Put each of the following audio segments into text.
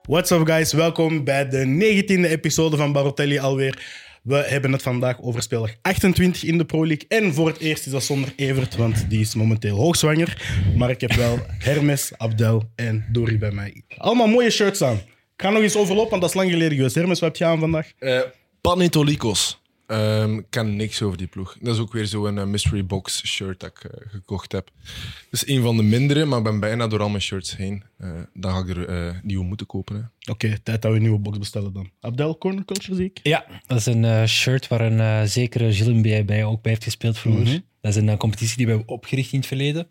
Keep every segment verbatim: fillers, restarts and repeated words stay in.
What's up guys, welkom bij de negentiende episode van Barotelli alweer. We hebben het vandaag over speler achtentwintig in de Pro League. En voor het eerst is dat zonder Evert, want die is momenteel hoogzwanger. Maar ik heb wel Hermes, Abdel en Dori bij mij. Allemaal mooie shirts aan. Ik ga nog eens overlopen, want dat is lang geleden geweest. Hermes, wat heb je aan vandaag? Uh, Panetolikos. Um, ik ken niks over die ploeg. Dat is ook weer zo'n uh, mystery box shirt dat ik uh, gekocht heb. Dat is een van de mindere, maar ik ben bijna door al mijn shirts heen. Uh, dan ga ik er uh, nieuwe moeten kopen. Oké, okay, tijd dat we een nieuwe box bestellen dan. Abdel, Corner Culture zie ik? Ja, dat is een uh, shirt waar een uh, zekere Gilles Mbey bij ook bij heeft gespeeld vroeger. Mm-hmm. Dat is een uh, competitie die we hebben opgericht in het verleden.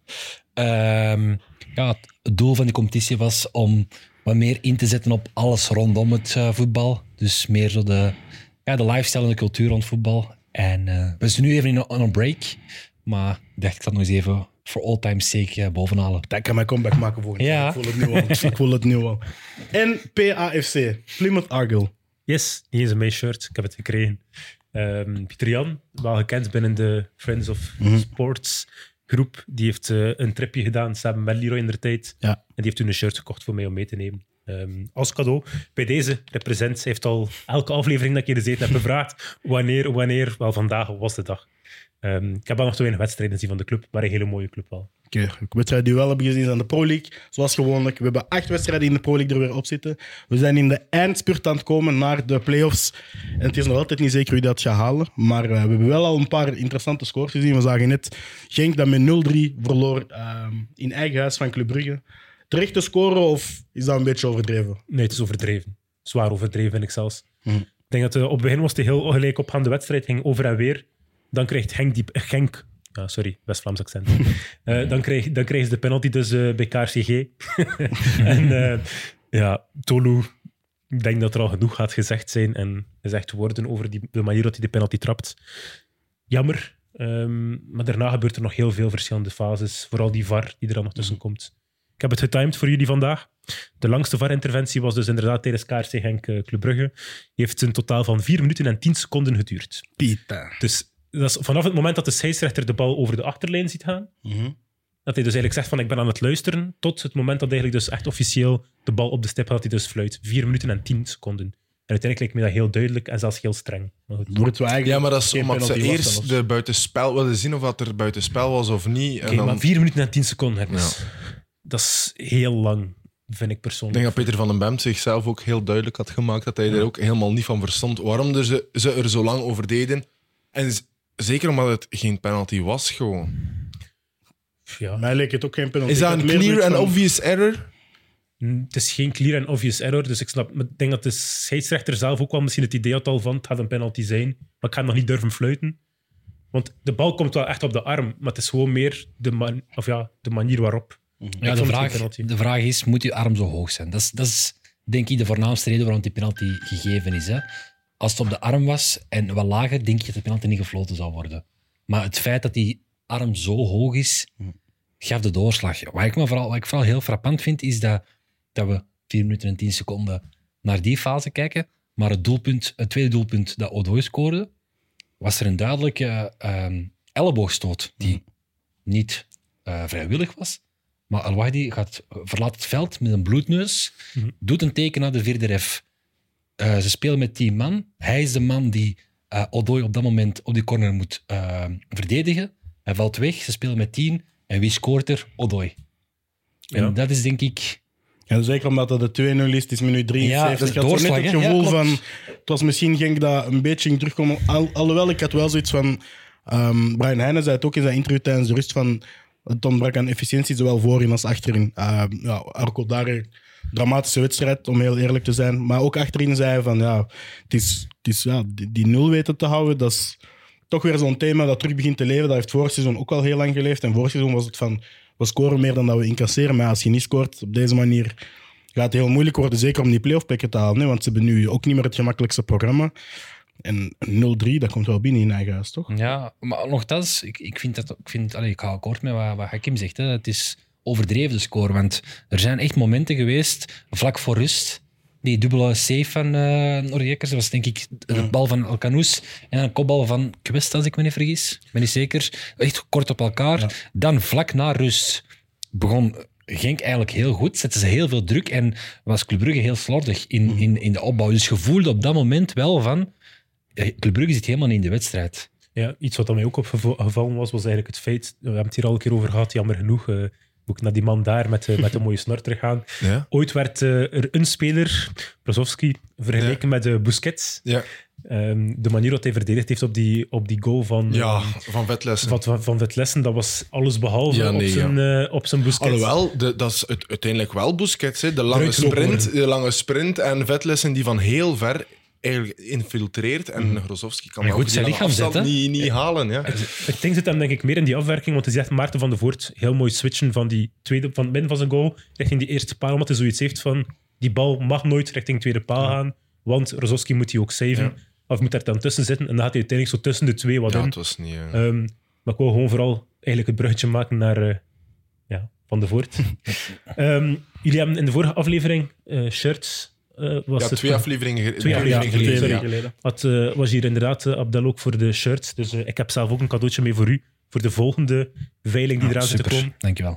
Um, ja, het doel van die competitie was om wat meer in te zetten op alles rondom het uh, voetbal. Dus meer zo de... Ja, de lifestyle en de cultuur rond voetbal. En uh, we zijn nu even in een, een break. Maar ik dacht, ik zal nog eens even voor all time's sake uh, bovenhalen. Ik kan mijn comeback maken voor ja. Ik voel het nu al. Ik voel het nu al. En P A F C, Plymouth Argyle. Yes, niet eens een mijn shirt. Ik heb het gekregen. Um, Pieter Jan, wel gekend binnen de Friends of mm-hmm. Sports groep. Die heeft uh, een tripje gedaan samen met Leroy in der tijd. Ja. En die heeft toen een shirt gekocht voor mij om mee te nemen. Um, als cadeau. Bij deze represent heeft al elke aflevering dat ik hier gezeten heb gevraagd wanneer, wanneer, wel vandaag was de dag. Um, ik heb al nog te weinig wedstrijden gezien van de club, maar een hele mooie club wel. Oké, okay. wedstrijden die we wel hebben gezien zijn de Pro League. Zoals gewoonlijk, we hebben acht wedstrijden in de Pro League er weer op zitten. We zijn in de eindspurt aan het komen naar de play-offs. En het is nog altijd niet zeker wie dat gaat halen. Maar uh, we hebben wel al een paar interessante scores gezien. We zagen net Genk dat met nul drie verloor uh, in eigen huis van Club Brugge. Terecht te scoren of is dat een beetje overdreven? Nee, het is overdreven. Zwaar overdreven, vind ik zelfs. Hmm. Ik denk dat uh, op het begin was het heel gelijk opgaande wedstrijd, ging over en weer. Dan krijgt Genk die... Genk, ah, sorry, West-Vlaams accent. uh, dan, krijg, dan krijgen ze de penalty dus uh, bij K R C G. en uh, ja, Tolu, ik denk dat er al genoeg gaat gezegd zijn en gezegd worden over die, de manier dat hij de penalty trapt. Jammer. Um, maar daarna gebeurt er nog heel veel verschillende fases. Vooral die V A R die er dan nog tussen komt. Ik heb het getimed voor jullie vandaag. De langste V A R-interventie was dus inderdaad tijdens K R C Genk uh, Club Brugge. Heeft een totaal van vier minuten en tien seconden geduurd. Pita. Dus dat is vanaf het moment dat de scheidsrechter de bal over de achterlijn ziet gaan, mm-hmm. dat hij dus eigenlijk zegt van ik ben aan het luisteren, tot het moment dat eigenlijk dus echt officieel de bal op de stip had, hij dus fluit. Vier minuten en tien seconden. En uiteindelijk lijkt me dat heel duidelijk en zelfs heel streng. Maar goed. Ja, maar dat is omdat ze eerst was, de buitenspel wilden zien of dat er buitenspel was of niet. Oké, okay, dan... maar vier minuten en tien seconden hebben ja. Dat is heel lang, vind ik persoonlijk. Ik denk dat Peter van den Bemt zichzelf ook heel duidelijk had gemaakt dat hij er ook helemaal niet van verstond waarom er ze, ze er zo lang over deden. En z- zeker omdat het geen penalty was, gewoon. Ja. Mij leek het ook geen penalty. Is dat een clear and van... obvious error? Het is geen clear and obvious error, dus ik, snap, ik denk dat de scheidsrechter zelf ook wel misschien het idee had al van het gaat een penalty zijn, maar ik ga nog niet durven fluiten. Want de bal komt wel echt op de arm, maar het is gewoon meer de, man, of ja, de manier waarop. Ja, de, vraag, de vraag is, moet je arm zo hoog zijn? Dat is, dat is denk ik de voornaamste reden waarom die penalty gegeven is. Hè? Als het op de arm was en wat lager, denk je dat de penalty niet gefloten zou worden. Maar het feit dat die arm zo hoog is, gaf de doorslag. Wat ik, me vooral, wat ik vooral heel frappant vind, is dat, dat we vier minuten en tien seconden naar die fase kijken, maar het, doelpunt, het tweede doelpunt dat Odoi scoorde, was er een duidelijke uh, elleboogstoot die niet uh, vrijwillig was. Maar El Wahdi gaat, verlaat het veld met een bloedneus, mm-hmm. doet een teken naar de vierde ref. Uh, ze spelen met tien man. Hij is de man die uh, Odoi op dat moment op die corner moet uh, verdedigen. Hij valt weg, ze spelen met tien. En wie scoort er? Odoi. En ja. dat is denk ik... Ja, zeker omdat dat de twee nul is, het is minuut drieënzeventig. Ja, ik had net het gevoel ja, van... Het was misschien Genk dat een beetje ging terugkomen. Al, alhoewel, ik had wel zoiets van... Um, Brian Heijnen zei het ook in zijn interview tijdens de rust van... Het ontbrak aan efficiëntie, zowel voorin als achterin. Uh, ja, Arco daar een dramatische wedstrijd, om heel eerlijk te zijn. Maar ook achterin zei hij van, ja, het is, het is, ja, die, die nul weten te houden, dat is toch weer zo'n thema dat terug begint te leven. Dat heeft vorig seizoen ook al heel lang geleefd. En vorig seizoen was het van, we scoren meer dan dat we incasseren. Maar als je niet scoort op deze manier, gaat het heel moeilijk worden, zeker om die play-off plekken te halen. Hè? Want ze hebben nu ook niet meer het gemakkelijkste programma. En nul drie, dat komt wel binnen in eigen huis, toch? Ja, maar nogthans, ik, ik vind dat... Ik, vind, allez, ik ga akkoord met wat, wat Hakim zegt. Hè. Het is overdreven, de score. Want er zijn echt momenten geweest, vlak voor rust, die dubbele save van uh, Norrijekers. Dat was denk ik de bal van El Canoes en een kopbal van Quest, als ik me niet vergis. Ik ben niet zeker. Echt kort op elkaar. Ja. Dan, vlak na rust, begon Genk eigenlijk heel goed. Zetten ze heel veel druk en was Club Brugge heel slordig in, mm. in, in de opbouw. Dus je voelde op dat moment wel van... Club Brugge zit helemaal niet in de wedstrijd. Ja, iets wat mij ook opgevallen was, was eigenlijk het feit... We hebben het hier al een keer over gehad, jammer genoeg... Uh, moet ik naar die man daar met, uh, met een mooie snor teruggaan. Ja. Ooit werd uh, er een speler, Brozovski, vergeleken ja. met uh, Busquets. Ja. Um, de manier dat hij verdedigd heeft op die, op die goal van... Ja, um, van Vetlessen. Van, van, van Vetlessen, dat was alles behalve ja, nee, op, zijn, ja. uh, op zijn Busquets. Alhoewel, de, dat is het, uiteindelijk wel Busquets. Hè. De, lange sprint, de lange sprint en Vetlessen die van heel ver... eigenlijk infiltreert en mm. Grozovski kan goed zijn lichaam zetten. Niet, niet ja. halen. Ja. Het ding zit hem denk ik meer in die afwerking, want hij zegt Maarten van de Voort heel mooi switchen van die tweede, van het midden van zijn goal richting die eerste paal, omdat hij zoiets heeft van die bal mag nooit richting tweede paal ja. gaan, want Grozovski moet die ook saven, ja. of moet er dan tussen zitten en dan gaat hij uiteindelijk zo tussen de twee wat ja, in. Het was niet, ja. um, maar ik wil gewoon vooral eigenlijk het bruggetje maken naar uh, ja, Van de Voort. um, jullie hebben in de vorige aflevering uh, shirts Uh, was ja, het twee afleveringen, twee afleveringen geleden. geleden. geleden. Had, uh, was hier inderdaad uh, Abdel ook voor de shirts. Dus uh, ik heb zelf ook een cadeautje mee voor u. Voor de volgende veiling die oh, eraan zit te komen. Dankjewel.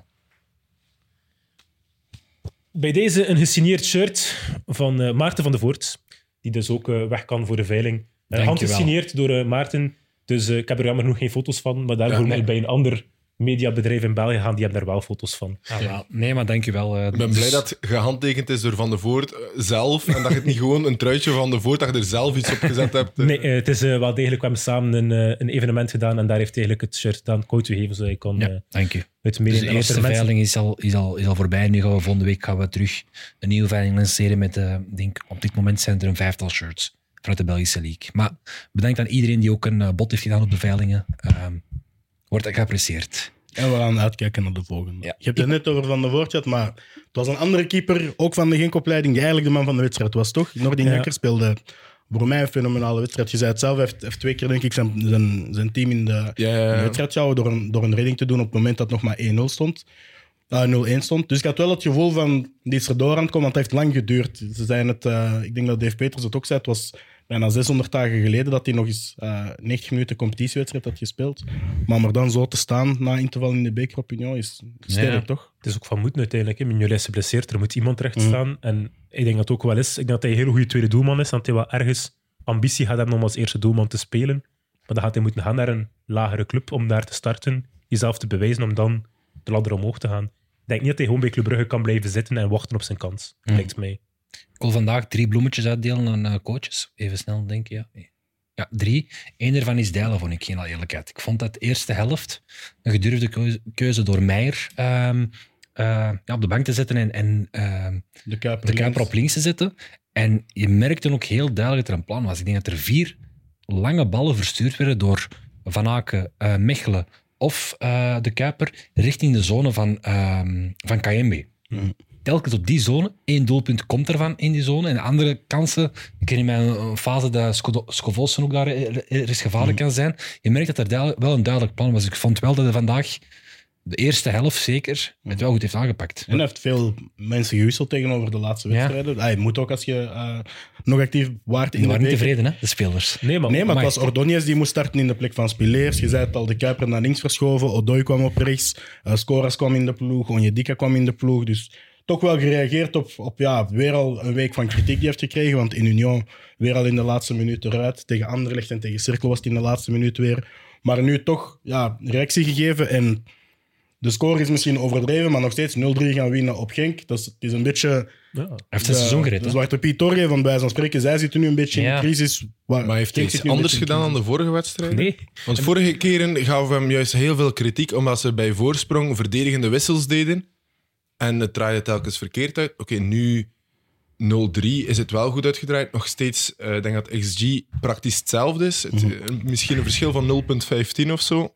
Bij deze een gesigneerd shirt van uh, Maarten van de Voort. Die dus ook uh, weg kan voor de veiling. Uh, handgesigneerd door uh, Maarten. Dus uh, ik heb er jammer nog geen foto's van. Maar daarvoor ja, nee. moet bij een ander mediabedrijf in België gaan. Die hebben daar wel foto's van. Ah, ja. Nee, maar dankjewel. Uh, ik ben dus... blij dat het gehandtekend is door Van de Voort uh, zelf. En dat je het niet gewoon een truitje van de Voort, dat je er zelf iets op gezet hebt. Nee, uh, het is uh, wel degelijk. We hebben samen een, uh, een evenement gedaan. En daar heeft eigenlijk het shirt aan Kout gegeven. Zodat ik kon, ja, uh, dank u. Dus de eerste veiling is al, is, al, is al voorbij. Nu gaan we volgende week gaan we terug een nieuwe veiling lanceren. Met, uh, denk, op dit moment zijn er een vijftal shirts vanuit de Belgische League. Maar bedankt aan iedereen die ook een uh, bod heeft gedaan op de veilingen. Uh, wordt geapprecieerd. En we gaan uitkijken naar de volgende. Ja. Je hebt het net over Van de Voort gehad, maar het was een andere keeper, ook van de Genk-opleiding, die eigenlijk de man van de wedstrijd was, toch? Nordin Jakker ja. speelde voor mij een fenomenale wedstrijd. Je zei het zelf, hij heeft, heeft twee keer denk ik zijn, zijn, zijn team in de, ja, ja, ja. in de wedstrijd gehouden door een, door een redding te doen op het moment dat het nog maar één nul stond. Uh, nul-één stond. Dus ik had wel het gevoel van, die is er door aan het komen, want het heeft lang geduurd. Ze zeiden het, uh, ik denk dat Dave Peters het ook zei, het was bijna zeshonderd dagen geleden dat hij nog eens uh, negentig minuten competitiewedstrijd had gespeeld. Maar om er dan zo te staan na in te vallen in de beker op Union is sterk, ja. toch? Het is ook van moeten uiteindelijk. Mignolet is geblesseerd, er moet iemand recht staan. Mm. En ik denk dat het ook wel is. Ik denk dat hij een hele goede tweede doelman is, dat hij wel ergens ambitie gaat hebben om als eerste doelman te spelen. Maar dan gaat hij moeten gaan naar een lagere club om daar te starten, jezelf te bewijzen om dan de ladder omhoog te gaan. Ik denk niet dat hij gewoon bij Club Brugge kan blijven zitten en wachten op zijn kans. Mm. Lijkt mij. Ik wil vandaag drie bloemetjes uitdelen aan uh, coaches. Even snel denken, ja. Ja, drie. Eén daarvan is Dijlen, vond ik, geen eerlijkheid. Ik vond dat de eerste helft een gedurfde keuze, keuze door Meijer um, uh, ja, op de bank te zetten en, en uh, de Kuiper, de Kuiper op links te zetten. En je merkte ook heel duidelijk dat er een plan was. Ik denk dat er vier lange ballen verstuurd werden door Van Aken, uh, Mechelen of uh, de Kuiper richting de zone van, uh, van Kayembe. Mm. Telkens op die zone, één doelpunt komt ervan in die zone. En andere kansen, ik ken in mijn fase dat Scovolsen ook daar er is gevaarlijk kan zijn. Je merkt dat er wel een duidelijk plan was. Ik vond wel dat hij vandaag de eerste helft zeker het wel goed heeft aangepakt. En hij heeft veel mensen gewisseld tegenover de laatste wedstrijden. Ja. Hij moet ook als je uh, nog actief waart in die de waren niet tevreden, hè, de spelers. Nee, maar, nee, maar het was Ordóñez die moest starten in de plek van Spileers. Je zei het al, de Kuiper naar links verschoven. Odoi kwam op rechts. Uh, Scoras kwam in de ploeg. Onyedika kwam in de ploeg. Dus toch wel gereageerd op, op ja, weer al een week van kritiek die hij heeft gekregen. Want in Union weer al in de laatste minuut eruit. Tegen Anderlecht en tegen Cercle was het in de laatste minuut weer. Maar nu toch ja, reactie gegeven. En de score is misschien overdreven, maar nog steeds nul drie gaan winnen op Genk. Dat is, het is een beetje... Ja, hij heeft het seizoen gered. De Zwarte Piet Torre, van bij wijze van spreken. Zij zitten nu een beetje ja. in crisis. Waar, maar heeft hij iets anders gedaan dan de vorige wedstrijd? Nee. Want vorige keren gaven we hem juist heel veel kritiek, omdat ze bij voorsprong verdedigende wissels deden. En het draaide telkens verkeerd uit. Oké, okay, nu nul drie is het wel goed uitgedraaid. Nog steeds, ik uh, denk dat X G praktisch hetzelfde is. Het, mm-hmm. Misschien een verschil van nul komma vijftien of zo.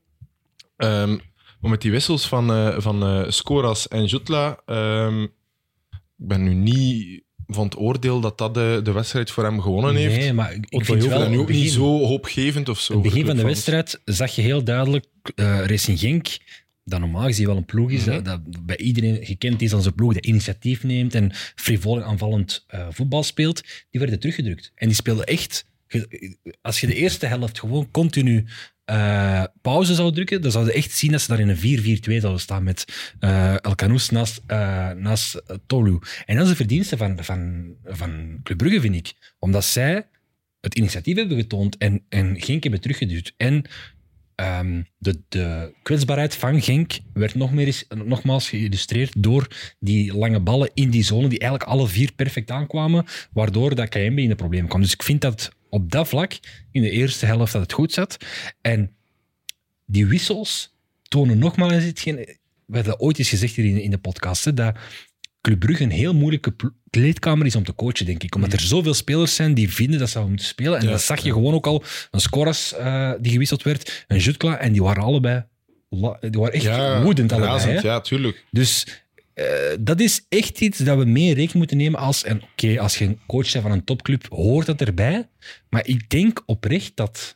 Um, maar met die wissels van, uh, van uh, Scoras en Jutla, um, ik ben nu niet van het oordeel dat dat de, de wedstrijd voor hem gewonnen heeft. Nee, maar ik, ik vind wel... wel... nu ook begin, niet zo hoopgevend of zo. In het begin van de wedstrijd zag je heel duidelijk uh, Racing Genk, dat normaal gezien wel een ploeg is, mm-hmm. dat, dat bij iedereen gekend is als een ploeg dat initiatief neemt en frivol en aanvallend uh, voetbal speelt, die werden teruggedrukt. En die speelden echt... Als je de eerste helft gewoon continu uh, pauze zouden drukken, dan zouden we echt zien dat ze daar in een vier vier twee zouden staan met uh, El Canoes naast, uh, naast uh, Tolu. En dat is de verdienste van, van, van Club Brugge, vind ik. Omdat zij het initiatief hebben getoond en, en Genk hebben teruggeduwd. En um, de, de kwetsbaarheid van Genk werd nog meer eens, nogmaals geïllustreerd door die lange ballen in die zone, die eigenlijk alle vier perfect aankwamen, waardoor dat K M B in de problemen kwam. Dus ik vind dat op dat vlak, in de eerste helft, dat het goed zat. En die wissels tonen nogmaals hetgeen... We hebben ooit eens gezegd hier in, in de podcast, hè, dat Club Brugge een heel moeilijke kleedkamer is om te coachen, denk ik. Omdat er zoveel spelers zijn die vinden dat ze moeten spelen. En ja, dat zag je ja. gewoon ook al. Een Scoras uh, die gewisseld werd, een Jutkla, en die waren allebei... Die waren echt ja, woedend allebei. Razend, ja, tuurlijk. Dus uh, dat is echt iets dat we mee in rekening moeten nemen. Als, en oké, okay, als je een coach bent van een topclub, hoort dat erbij. Maar ik denk oprecht dat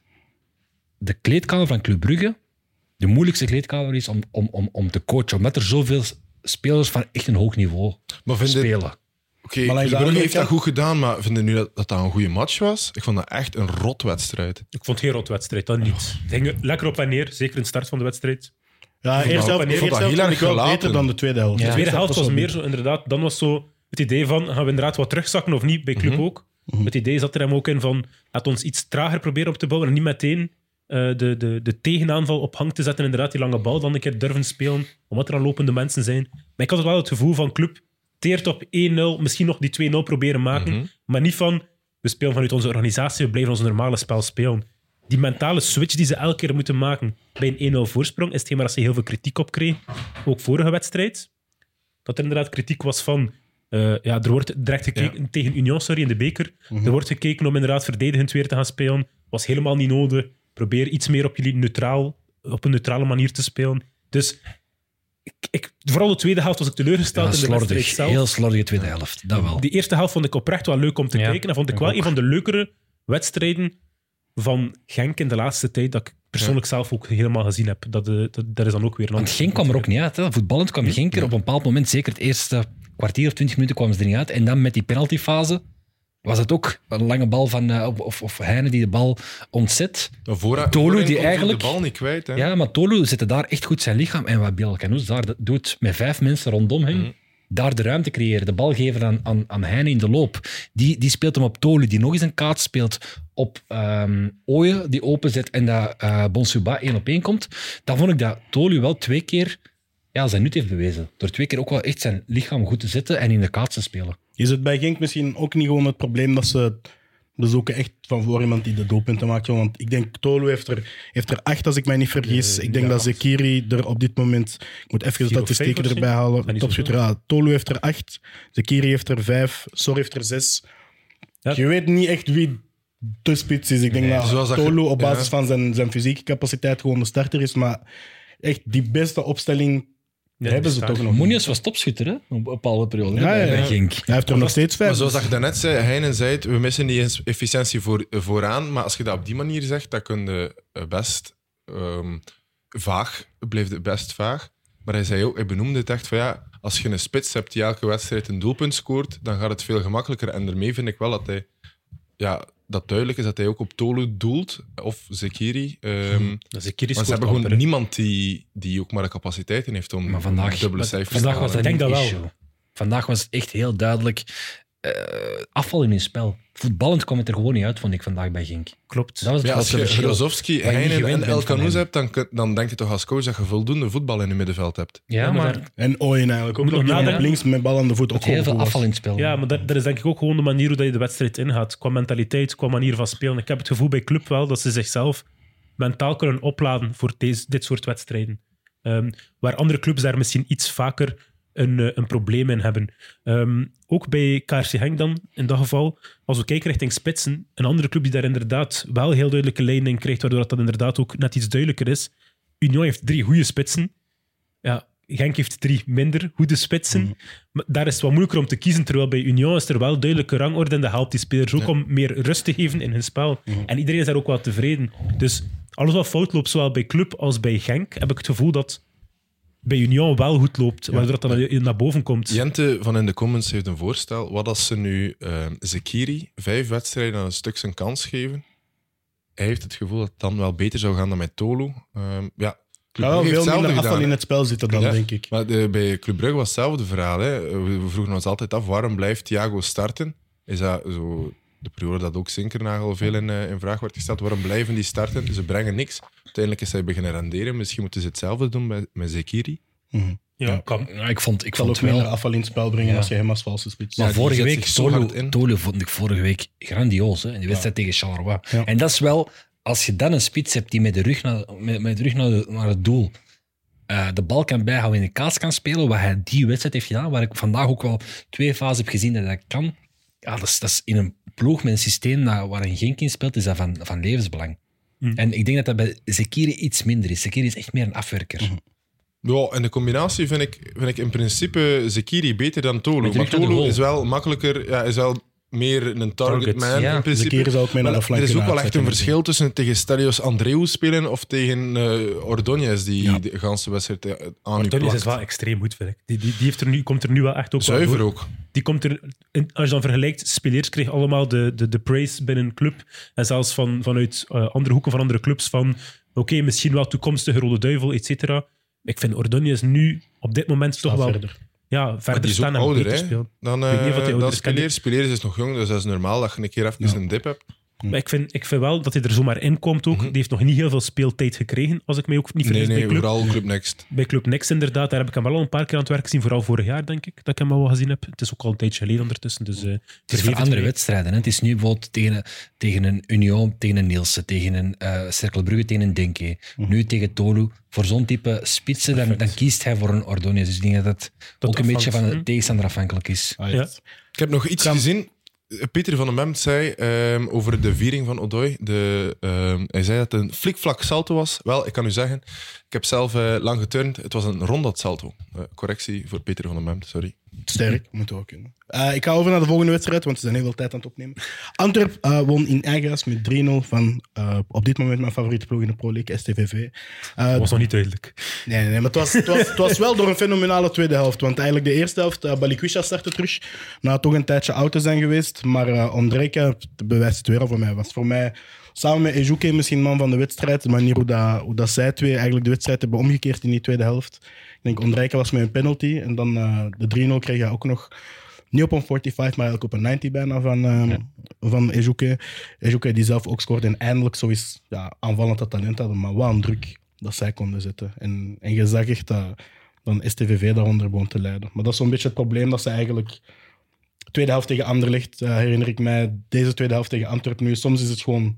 de kleedkamer van Club Brugge de moeilijkste kleedkamer is om, om, om, om te coachen. Omdat er zoveel spelers van echt een hoog niveau maar spelen. Oké, okay, Club Brugge heeft dat goed gedaan, maar vinden nu dat, dat dat een goede match was? Ik vond dat echt een rotwedstrijd. Ik vond het geen rotwedstrijd, dat niet. Het ging lekker op en neer, zeker in de start van de wedstrijd. Ja, eerst helft ik vond dat heel erg wel beter dan de tweede helft. Ja. De tweede helft was meer zo, inderdaad, dan was zo het idee van, gaan we inderdaad wat terugzakken of niet, bij Club mm-hmm. ook. Mm-hmm. Het idee zat er hem ook in van, laat ons iets trager proberen op te bouwen en niet meteen uh, de, de, de tegenaanval op hang te zetten, inderdaad die lange bal dan een keer durven spelen, omdat er al lopende mensen zijn. Maar ik had wel het gevoel van Club teert op één nul, misschien nog die twee nul proberen maken, mm-hmm. maar niet van, we spelen vanuit onze organisatie, we blijven ons normale spel spelen. Die mentale switch die ze elke keer moeten maken bij een één nul voorsprong, is hetgeen waar ze heel veel kritiek op kregen. Ook vorige wedstrijd. Dat er inderdaad kritiek was van... Uh, ja, er wordt direct gekeken ja. tegen Union, sorry, in de beker. Mm-hmm. Er wordt gekeken om inderdaad verdedigend weer te gaan spelen. Was helemaal niet nodig. Probeer iets meer op jullie neutraal, op een neutrale manier te spelen. Dus... Ik, ik, vooral de tweede helft was ik teleurgesteld ja, in de slordig, wedstrijd zelf. Heel slordige tweede helft, dat wel. Die eerste helft vond ik oprecht wel leuk om te ja, kijken. En vond ik wel ook. Een van de leukere wedstrijden van Genk in de laatste tijd, dat ik persoonlijk ja. zelf ook helemaal gezien heb. Dat, dat, dat is dan ook weer een Want Genk kwam er ook niet uit. Hè. Voetballend kwam Genk er ja. op een bepaald moment, zeker het eerste kwartier of twintig minuten, kwamen ze er niet uit. En dan met die penaltyfase was het ook een lange bal van uh, of, of Heine die de bal ontzet. Vooruit, Tolu die eigenlijk de bal niet kwijt. Hè? Ja, maar Tolu zette daar echt goed zijn lichaam. En wat Bilal Canoes daar doet met vijf mensen rondom hem, mm. daar de ruimte creëren, de bal geven aan, aan, aan Heine in de loop. Die, die speelt hem op Tolu, die nog eens een kaart speelt op um, Ooyen, die openzet en dat uh, Bonsuba één op één komt. Dan vond ik dat Tolu wel twee keer ja, zijn nut heeft bewezen. Door twee keer ook wel echt zijn lichaam goed te zetten en in de kaart te spelen. Is het bij Genk misschien ook niet gewoon het probleem dat ze bezoeken echt van voor iemand die de doelpunten maakt? Want ik denk, Tolu heeft er, heeft er acht, als ik mij niet vergis. Uh, ik denk ja, dat Zekiri er op dit moment... Ik moet even de statistieken erbij halen. Topschutter, ja, Tolu heeft er acht, Zekiri heeft er vijf, Sor heeft er zes. Ja. Je weet niet echt wie de spits is. Ik denk nee, dat Tolu op basis ja. van zijn, zijn fysieke capaciteit gewoon de starter is. Maar echt die beste opstelling... Ja, hebben ze toch nog. Muniz was topschutter, hè? Op een bepaalde periode. Ja, ja, ja. Hij heeft er nog steeds vijf. Maar zoals dat je daarnet zei, Heinen zei het, we missen die efficiëntie voor, vooraan. Maar als je dat op die manier zegt, dan kun je best um, vaag, blijft het best vaag. Maar hij zei ook, hij benoemde het echt van ja, als je een spits hebt die elke wedstrijd een doelpunt scoort, dan gaat het veel gemakkelijker. En daarmee vind ik wel dat hij... Ja, dat duidelijk is dat hij ook op Tolu doelt, of Zekiri. Um, Zekiri maar ze hebben gewoon niemand die, die ook maar de capaciteit in heeft om maar vandaag, dubbele cijfers vandaag was dat denk dat wel. Vandaag was het echt heel duidelijk uh, afval in hun spel. Voetballend kwam het er gewoon niet uit, vond ik vandaag bij Genk. Klopt. Dat was het ja, als je Grozovski, Heinen en El Canoes hebt, dan, dan denk je toch als coach dat je voldoende voetbal in je middenveld hebt. Ja, ja maar... maar... En Ooyen eigenlijk ook nog ja. links met bal aan de voet. Ook heel veel afval in het spel. Ja, maar dat, dat is denk ik ook gewoon de manier hoe je de wedstrijd ingaat. Qua mentaliteit, qua manier van spelen. Ik heb het gevoel bij Club wel dat ze zichzelf mentaal kunnen opladen voor deze, dit soort wedstrijden. Um, waar andere clubs daar misschien iets vaker... Een, een probleem in hebben. Um, ook bij K R C Genk dan, in dat geval, als we kijken richting spitsen, een andere club die daar inderdaad wel heel duidelijke lijnen in krijgt, waardoor dat, dat inderdaad ook net iets duidelijker is. Union heeft drie goede spitsen. Ja, Genk heeft drie minder goede spitsen. Mm. Maar daar is het wat moeilijker om te kiezen, terwijl bij Union is er wel duidelijke rangorde en dat helpt die spelers ook ja. om meer rust te geven in hun spel. Mm. En iedereen is daar ook wel tevreden. Dus alles wat fout loopt, zowel bij Club als bij Genk, heb ik het gevoel dat bij Union wel goed loopt, ja. waardoor dat dan naar boven komt. Jente van in de comments heeft een voorstel. Wat als ze nu uh, Zekiri vijf wedstrijden aan een stuk zijn kans geven hij heeft het gevoel dat het dan wel beter zou gaan dan met Tolu. Um, ja, Club ja, veel minder afval gedaan, in het spel zitten dan, ja, denk ik. Maar de, bij Club Brugge was hetzelfde verhaal. Hè. We, we vroegen ons altijd af, waarom blijft Thiago starten? Is dat zo de periode dat ook Zinkernagel veel in, uh, in vraag werd gesteld? Waarom blijven die starten? Ze brengen niks. Uiteindelijk is hij beginnen renderen. Misschien moeten ze hetzelfde doen met, met Zekiri. Mm-hmm. Ja, ja, kan. Ja, ik vond, ik zal vond ook wel minder afval in het spel brengen, ja, als je hem als valse spits. Maar ja, vorige week, Tolu, Tolu vond ik vorige week grandioos. Hè, in die wedstrijd, ja, tegen Charleroi. Ja. En dat is wel, als je dan een spits hebt die met de rug naar, met, met de rug naar, de, naar het doel uh, de bal kan bijhouden in de kaas kan spelen, wat hij die wedstrijd heeft gedaan, waar ik vandaag ook wel twee fases heb gezien dat dat kan. Ja, dat is, dat is in een ploeg met een systeem dat, waar een Genk in speelt, is dat van, van levensbelang. Mm. En ik denk dat dat bij Zekiri iets minder is. Zekiri is echt meer een afwerker. Mm. Ja, en de combinatie vind ik, vind ik in principe Zekiri beter dan Tolu. Maar Tolu is wel makkelijker, ja, is wel meer een target man, ja, in principe. Is ook meer maar er is ook wel echt een verschil tussen tegen Stelios Andreu spelen of tegen uh, Ordóñez, die ja. de ganse wedstrijd aan u plakt. Ordóñez is wel extreem goed, vind ik. Die, die, die heeft er nu, komt er nu wel echt ook Zuiver wel ook. Die komt er, als je dan vergelijkt, spelers kregen allemaal de, de, de praise binnen een club. En zelfs van, vanuit uh, andere hoeken van andere clubs van oké, okay, misschien wel toekomstige Rode Duivel, et cetera. Ik vind Ordóñez nu op dit moment toch wel verder. Ja, verder staan en ouder, beter spelen. Dan, uh, dan Speleers. Speleers is nog jong, dus dat is normaal dat je een keer even ja. een dip hebt. Maar ik vind, ik vind wel dat hij er zomaar in komt ook. Mm-hmm. Die heeft nog niet heel veel speeltijd gekregen, als ik mij ook niet vergis. Nee, nee, bij Club. vooral Club Next. Bij Club Next inderdaad, daar heb ik hem wel al een paar keer aan het werk gezien. Vooral vorig jaar, denk ik, dat ik hem al wel gezien heb. Het is ook al een tijdje geleden ondertussen. Dus, uh, het is voor andere mee. wedstrijden. Hè? Het is nu bijvoorbeeld tegen, tegen een Union, tegen een Nielsen, tegen een uh, Cercle Brugge, tegen een Denke. Mm-hmm. Nu tegen Tolu. Voor zo'n type spitsen, dan, dan kiest hij voor een Ordóñez. Dus ik denk dat dat, dat ook een beetje van de tegenstander afhankelijk is. Ah, ja. Ik heb nog iets kan... gezien. Pieter van den Bemt zei um, over de viering van Odoi. De, um, hij zei dat het een flikvlak salto was. Wel, ik kan u zeggen, ik heb zelf uh, lang geturnd. Het was een rondat salto. Uh, correctie voor Pieter van den Bemt, sorry. Sterk, moet ook kunnen. Uh, ik ga over naar de volgende wedstrijd, want we zijn heel veel tijd aan het opnemen. Antwerp uh, won in eigen huis met drie nul van uh, op dit moment mijn favoriete ploeg in de Pro League, S T V V. Uh, dat was nog niet duidelijk. Nee, nee, nee maar het was, het, was, het was wel door een fenomenale tweede helft. Want eigenlijk de eerste helft, uh, Balikwisha startte terug. Na toch een tijdje oud te zijn geweest. Maar uh, Ondrejka bewijst het weer al voor mij. Was voor mij samen met Ejuke misschien man van de wedstrijd. De manier hoe, dat, hoe dat zij twee eigenlijk de wedstrijd hebben omgekeerd in die tweede helft. Ik denk Ondrejka was met een penalty. En dan uh, de drie nul kreeg hij ook nog. Niet op een vijfenveertig, maar eigenlijk op een negentig bijna van, um, ja. van Ejuke. Ejuke die zelf ook scoorde en eindelijk zo is ja, aanvallend dat talent hadden. Maar wat een druk dat zij konden zetten. En, en je zag echt dat dan S T V V daaronder begon te leiden. Maar dat is zo'n beetje het probleem dat ze eigenlijk... Tweede helft tegen Anderlecht uh, herinner ik mij. Deze tweede helft tegen Antwerpen nu. Soms is het gewoon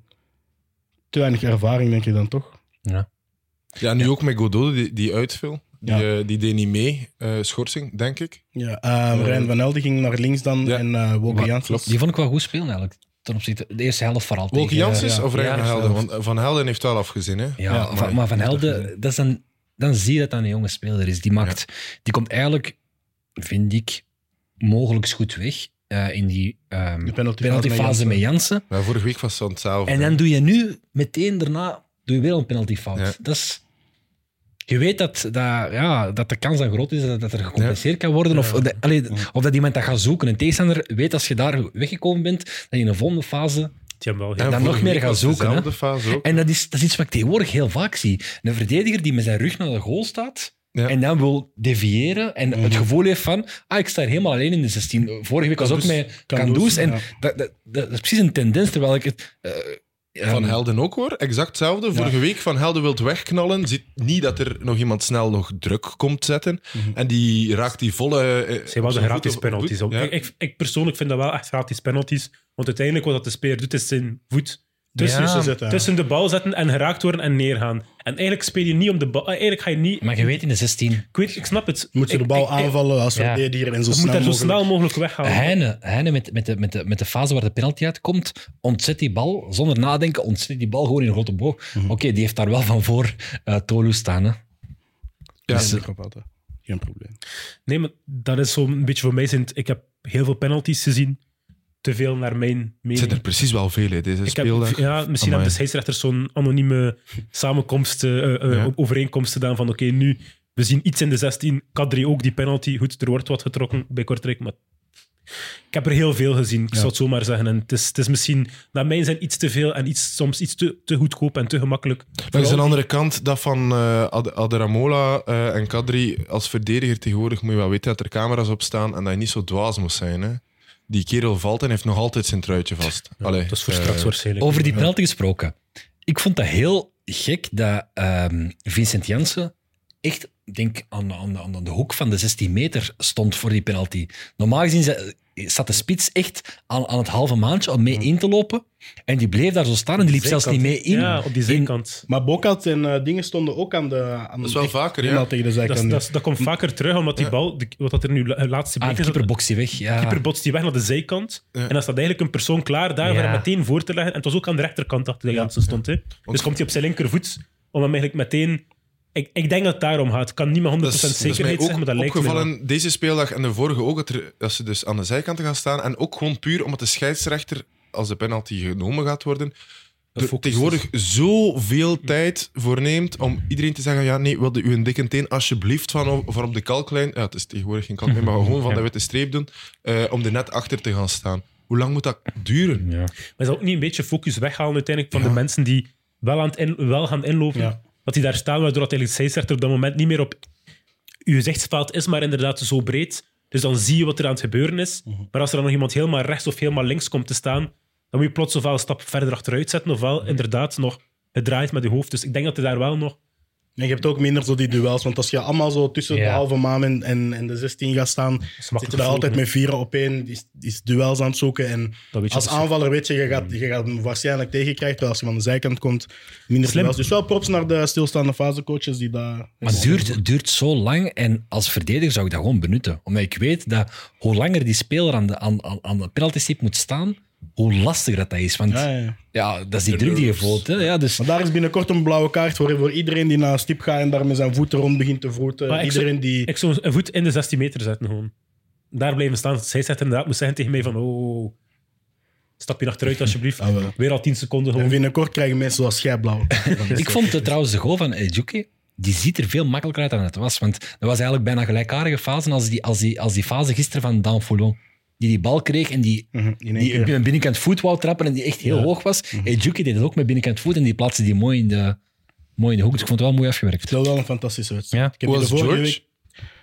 te weinig ervaring, denk je dan toch? Ja, ja nu ja. ook met Godot die, die uitviel. Die, ja. uh, die deed niet mee, uh, schorsing, denk ik. Ja, uh, uh, Rijn van Helden ging naar links dan ja. en uh, Woke Janssens. Die vond ik wel goed spelen eigenlijk. Ten opzichte de eerste helft vooral. Woke Janssens ja. of Rijn ja, van Helden? Want Van Helden heeft wel afgezien. Hè? Ja, ja maar, maar Van Helden, dat is dan, dan zie je dat dat een jonge speler is. Die, maakt, ja. die komt eigenlijk, vind ik, mogelijk goed weg. Uh, in die um, penaltyfase penalty met Jansen. Ja, vorige week was het hetzelfde. En dan doe je nu, meteen daarna, doe je weer een penaltyfout. Ja. Dat is... Je weet dat, dat, ja, dat de kans dan groot is dat, dat er gecompenseerd kan worden. Of, de, allee, of dat iemand dat gaat zoeken. Een tegenstander weet als je daar weggekomen bent, dat je in een volgende fase wel, ja, dan nog meer gaat zoeken. En dat is, dat is iets wat ik tegenwoordig heel vaak zie. Een verdediger die met zijn rug naar de goal staat... Ja. En dan wil deviëren en mm-hmm. het gevoel heeft van ah, ik sta hier helemaal alleen in de zestien. Vorige week was ook met Kandus. En ja. dat, dat, dat is precies een tendens, terwijl ik het... Uh, Van Helden ook hoor, exact hetzelfde. Ja. Vorige week Van Helden wilt wegknallen, ziet niet dat er nog iemand snel nog druk komt zetten. Mm-hmm. En die raakt die volle... Uh, Zij was een gratis penalties. Ja. Ik, ik, ik persoonlijk vind dat wel echt gratis penalties. Want uiteindelijk wat de speler doet, is zijn voet tussen, ja. tussen, tussen de bal zetten en geraakt worden en neergaan. En eigenlijk speel je niet om de bal... Eigenlijk ga je niet... Maar je weet in de zestien... Ik, weet, ik snap het. Moet je de bal ik, aanvallen als ja. verdediger en zo snel mogelijk... moet daar zo snel mogelijk weghalen. Heine, Heine met, met, de, met, de, met de fase waar de penalty uitkomt, ontzet die bal, zonder nadenken, ontzet die bal gewoon in een grote boog. Mm-hmm. Oké, okay, die heeft daar wel van voor uh, Tolu staan. Hè. Ja, dus, uh, geen probleem. Nee, maar dat is zo'n beetje voor mij... Zijn, ik heb heel veel penalties gezien. Te veel naar mijn mening. Het zijn er precies wel veel, hè, deze speeldag. Ja, misschien hebben de scheidsrechters zo'n anonieme samenkomst, uh, uh, ja. overeenkomst gedaan van oké, okay, nu, we zien iets in de zestien, Kadri ook, die penalty, goed, er wordt wat getrokken bij Kortrijk, maar Ik heb er heel veel gezien, ik Ja. zou het zo maar zeggen. En het, is, het is misschien, naar mijn zijn, iets te veel en iets, soms iets te, te goedkoop en te gemakkelijk. Dat is een andere kant, dat van uh, Ad- Aderamola uh, en Kadri als verdediger tegenwoordig moet je wel weten dat er camera's op staan en dat je niet zo dwaas moet zijn. Hè. Die kerel valt en heeft nog altijd zijn truitje vast. Ja, Allee, dat is voor uh, straks waarschijnlijk. Over die penalty gesproken. Ik vond dat heel gek dat um, Vincent Janssen echt, denk aan, aan, aan de hoek van de zestien meter stond voor die penalty. Normaal gezien zat de spits echt aan, aan het halve maandje om mee in te lopen. En die bleef daar zo staan en die liep zelfs niet mee in. Ja, op die zijkant. Maar Bokat en uh, dingen stonden ook aan de... Aan Dat is wel de, vaker, ja. helemaal tegen de zijkant. Dat, dat, dat komt vaker terug, omdat die Ja. bal, de, wat dat er nu la- laatste Ah, week de is, dat- keeper bokst die weg. Ja. de keeper botst die weg naar de zijkant. Ja. En dan staat eigenlijk een persoon klaar daar Ja. voor hem meteen voor te leggen. En het was ook aan de rechterkant achter de Janssen stond. Hè. Dus komt hij op zijn linkervoet om hem eigenlijk meteen... Ik, ik denk dat het daarom gaat. Ik kan niet met honderd Dat procent is, dat is mij zekerheid zeggen, maar ook dat lijkt me wel. opgevallen deze speeldag en de vorige ook, dat, er, dat ze dus aan de zijkanten gaan staan. En ook gewoon puur omdat de scheidsrechter, als de penalty genomen gaat worden, er focus tegenwoordig zoveel tijd voor neemt om iedereen te zeggen, ja nee, wilde u een dikke teen alsjeblieft van, op- van op de kalklijn, ja, het is tegenwoordig geen kalklijn, maar gewoon van de witte streep doen, uh, om er net achter te gaan staan. Hoe lang moet dat duren? Ja. Maar is dat ook niet een beetje focus weghalen uiteindelijk van Ja. de mensen die wel, aan het in, wel gaan inlopen? Ja. Dat die daar staan, waardoor dat eigenlijk de scheidsrechter op dat moment niet meer op uw gezichtsveld is, maar inderdaad zo breed. Dus dan zie je wat er aan het gebeuren is. Maar als er dan nog iemand helemaal rechts of helemaal links komt te staan, dan moet je plots ofwel een stap verder achteruit zetten, ofwel inderdaad nog het draait met je hoofd. Dus ik denk dat hij daar wel nog... En je hebt ook minder zo die duels, want als je allemaal zo tussen de Ja. halve maan en, en, en de zestien gaat staan, zit je daar altijd met vieren op één, die, die duels aan het zoeken. En Dat weet je als dus. aanvaller weet je, je gaat, je gaat hem waarschijnlijk tegenkrijgen, terwijl als je van de zijkant komt, minder Slim. duels. Dus wel props naar de stilstaande fasecoaches die daar... Maar het duurt, het duurt zo lang en als verdediger zou ik dat gewoon benutten. Omdat ik weet dat hoe langer die speler aan de, aan, aan, aan de penaltystip moet staan, hoe lastiger dat, dat is. Want ja, Ja, ja. dat is die druk die je voelt. Hè? Ja, dus, Maar daar is binnenkort een blauwe kaart voor, voor iedereen die naar een stip gaat en daar met zijn voeten rond begint te voeten. Maar ik Iedereen zou- die... Ik zou een voet in de zestien meter zetten gewoon. Daar blijven staan. Zij zegt inderdaad, moet zeggen tegen mij van oh, stap je achteruit alsjeblieft. Ah, wel. Weer al tien seconden En gewoon. binnenkort krijgen mensen zoals schijblauw. ik vond het trouwens de goal van Ejuke, die ziet er veel makkelijker uit dan het was. Want dat was eigenlijk bijna gelijkaardige fase als die, als die, als die fase gisteren van Dan Foulon. Die die bal kreeg en die, Mhm, in één die keer. een binnenkant voet wou trappen en die echt heel Ja. hoog was. Ejuke deed het ook met binnenkant voet en die plaatste die mooi in de, mooi in de hoek. Dus ik vond het wel mooi afgewerkt. Het is wel een fantastische wedstrijd. Ja. Ik heb Hoe die de was vorige George? week-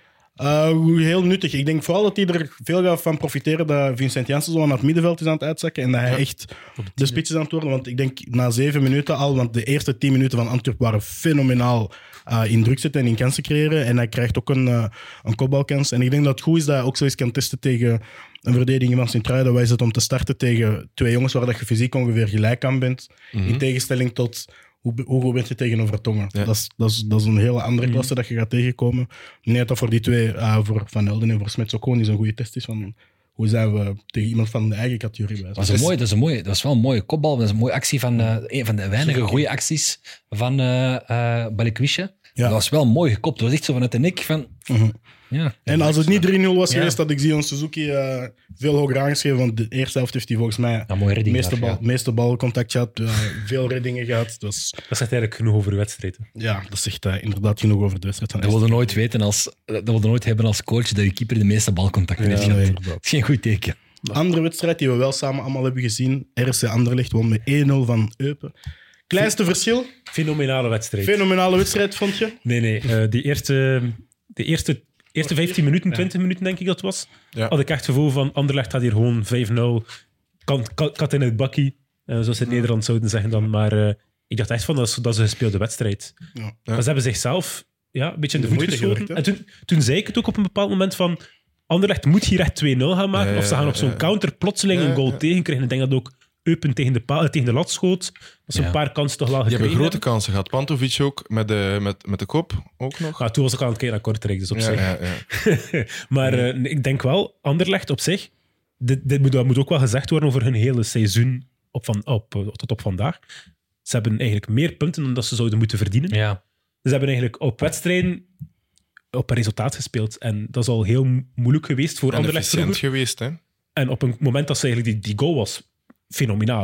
Uh, heel nuttig. Ik denk vooral dat hij er veel gaat van profiteren dat Vincent Janssen zo aan het middenveld is aan het uitzakken en dat hij Ja. echt de spits is aan het worden. Want ik denk na zeven minuten al, want de eerste tien minuten van Antwerpen waren fenomenaal uh, in druk zetten en in kansen creëren. En hij krijgt ook een, uh, een kopbalkans. En ik denk dat het goed is dat hij ook zoiets kan testen tegen een verdediging van Sint-Truiden. Waar is het om te starten tegen twee jongens waar dat je fysiek ongeveer gelijk aan bent. Mhm. In tegenstelling tot hoe, hoe goed ben je tegen Vertongen. Ja. Dat, is, dat, is, dat is een hele andere klasse dat je gaat tegenkomen. Nee, dat dat voor die twee, uh, voor Van Elden en voor Smets ook gewoon eens een goede test is van hoe zijn we tegen iemand van de eigen categorie bij. Dat was, een mooie, dat, is een mooie, dat was wel een mooie kopbal. Dat is een mooie actie van uh, een van de weinige goede acties van uh, uh, Balikwisha. Ja. Dat was wel mooi gekopt. Dat was echt zo vanuit de nek van... Mhm. Ja. En als het niet drie nul was Ja. geweest, had ik Zion Suzuki uh, veel hoger aangeschreven. Want de eerste helft heeft hij volgens mij Ja, mooie de redding. meeste, daar, bal, ja. meeste balcontact gehad, uh, veel reddingen gehad. Dus Dat zegt eigenlijk genoeg over de wedstrijd. hè. ja, dat zegt uh, inderdaad genoeg over de wedstrijd. van Dat wilde nooit weten als, dat wilde nooit hebben als coach dat je keeper de meeste balcontacten heeft Ja, gehad. nee, Dat is geen goed teken. De andere wedstrijd die we wel samen allemaal hebben gezien, R C Anderlecht won met één nul van Eupen. Kleinste verschil, Fenomenale wedstrijd. fenomenale wedstrijd vond je? Nee, nee. eh, die eerste, de eerste, eerste vijftien minuten, twintig minuten denk ik dat was, Ja. had ik echt het gevoel van Anderlecht had hier gewoon vijf nul. Kat, kat, kat in het bakkie, eh, zoals ze in Nederland zouden zeggen dan. Maar eh, ik dacht echt van, dat is, dat is een gespeelde wedstrijd. Ja. Ja. Maar ze hebben zichzelf ja, een beetje in de De voet moeite geschoten. gewerkt, En toen, toen zei ik het ook op een bepaald moment van Anderlecht moet hier echt twee nul gaan maken. Ja, ja, of ze gaan op zo'n ja. counter plotseling Ja, een goal ja. tegenkrijgen. Ik denk dat ook Eupen tegen de, paal, tegen de lat schoot. Dat ze Ja. een paar kansen toch wel Die gekregen hebben grote hebben. kansen gehad. Pantovic ook, met de, met, met de kop ook nog. Maar toen was ik aan het kijken naar Kortrijk, dus op Ja, zich. ja, ja. Maar eh, ik denk wel, Anderlecht op zich, dit, dit moet, dat moet ook wel gezegd worden over hun hele seizoen op van, op, eh, tot op vandaag. Ze hebben eigenlijk meer punten dan dat ze zouden moeten verdienen. Ja. Ze hebben eigenlijk op wedstrijden op een resultaat gespeeld. En dat is al heel mo- moeilijk geweest voor En Anderlecht efficiënt vroeger. geweest, hè. En op een moment dat ze eigenlijk die, die goal was, fenomenaal. Hè?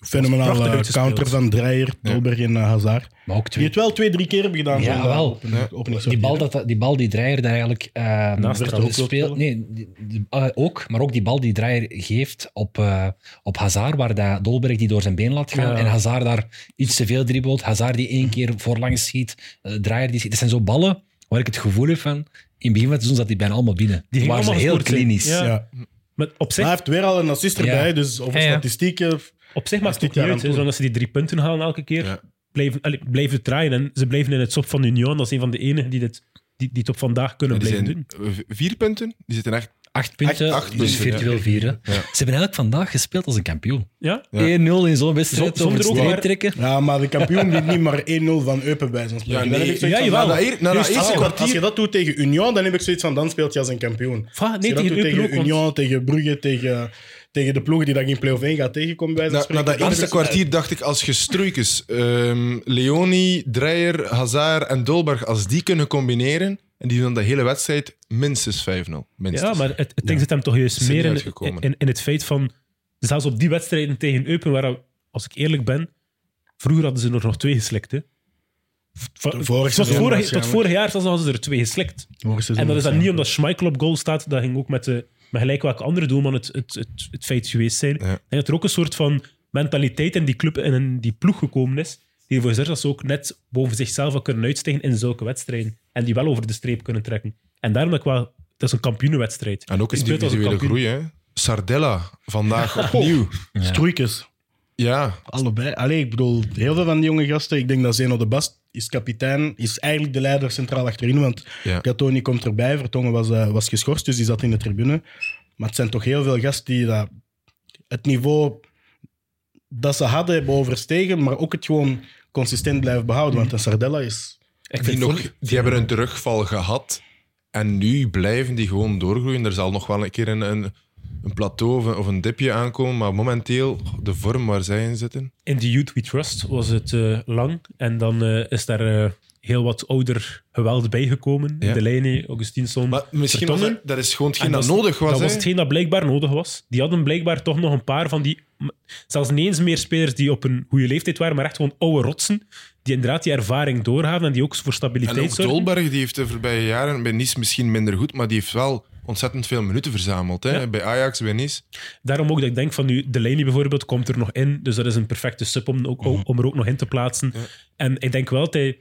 Fenomenale counter van Dreyer, Dolberg en uh, Hazard. Maar ook Die twee... het wel twee, drie keer hebben gedaan. Ja, zo'n, wel. Op een, Ja. op een Die bal, dat, die bal die Dreyer daar eigenlijk uh, Naast werd er ook speelt. Nee, die, die, uh, ook. Maar ook die bal die Dreyer geeft op, uh, op Hazard, waar dat Dolberg die door zijn been laat gaan. Ja. En Hazard daar iets te veel dribbelt. Hazard die één keer voorlangs schiet. Uh, Dreyer die schiet. Dat zijn zo ballen waar ik het gevoel heb van... In het begin van het seizoen zat hij bijna allemaal binnen. Die waren ze allemaal heel gescoord zijn. klinisch. Ja. Ja. Maar op zich, Maar hij heeft weer al een assist erbij, Ja. dus over Ja, ja. statistieken... op zich maakt het dit ook niet jaar uit. aan hè. toe. Zolang ze die drie punten halen elke keer, Ja. blijven, allee, blijven het draaien. En ze blijven in het top van Union. Dat is een van de enigen die, dit, die, die het op vandaag kunnen Die blijven zijn doen. v- vier punten. Die zitten echt... Acht punten, Acht- acht dus punten, virtueel ja. vier. Hè. Ja. Ze hebben eigenlijk vandaag gespeeld als een kampioen. Ja? Ja. één nul in zo'n wedstrijd, Zonder over ook het maar- streep trekken. Ja, maar de kampioen wint niet maar één nul van Eupen bij zo'n spel. Ja, Dan nee. heb ik zoiets Ja, van, jawel. na Na dat- dat, eer- na dat Juist, eerste als, je dat, als kwartier... je dat doet tegen Union, dan heb ik zoiets van, dan speelt je als een kampioen. Va, Als nee, je dat tegen doet Eupen tegen ook. want- Union, tegen Brugge, tegen, tegen de ploegen die dat in play-off één gaat tegenkomen bij zo'n Na, spreken, na dat dan eerste heb ik zoiets kwartier dacht ik, als je Struikens, um, Leoni, Dreyer, Hazard en Dolberg, als die kunnen combineren, en die doen de hele wedstrijd minstens vijf nul. Minstens. Ja, maar het, het ding zit hem toch juist Is er niet meer in, uitgekomen. in, in het feit van... Zelfs op die wedstrijden tegen Eupen, waar, als ik eerlijk ben, vroeger hadden ze er nog twee geslikt. Hè. Va- Vorig tot, seizoen vorig, tot waarschijnlijk. vorig jaar zelfs hadden ze er twee geslikt. Vorig seizoen En dat is dan was, niet ja. omdat Schmeichel op goal staat, dat ging ook met, de, met gelijk welke andere doelman het, het, het, het feit geweest zijn. Ja. Ik denk dat er ook een soort van mentaliteit in die club en in die ploeg gekomen is, die ervoor zorgt dat ze ook net boven zichzelf wel kunnen uitstijgen in zulke wedstrijden. En die wel over de streep kunnen trekken. En daarom dat ik wel... Dat is een kampioenenwedstrijd. En ook Je speelt als een individuele kampioen. groei, hè. Sardella, vandaag opnieuw. Stroeikens. Ja, Allebei. Allee, ik bedoel, heel veel van die jonge gasten, ik denk dat Zeno de Bast is kapitein, is eigenlijk de leider centraal achterin, want Ja. Gatoni komt erbij, Vertongen was, uh, was geschorst, dus die zat in de tribune. Maar het zijn toch heel veel gasten die dat, het niveau dat ze hadden hebben overstegen, maar ook het gewoon consistent blijven behouden, want een Sardella is... Ik die, vind nog, voor- die hebben een terugval gehad. En nu blijven die gewoon doorgroeien. Er zal nog wel een keer een, een, een plateau of een, of een dipje aankomen. Maar momenteel, de vorm waar zij in zitten... In The Youth We Trust was het eh, lang. En dan eh, is daar eh, heel wat ouder geweld bijgekomen. Ja. Delaney, Augustinsson, Maar misschien was Vertongen. dat, dat is gewoon hetgeen En dat, dat nodig was. Dat hè. was hetgeen dat blijkbaar nodig was. Die hadden blijkbaar toch nog een paar van die... Zelfs niet eens meer spelers die op een goede leeftijd waren, maar echt gewoon oude rotsen. Die inderdaad die ervaring doorgaven en die ook voor En stabiliteit ook zorgen. Dolberg, die heeft de voorbije jaren bij Nice misschien minder goed, maar die heeft wel ontzettend veel minuten verzameld. Hè? Ja. Bij Ajax, bij Nice. Daarom ook dat ik denk van nu, Delaney bijvoorbeeld komt er nog in. Dus dat is een perfecte sub om, ook, om er ook nog in te plaatsen. Ja. En ik denk wel dat hij,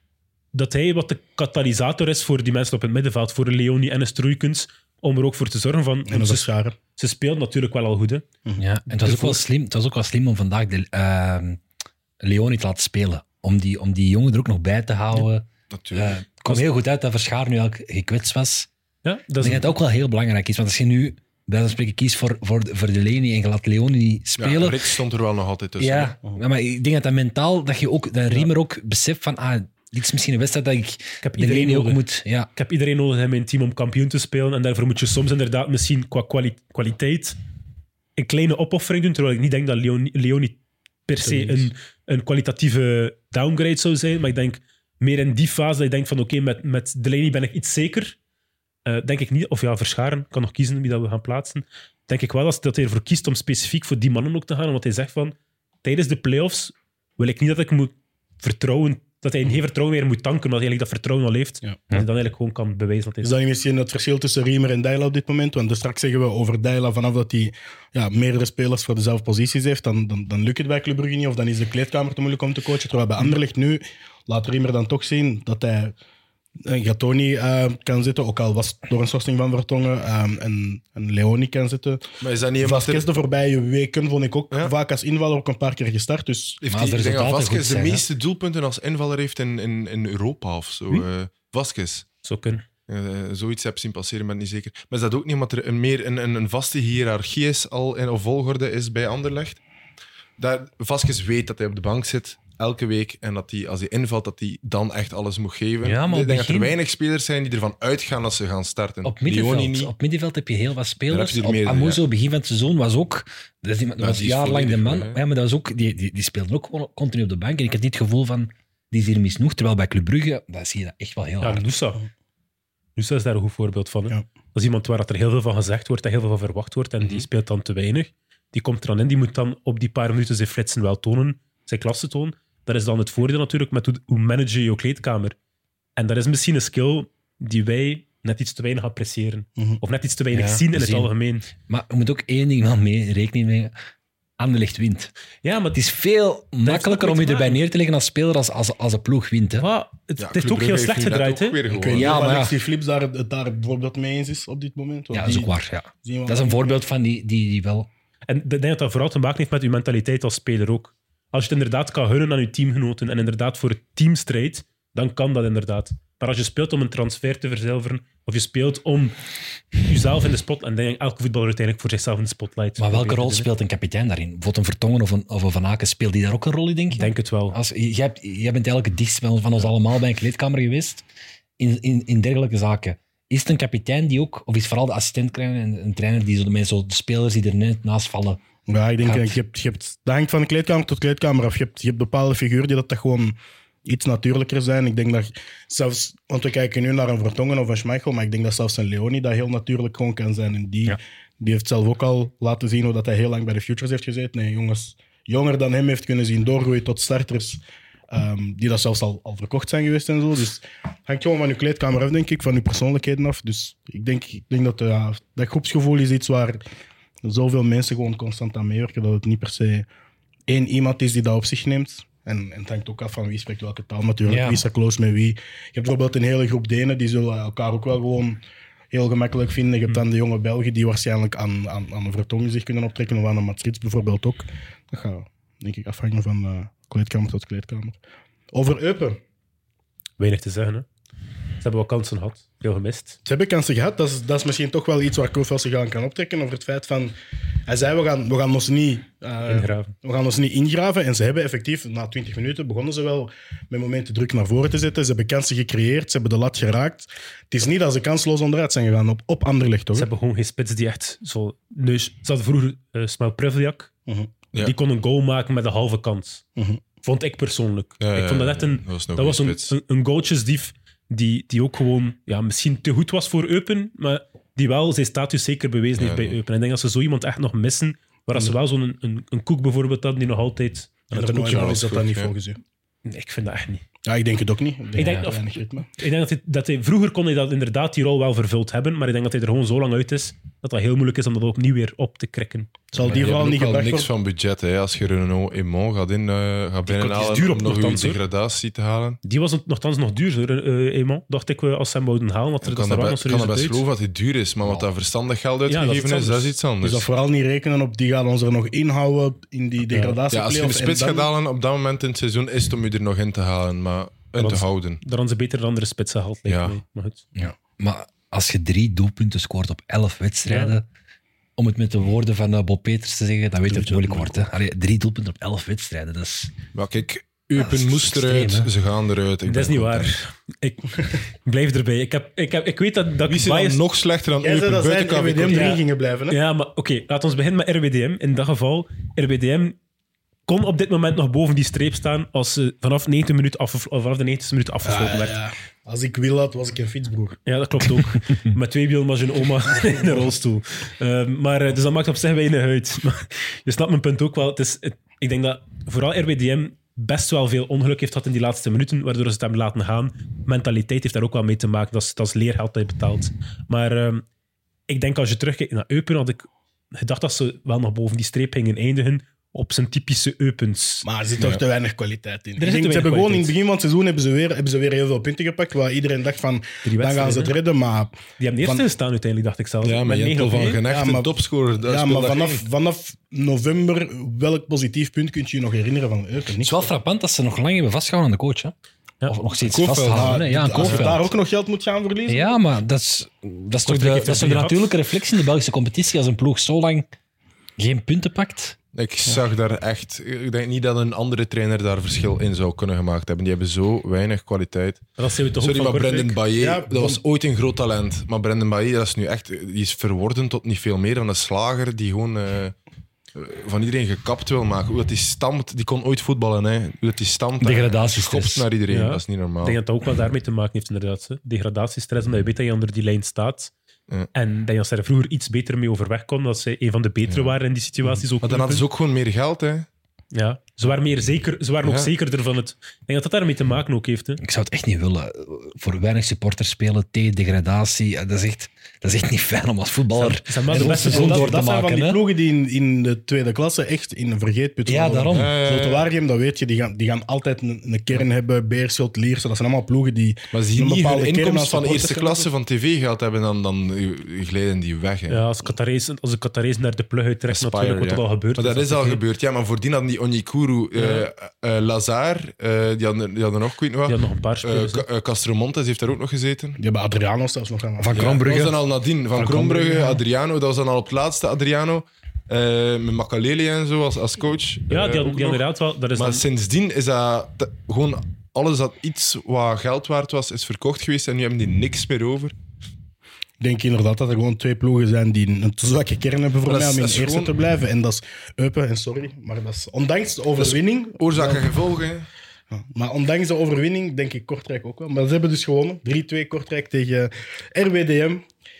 dat hij wat de katalysator is voor die mensen op het middenveld. Voor een Leoni en een Struikens. Om er ook voor te zorgen van... En dat ze, is Scharen. ze speelt natuurlijk wel al goed. Hè. Ja, en het was, ook wel slim, het was ook wel slim om vandaag de, uh, Leoni te laten spelen. Om die, om die jongen er ook nog bij te houden. Natuurlijk. Uh, het kwam heel goed uit dat Verschaar nu ook gekwetst was. Ja, dat Ik is denk dat het ook wel heel belangrijk is. Want als je nu, bij wijze van spreken, kiest voor, voor, voor Delaney en je laat Leoni spelen... Ja, Rits stond er wel nog altijd tussen. Ja, ja, maar ik denk dat dat mentaal, dat je ook, dat Riemer ook beseft van, ah, dit is misschien een wedstrijd dat ik, Ik heb de iedereen Delaney ook nodig. moet... Ja. Ik heb iedereen nodig in mijn team om kampioen te spelen. En daarvoor moet je soms inderdaad misschien qua kwali- kwaliteit een kleine opoffering doen. Terwijl ik niet denk dat Leoni, Leoni per se een, een kwalitatieve downgrade zou zijn. Maar ik denk meer in die fase dat je denkt van oké, met, met Delaney ben ik iets zeker. Uh, denk ik niet, of ja, Verscharen, kan nog kiezen wie dat we gaan plaatsen. Denk ik wel dat, dat hij ervoor kiest om specifiek voor die mannen ook te gaan. Omdat hij zegt van, tijdens de playoffs wil ik niet dat ik moet vertrouwen, dat hij geen vertrouwen meer moet tanken, omdat hij eigenlijk dat vertrouwen al heeft. Ja. Dat hij dan eigenlijk gewoon kan bewijzen dat hij... Is dat niet misschien het verschil tussen Riemer en Deila op dit moment? Want dus straks zeggen we over Deila, vanaf dat hij ja, meerdere spelers voor dezelfde posities heeft, dan, dan, dan lukt het bij Club Brugge niet, of dan is de kleedkamer te moeilijk om te coachen. Terwijl bij Anderlecht nu laat Riemer dan toch zien dat hij een Gatoni uh, kan zitten, ook al was het door een schorsing van Vertongen, um, en, en Leoni kan zitten. Maar is dat niet omdat Vasquez er... de voorbije weken vond ik ook Ja. vaak als invaller ook een paar keer gestart. Dus Heeft Maar als die, de ik denk dat resultaten Vasquez goed de zijn, hè? meeste doelpunten als invaller heeft in, in, in Europa of zo. Wie? Uh, Vasquez. Zo kunnen. Uh, zoiets heb zien passeren, maar niet zeker. Maar is dat ook niet omdat er een, meer een, een, een vaste hiërarchie is, al in of volgorde is bij Anderlecht? Dat Vasquez weet dat hij op de bank zit elke week en dat hij, als hij invalt, dat hij dan echt alles moet geven. Ja, maar ik op denk dat er begin- weinig spelers zijn die ervan uitgaan dat ze gaan starten. Op Leoni middenveld, niet. op middenveld heb je heel wat Daar spelers. heb je er Op meerdere, Amuso, ja. begin van het seizoen, was ook... Dat is, iemand- dat Ja, was die is jarenlang de volledig man. weg, hè. Ja, maar dat was ook, die, die, die speelde ook gewoon continu op de bank. En ik had niet het gevoel van, die is hier misnoegd. Terwijl bij Club Brugge, daar zie je dat echt wel heel Ja, hard. Nusa. Nusa is daar een goed voorbeeld van. Hè? Ja. Dat is iemand waar er heel veel van gezegd wordt en heel veel van verwacht wordt en die speelt dan te weinig. Die komt er dan in, die moet dan op die paar minuten zijn flitsen wel tonen, zijn klasse tonen. Dat is dan het voordeel natuurlijk met hoe, hoe manage je je kleedkamer. En dat is misschien een skill die wij net iets te weinig appreciëren. Mm-hmm. Of net iets te weinig ja, zien in zien. Het algemeen. Maar je moet ook één ding wel mee rekening mee. Anderlecht wint. Ja, maar het is veel makkelijker om je erbij neer te leggen als speler als, als, als een ploeg wint. Hè? Maar het, ja, het heeft ook heel slecht gedraaid. Hè? Ik weet niet ja, maar Alexis Flips daar, daar bijvoorbeeld mee eens is op dit moment. Ja, dat is ook waar. Ja. Dat is een voorbeeld van die, die, die wel... En ik denk dat dat vooral te maken heeft met je mentaliteit als speler ook. Als je het inderdaad kan gunnen aan je teamgenoten en inderdaad voor het team strijdt, dan kan dat inderdaad. Maar als je speelt om een transfer te verzilveren, of je speelt om jezelf in de spotlight, en dan denk ik elke voetballer uiteindelijk voor zichzelf in de spotlight. Maar welke rol speelt een kapitein daarin? Bijvoorbeeld een Vertongen of een, of een Van Aken, speelt die daar ook een rol in, denk je? Ik denk het wel. Als, jij, hebt, jij bent eigenlijk het dichtst van ons allemaal bij een kleedkamer geweest, in, in, in dergelijke zaken. Is het een kapitein die ook, of is vooral de assistent en een trainer die zo, met zo de spelers die er net naast vallen? Ja, ik denk, je hebt, je hebt, dat hangt van de kleedkamer tot kleedkamer af. Je hebt, je hebt bepaalde figuren die dat, dat gewoon iets natuurlijker zijn. Ik denk dat zelfs, want we kijken nu naar een Vertongen of een Schmeichel, maar ik denk dat zelfs een Leonie dat heel natuurlijk gewoon kan zijn. En die, ja. die heeft zelf ook al laten zien hoe dat hij heel lang bij de Futures heeft gezeten. Nee, jongens jonger dan hem heeft kunnen zien doorgroeien tot starters. Um, die dat zelfs al, al verkocht zijn geweest en zo. Dus het hangt gewoon van je kleedkamer af, denk ik, van je persoonlijkheden af. Dus ik denk, ik denk dat uh, dat groepsgevoel is iets waar zoveel mensen gewoon constant aan meewerken, dat het niet per se één iemand is die dat op zich neemt. En, en het hangt ook af van wie spreekt welke taal natuurlijk, ja. Wie is er close met wie. Je hebt bijvoorbeeld een hele groep Denen, die zullen elkaar ook wel gewoon heel gemakkelijk vinden. Je hebt dan de jonge Belgen die waarschijnlijk aan, aan, aan een Vertongen zich kunnen optrekken, of aan een Maastricht bijvoorbeeld ook. Dat gaat, denk ik, afhangen van uh, kleedkamer tot kleedkamer. Over Eupen. Weinig te zeggen, hè. Ze hebben wel kansen gehad, veel gemist. Ze hebben kansen gehad, dat is, dat is misschien toch wel iets waar Koolfeld zich aan kan optrekken, over het feit van, hij zei, we gaan, we gaan ons niet uh, ingraven. We gaan ons niet ingraven. En ze hebben effectief, na twintig minuten, begonnen ze wel met momenten druk naar voren te zetten. Ze hebben kansen gecreëerd, ze hebben de lat geraakt. Het is niet dat ze kansloos onderuit zijn gegaan op, op Anderlecht, toch? Ze hebben gewoon geen spits die echt zo neus... Ze hadden vroeger uh, Smel Prevliak, uh-huh. ja. Die kon een goal maken met een halve kans. Uh-huh. Vond ik persoonlijk. Ja, ik vond dat echt een... Dat was, dat was een, een, een goaltjesdief die, die ook gewoon ja, misschien te goed was voor Eupen, maar die wel zijn status zeker bewezen heeft ja, bij Eupen. En ik denk dat ze zo iemand echt nog missen, waar als ze wel zo'n een, een Koek bijvoorbeeld hadden, die nog altijd... Ja, dat ook is dat dan niet volgens u? Nee, ik vind dat echt niet. Ja, ik denk het ook niet. Ik denk, ik denk, of, ik denk dat, hij, dat hij... Vroeger kon hij dat inderdaad die rol wel vervuld hebben, maar ik denk dat hij er gewoon zo lang uit is, dat dat heel moeilijk is om dat opnieuw weer op te krikken. Zal die rol niet gebracht niks van budget, hè. Als je Renault Aymon gaat, in, uh, gaat binnenhalen duur op om nog een degradatie te halen. Die was nogthans nog duur, uh, Aymon. Dacht ik, als ze hem wouden halen, dat er kan dat Ik kan het best geloven dat hij duur is, maar wat dat verstandig geld uitgegeven ja, dat is, dat is iets anders. Dus dat vooral niet rekenen op, die gaan ons er nog inhouden in die degradatie. Ja, als je de spits dan... gaat halen op dat moment in het seizoen, is het om je er nog in te halen, maar... En te houden. Dat hadden ze beter dan andere spitsen gehaald. Ja. Maar, goed. Ja. Maar als je drie doelpunten scoort op elf wedstrijden, ja. om het met de woorden van uh, Bob Peters te zeggen, dan weet je dat het moeilijk wordt. Hè? Allee, drie doelpunten op elf wedstrijden, dat is... Maar kijk, Eupen ja, moest extreem, eruit, hè? Ze gaan eruit. Ik dat is niet waar. Ik blijf erbij. Ik, heb, ik, heb, ik weet dat... dat Wie is bias... nog slechter dan Jij Eupen? Jij zei dat zij R W D M drie gingen blijven. Hè? Ja, maar oké, okay, laten we beginnen met R W D M. In dat geval, R W D M... kon op dit moment nog boven die streep staan als ze vanaf, negentig minuten af, vanaf de negentigste minuut afgesloten ja, werd. Ja. Als ik wil had, was ik een fietsbroer. Ja, dat klopt ook. Met twee wielen was je een oma in de rolstoel. Uh, maar, dus dat maakt op zich weinig uit. Maar je snapt mijn punt ook wel. Het is, het, ik denk dat vooral R W D M best wel veel ongeluk heeft gehad in die laatste minuten, waardoor ze het hebben laten gaan. Mentaliteit heeft daar ook wel mee te maken. Dat is, dat is leergeld dat je betaalt. Maar uh, ik denk als je terugkijkt naar Eupen, had ik gedacht dat ze wel nog boven die streep gingen eindigen. Op zijn typische Eupens. Maar er zit toch ja. te weinig kwaliteit in. Ik denk, ze hebben gewoon in het begin van het seizoen hebben ze, weer, hebben ze weer heel veel punten gepakt, waar iedereen dacht van, dan gaan ze het redden. Maar die hebben eerste van, gestaan uiteindelijk, dacht ik zelf. Ja, maar je hebt van Genecht ja, een topscorer. Ja, maar vanaf, vanaf november, welk positief punt kun je je nog herinneren van Eupen? Het is wel frappant dat ze nog lang hebben vastgehouden aan de coach. Hè? Ja. Of nog steeds vasthouden. Ja, als je daar ook nog geld moet gaan verliezen. Ja, maar dat is, dat is toch de, dat is de natuurlijke reflectie in de Belgische competitie. Als een ploeg zo lang geen punten pakt... Ik zag daar echt... Ik denk niet dat een andere trainer daar verschil in zou kunnen gemaakt hebben. Die hebben zo weinig kwaliteit. Dat we toch Sorry, ook maar Brendan Bailly, ja, dat was ooit een groot talent. Maar Brendan Bailly, dat is nu echt... Die is verworden tot niet veel meer dan een slager die gewoon uh, van iedereen gekapt wil maken. Hoe dat die stampt... Die kon ooit voetballen, hè. Hoe dat die stampt... Degradatiestress. Schopt naar iedereen. Ja. Dat is niet normaal. Ik denk dat dat ook wel daarmee te maken heeft, inderdaad. Hè. Degradatiestress, omdat je weet dat je onder die lijn staat. Ja. En ik denk dat ze er vroeger iets beter mee overweg kon, dat ze een van de betere Ja. waren in die situaties. Ook Maar dan hadden ze ook gewoon meer geld, hè. Ja, ze waren, meer zeker, ze waren Ja. ook zekerder van het... Ik denk dat dat daarmee te maken ook heeft. Hè. Ik zou het echt niet willen. Voor weinig supporters spelen tegen degradatie. Dat is echt, dat is echt niet fijn om als voetballer Ze zijn wel de een beste seizoen zondag- door te Dat zijn van maken. die hè. ploegen die in, in de tweede klasse echt in een vergeetput Ja, vallen. daarom. Ja, ja, ja. Zulte Waregem, dat weet je, die gaan, die gaan altijd een, een kern hebben. Beerschot, Lierse, dat zijn allemaal ploegen die Maar als die een niet bepaalde hun kern aan inkomst van supporters eerste gaan klasse van tv-geld hebben, dan, dan glijden die weg. Hè. Ja, als, Qatarees, als de Qatarees naar de plug uittrekt, Aspire, natuurlijk, wat ja. dat al gebeurd Maar dat is al oké. gebeurd, ja. Maar voordien hadden die Onyekuru, eh eh, Lazar, eh, die, hadden, die hadden nog, ik weet niet wat. Die had nog een paar Eh, spelers. hè. Ca- eh, Castro Montes heeft daar ook nog gezeten. Die hebben Adriano zelfs nog aan. Van Ja, Krombrugge. dat was dan al nadien. Van, Van Krombrugge, Krombrugge, ja. Adriano, dat was dan al op het laatste Adriano. Eh, met Makaleli en zo als, als coach. ja, Eh, die had, ook die nog. had inderdaad wel... Dat is Maar dan, sindsdien is dat te- gewoon alles dat iets wat geld waard was, is verkocht geweest en nu hebben die niks meer over. Ik denk inderdaad dat er gewoon twee ploegen zijn die een te zwakke kern hebben voor Maar mij dat om is- in dat is eerste gewoon- te blijven. En dat is Eupen, en sorry, maar dat is ondanks de overwinning... Oorzaak en gevolgen. hè. Ja, maar ondanks de overwinning denk ik Kortrijk ook wel. Maar ze hebben dus gewonnen. drie twee Kortrijk tegen R W D M.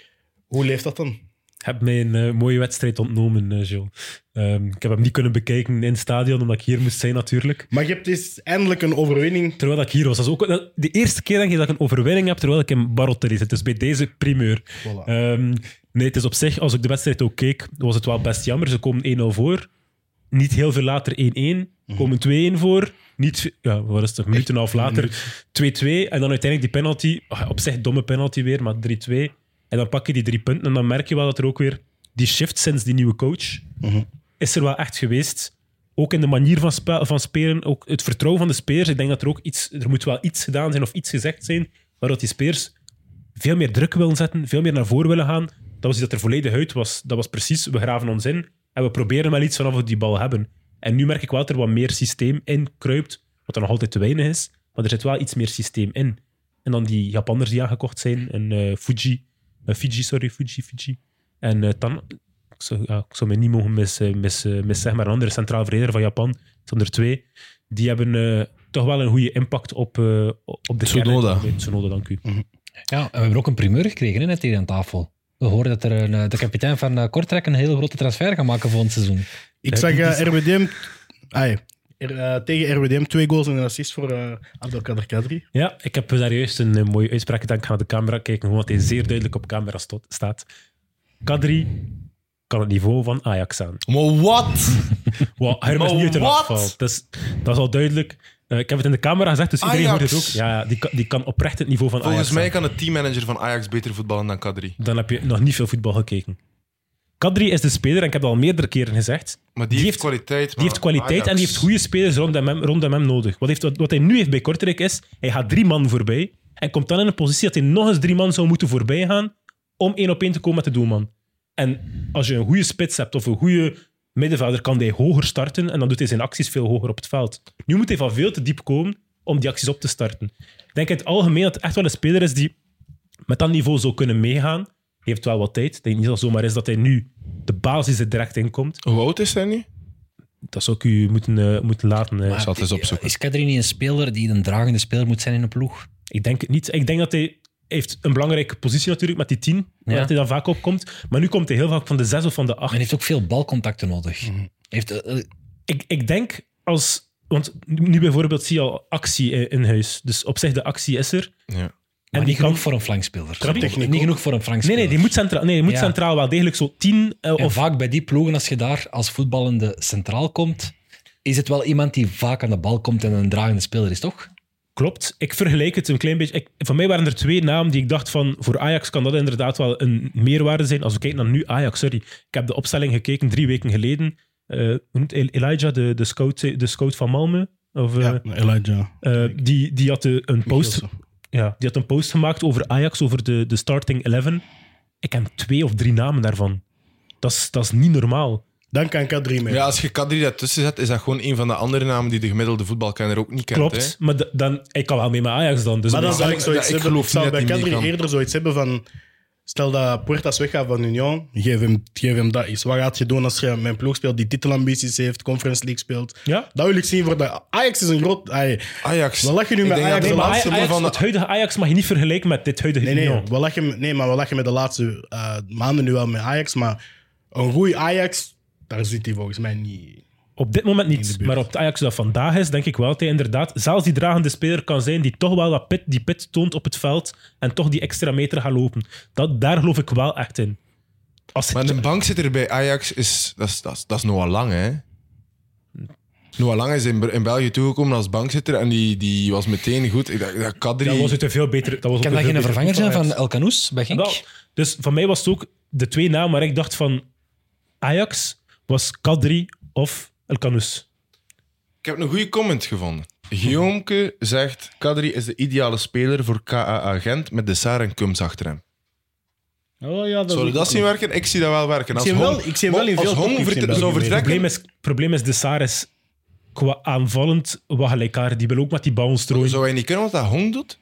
Hoe leeft dat dan? heb mij een eh, mooie wedstrijd ontnomen, uh, Jules. Um, ik heb hem niet kunnen bekijken in het stadion, omdat ik hier moest zijn natuurlijk. Maar je hebt dus eindelijk een overwinning. Terwijl ik hier was. Dat is ook dat- de eerste keer denk ik dat ik een overwinning heb, terwijl ik in Barotelli zit. Dus bij deze primeur. Voilà. Ehm, nee, het is op zich, als ik de wedstrijd ook keek, was het wel best jammer. Ze komen één nul voor. Niet heel veel later één één. Komen twee-één voor. Niet, ve- ja, wat is het, een minuut en een half later. twee-twee. En dan uiteindelijk die penalty. Oh, op zich domme penalty weer, maar drie-twee. En dan pak je die drie punten en dan merk je wel dat er ook weer die shift sinds die nieuwe coach Mhm. is er wel echt geweest. Ook in de manier van, spe- van spelen, ook het vertrouwen van de spelers. Ik denk dat er ook iets, er moet wel iets gedaan zijn of iets gezegd zijn, waardoor die spelers veel meer druk willen zetten, veel meer naar voren willen gaan. Dat was iets dat er volledig uit was. Dat was precies, we graven ons in en we proberen wel iets vanaf we die bal hebben. En nu merk ik wel dat er wat meer systeem in kruipt, wat dan nog altijd te weinig is, maar er zit wel iets meer systeem in. En dan die Japanners die aangekocht zijn, en uh, Fuji, uh, Fiji, sorry, Fuji, Fiji. En uh, Tan, ik zou, ja, ik zou me niet mogen mis, uh, mis, uh, mis zeggen, maar een andere centraal verdediger van Japan, het zijn er twee, die hebben uh, toch wel een goede impact op, uh, op de Tsunoda. kern. Tsunoda, dank u. Ja, en we hebben ook een primeur gekregen hè, net hier aan tafel. We horen dat er een, uh, de kapitein van uh, Kortrijk een hele grote transfer gaat maken volgend seizoen. Ik Ja, zag die uh, is- R W D M... Ai, er, uh, tegen R W D M twee goals en een assist voor uh, Abdelkader Kadri. Ja, ik heb daar juist een, uh, mooie uitspraak gedaan. Ik ga naar de camera kijken, gewoon wat hij zeer duidelijk op camera sto- staat. Kadri kan het niveau van Ajax aan. Maar wat? Wow, hij is Maar niet uit de wat? afval. Dat is, dat is al duidelijk. Uh, ik heb het in de camera gezegd, dus iedereen Ajax. hoort het ook. Ja, ja, die, kan, die kan oprecht het niveau van Volgens Ajax mij aan. kan de teammanager van Ajax beter voetballen dan Kadri. Dan heb je nog niet veel voetbal gekeken. Kadri is de speler, en ik heb het al meerdere keren gezegd. Maar die, Die heeft heeft- kwaliteit. Die heeft kwaliteit Ajax. en die heeft goede spelers rondom hem, rondom hem nodig. Wat, heeft, wat, wat hij nu heeft bij Kortrijk is, hij gaat drie man voorbij en komt dan in een positie dat hij nog eens drie man zou moeten voorbij gaan om één op één te komen met de doelman. En als je een goede spits hebt of een goede middenvelder, kan hij hoger starten en dan doet hij zijn acties veel hoger op het veld. Nu moet hij van veel te diep komen om die acties op te starten. Ik denk in het algemeen dat het echt wel een speler is die met dat niveau zou kunnen meegaan. Hij heeft wel wat tijd. Ik denk niet dat het zomaar is dat hij nu de basis er direct in komt. Hoe oud is hij nu? Dat zou ik u moeten, uh, moeten laten. uh. Maar zal het eens opzoeken. Is Kadri niet een speler die een dragende speler moet zijn in een ploeg? Ik denk het niet. Ik denk dat hij heeft een belangrijke positie natuurlijk met die tien, waar Ja. hij dan vaak op komt. Maar nu komt hij heel vaak van de zes of van de Maar acht. hij heeft ook veel balcontacten nodig. Heeft, eh, eh, Ik, ik denk als... Want nu bijvoorbeeld zie je al actie in, in huis. Dus op zich, de actie is er. Ja. maar En niet die genoeg kan... voor een flankspeler. Sorry? Niet Techniek ook. genoeg voor een Nee, flankspeler. nee, die moet centraal, nee, die moet Ja. centraal wel degelijk zo tien... eh, En of vaak bij die ploegen, als je daar als voetballende centraal komt, is het wel iemand die vaak aan de bal komt en een dragende speler is, toch? Klopt. Ik vergelijk het een klein beetje. Ik, voor mij waren er twee namen die ik dacht van... Voor Ajax kan dat inderdaad wel een meerwaarde zijn. Als we kijken naar nu Ajax, sorry. Ik heb de opstelling gekeken drie weken geleden. Uh, hoe noemt El- Elijah, de, de, scout, de scout van Malmö. Of, uh, Ja, Elijah. uh, die, die, had de- een post, Michielsen. ja, die had een post gemaakt over Ajax, over de, de starting elf. Ik heb twee of drie namen daarvan. Dat is, dat is niet normaal. Dan kan Kadri mee. Ja, als je Kadri daartussen zet, is dat gewoon een van de andere namen die de gemiddelde voetbalkenner ook niet kent. Klopt. Hè? Maar d- dan, ik kan wel mee met Ajax dan. Dus maar dan dan- zou ik zoiets ik hebben. geloof Ik zou niet bij dat hij mee Kadri kan. eerder zoiets hebben van... Stel dat Puertas weggaat van Union, geef hem, geef hem dat eens. Wat gaat je doen als je met een ploeg speelt die titelambities heeft, Conference League speelt? Ja? Dat wil ik zien voor de... Ajax is een groot... Ay, Ajax. we lachen nu Ik met denk Ajax. dat de de Maar laatste... Ajax, van de- het huidige Ajax mag je niet vergelijken met dit huidige Nee, nee, Union. we lachen, nee, maar we lachen met de laatste uh, maanden nu wel met Ajax. Maar een goeie Ajax, daar zit hij volgens mij niet... Op dit moment In de niet, buurt. maar op het Ajax dat vandaag is, denk ik wel dat hij inderdaad zelfs die dragende speler kan zijn die toch wel wat pit, die pit toont op het veld en toch die extra meter gaat lopen. Dat, daar geloof ik wel echt in. Als Maar het, de bankzitter bij Ajax is, dat is, dat is, dat is Noah Lang, hè? Noah Lang is in, in België toegekomen als bankzitter en die, die was meteen goed. Ik dacht, dat Kadri... dat was het een veel beter. Dat was ook Kan een dat veel geen betere vervanger ploeg zijn van Ajax. El Canoes bij Genk? Wel, dus van mij was het ook de twee namen waar ik dacht van Ajax was Kadri of El Canoes. Ik heb een goede comment gevonden. Guillaumeke zegt, Kadri is de ideale speler voor K A A Gent met de Saar en Kums achter hem. Oh, ja, dat Zou je is dat ook zien nog. werken? Ik zie dat wel werken. Ik Als zie hem wel- Hong- ik zie hem wel in als veel Hong topclubs vert- in zou België Het vertrekken... probleem is, het probleem is de Saar is qua aanvallend wat gelijkaardig. Die wil ook met die ballen strooien. Zou hij niet kunnen wat dat Hong doet?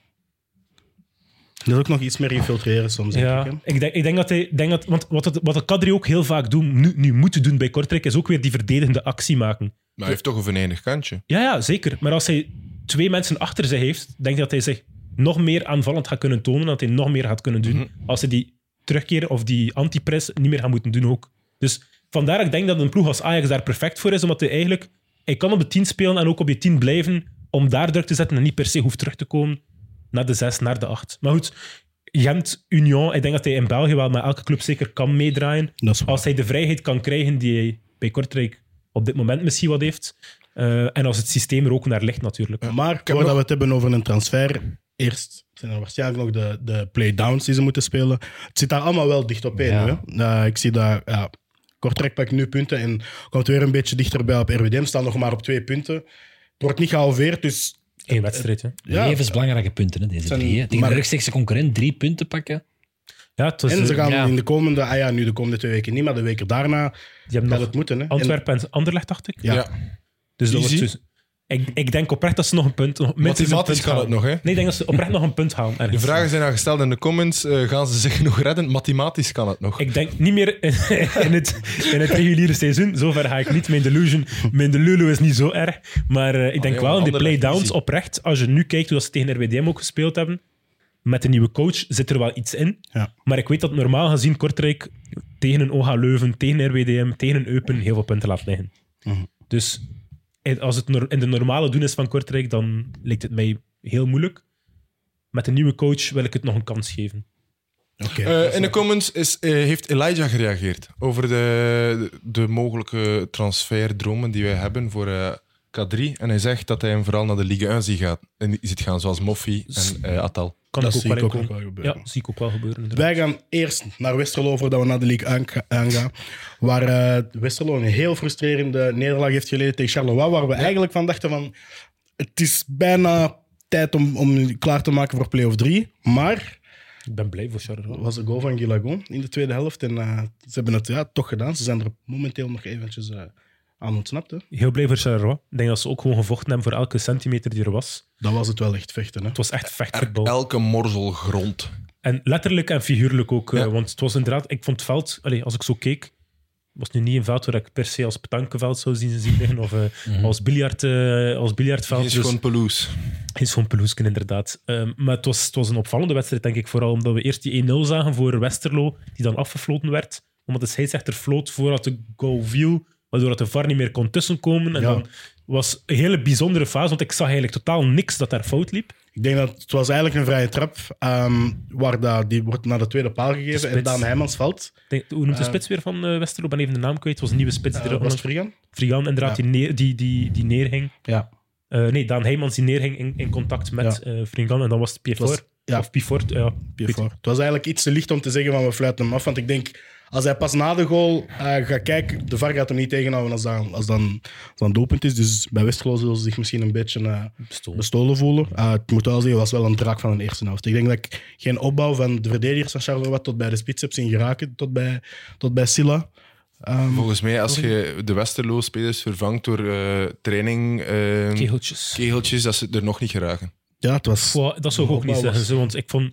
Dat is ook nog iets meer infiltreren soms, denk Ja, ik. Hè? ik denk, ik denk dat hij... Denk dat, want wat, het, wat de Kadri ook heel vaak doet, nu, nu moet doen bij Kortrijk, is ook weer die verdedigende actie maken. Maar hij heeft toch een venijnig kantje. Ja, ja, zeker. Maar als hij twee mensen achter zich heeft, denk ik dat hij zich nog meer aanvallend gaat kunnen tonen, dat hij nog meer gaat kunnen doen. Mhm. Als hij die terugkeer of die antipress niet meer gaat moeten doen ook. Dus vandaar dat ik denk dat een ploeg als Ajax daar perfect voor is, omdat hij eigenlijk... Hij kan op de tien spelen en ook op die tien blijven om daar druk te zetten en niet per se hoeft terug te komen naar de zes, naar de acht. Maar goed, Gent, Union, ik denk dat hij in België wel met elke club zeker kan meedraaien. Dat is waar. Als hij de vrijheid kan krijgen die hij bij Kortrijk op dit moment misschien wat heeft. Uh, en als het systeem er ook naar ligt natuurlijk. Maar voordat nog- we het hebben over een transfer, eerst zijn er waarschijnlijk nog de, de playdowns die ze moeten spelen. Het zit daar allemaal wel dicht op één. Ja. Hè? Uh, ik zie daar... Ja, Kortrijk pakt nu punten en komt weer een beetje dichterbij op R W D M. Staan nog maar op twee punten. Het wordt niet gehalveerd, dus... Eén wedstrijd. Hè. Ja, Levensbelangrijke punten, hè, deze zijn- drie. hè. Tegen maar- de rechtstreekse concurrent drie punten pakken. Ja, het was, en ze uh, gaan ja. in de komende... Ah ja, nu de komende twee weken niet, maar de weken daarna die hebben gaat nog het moeten. Hè? En- Antwerpen en Anderlecht, dacht ik. Ja. Dus dat was Easy. dus, ik, ik denk oprecht dat ze nog een punt... Nog, minstens een Mathematisch punt kan het halen. nog, hè? Nee, ik denk dat ze oprecht nog een punt halen. De ergens. vragen zijn al gesteld in de comments. Eh, gaan ze zich nog redden? Mathematisch kan het nog. Ik denk niet meer in, in, het, in het reguliere seizoen. Zover ga ik niet. Mijn delusion, mijn delulu is niet zo erg. Maar uh, ik denk ja, wel in de Anderlecht playdowns easy. oprecht. Als je nu kijkt hoe dat ze tegen R W D M ook gespeeld hebben, met de nieuwe coach zit er wel iets in. Ja. Maar ik weet dat normaal gezien Kortrijk tegen een O H Leuven, tegen R W D M, tegen een Eupen heel veel punten laat liggen. Mhm. Dus als het nor- in de normale doen is van Kortrijk, dan lijkt het mij heel moeilijk. Met de nieuwe coach wil ik het nog een kans geven. Oké. Eh, in de comments is, eh, heeft Elijah gereageerd over de, de mogelijke transferdromen die wij hebben voor eh, K drie. En hij zegt dat hij hem vooral naar de Ligue één ziet gaan, en ziet gaan zoals Moffi en eh, Atal. Kan Dat ik ook zie wel ik ook inkomen. nog wel gebeuren. Ja, zie ik ook wel gebeuren. inderdaad. Wij gaan eerst naar Westerlo voordat we naar de League aanka- aangaan. Waar eh, Westerlo een heel frustrerende nederlaag heeft geleden tegen Charleroi. Waar we eigenlijk van dachten van... Het is bijna tijd om, om klaar te maken voor play-off drie. Maar Ik ben blij voor Charleroi. het was een goal van Guillagon in de tweede helft. En uh, ze hebben het ja, toch gedaan. Ze zijn er momenteel nog eventjes uh, aan ontsnapt. Hè. Heel blij voor Charleroi. Ik denk dat ze ook gewoon gevochten hebben voor elke centimeter die er was. Dat was het wel echt vechten. Hè. Het was echt Er, vechtvoetbal. elke morzel grond. En letterlijk en figuurlijk ook. eh, Ja. Want het was inderdaad... Ik vond het veld... Allee, als ik zo keek... was nu niet een veld waar ik per se als petanqueveld zou zien, zien liggen. Of uh, als, biljart, uh, als biljartveld. Het is Dus- gewoon pelouse. is gewoon pelousken, inderdaad. Um, maar het was, het was een opvallende wedstrijd, denk ik. Vooral omdat we eerst die één nul zagen voor Westerlo, die dan afgefloten werd. Omdat de scheidsrechter floot voordat de goal viel, waardoor dat de V A R niet meer kon tussenkomen. En Ja. dan was een hele bijzondere fase, want ik zag eigenlijk totaal niks dat daar fout liep. Ik denk dat het was eigenlijk een vrije trap. Um, waar dat, die wordt naar de tweede paal gegeven. En spits. Daan Heijmans valt. Ik Denk, hoe noemt de Uh, spits weer van uh, Westerlo? Ik ben even de naam kwijt. Het was een nieuwe spits. die Uh, er was het Frigan? Frigan, inderdaad, Ja. die, neer, die, die, die neerhing. Ja. Uh, nee, Daan Heijmans die neerging in, in contact met uh, Frigan. En dan was het Piefort. Het was- ja. Of Piefort, ja. Piefort. Het was eigenlijk iets te licht om te zeggen van we fluiten hem af. Want ik denk, als hij pas na de goal uh, gaat kijken, de V A R gaat hem niet tegenhouden als dat, als dan, als dat een doelpunt is. Dus bij Westerlo zullen ze zich misschien een beetje uh, Bestolen. bestolen voelen. Uh, ik moet wel zeggen, het was wel een draak van de eerste helft. Ik denk dat ik geen opbouw van de verdedigers van Charleroi tot bij de spits heb zien geraken, tot bij, tot bij Silla. Um, Volgens mij, als je de Westerlo-spelers vervangt door eh, training, eh, Kegeltjes. kegeltjes, dat ze er nog niet geraken. ja, het was... Wow, dat zou ik ook niet opbouw zeggen, was- zo, want ik vond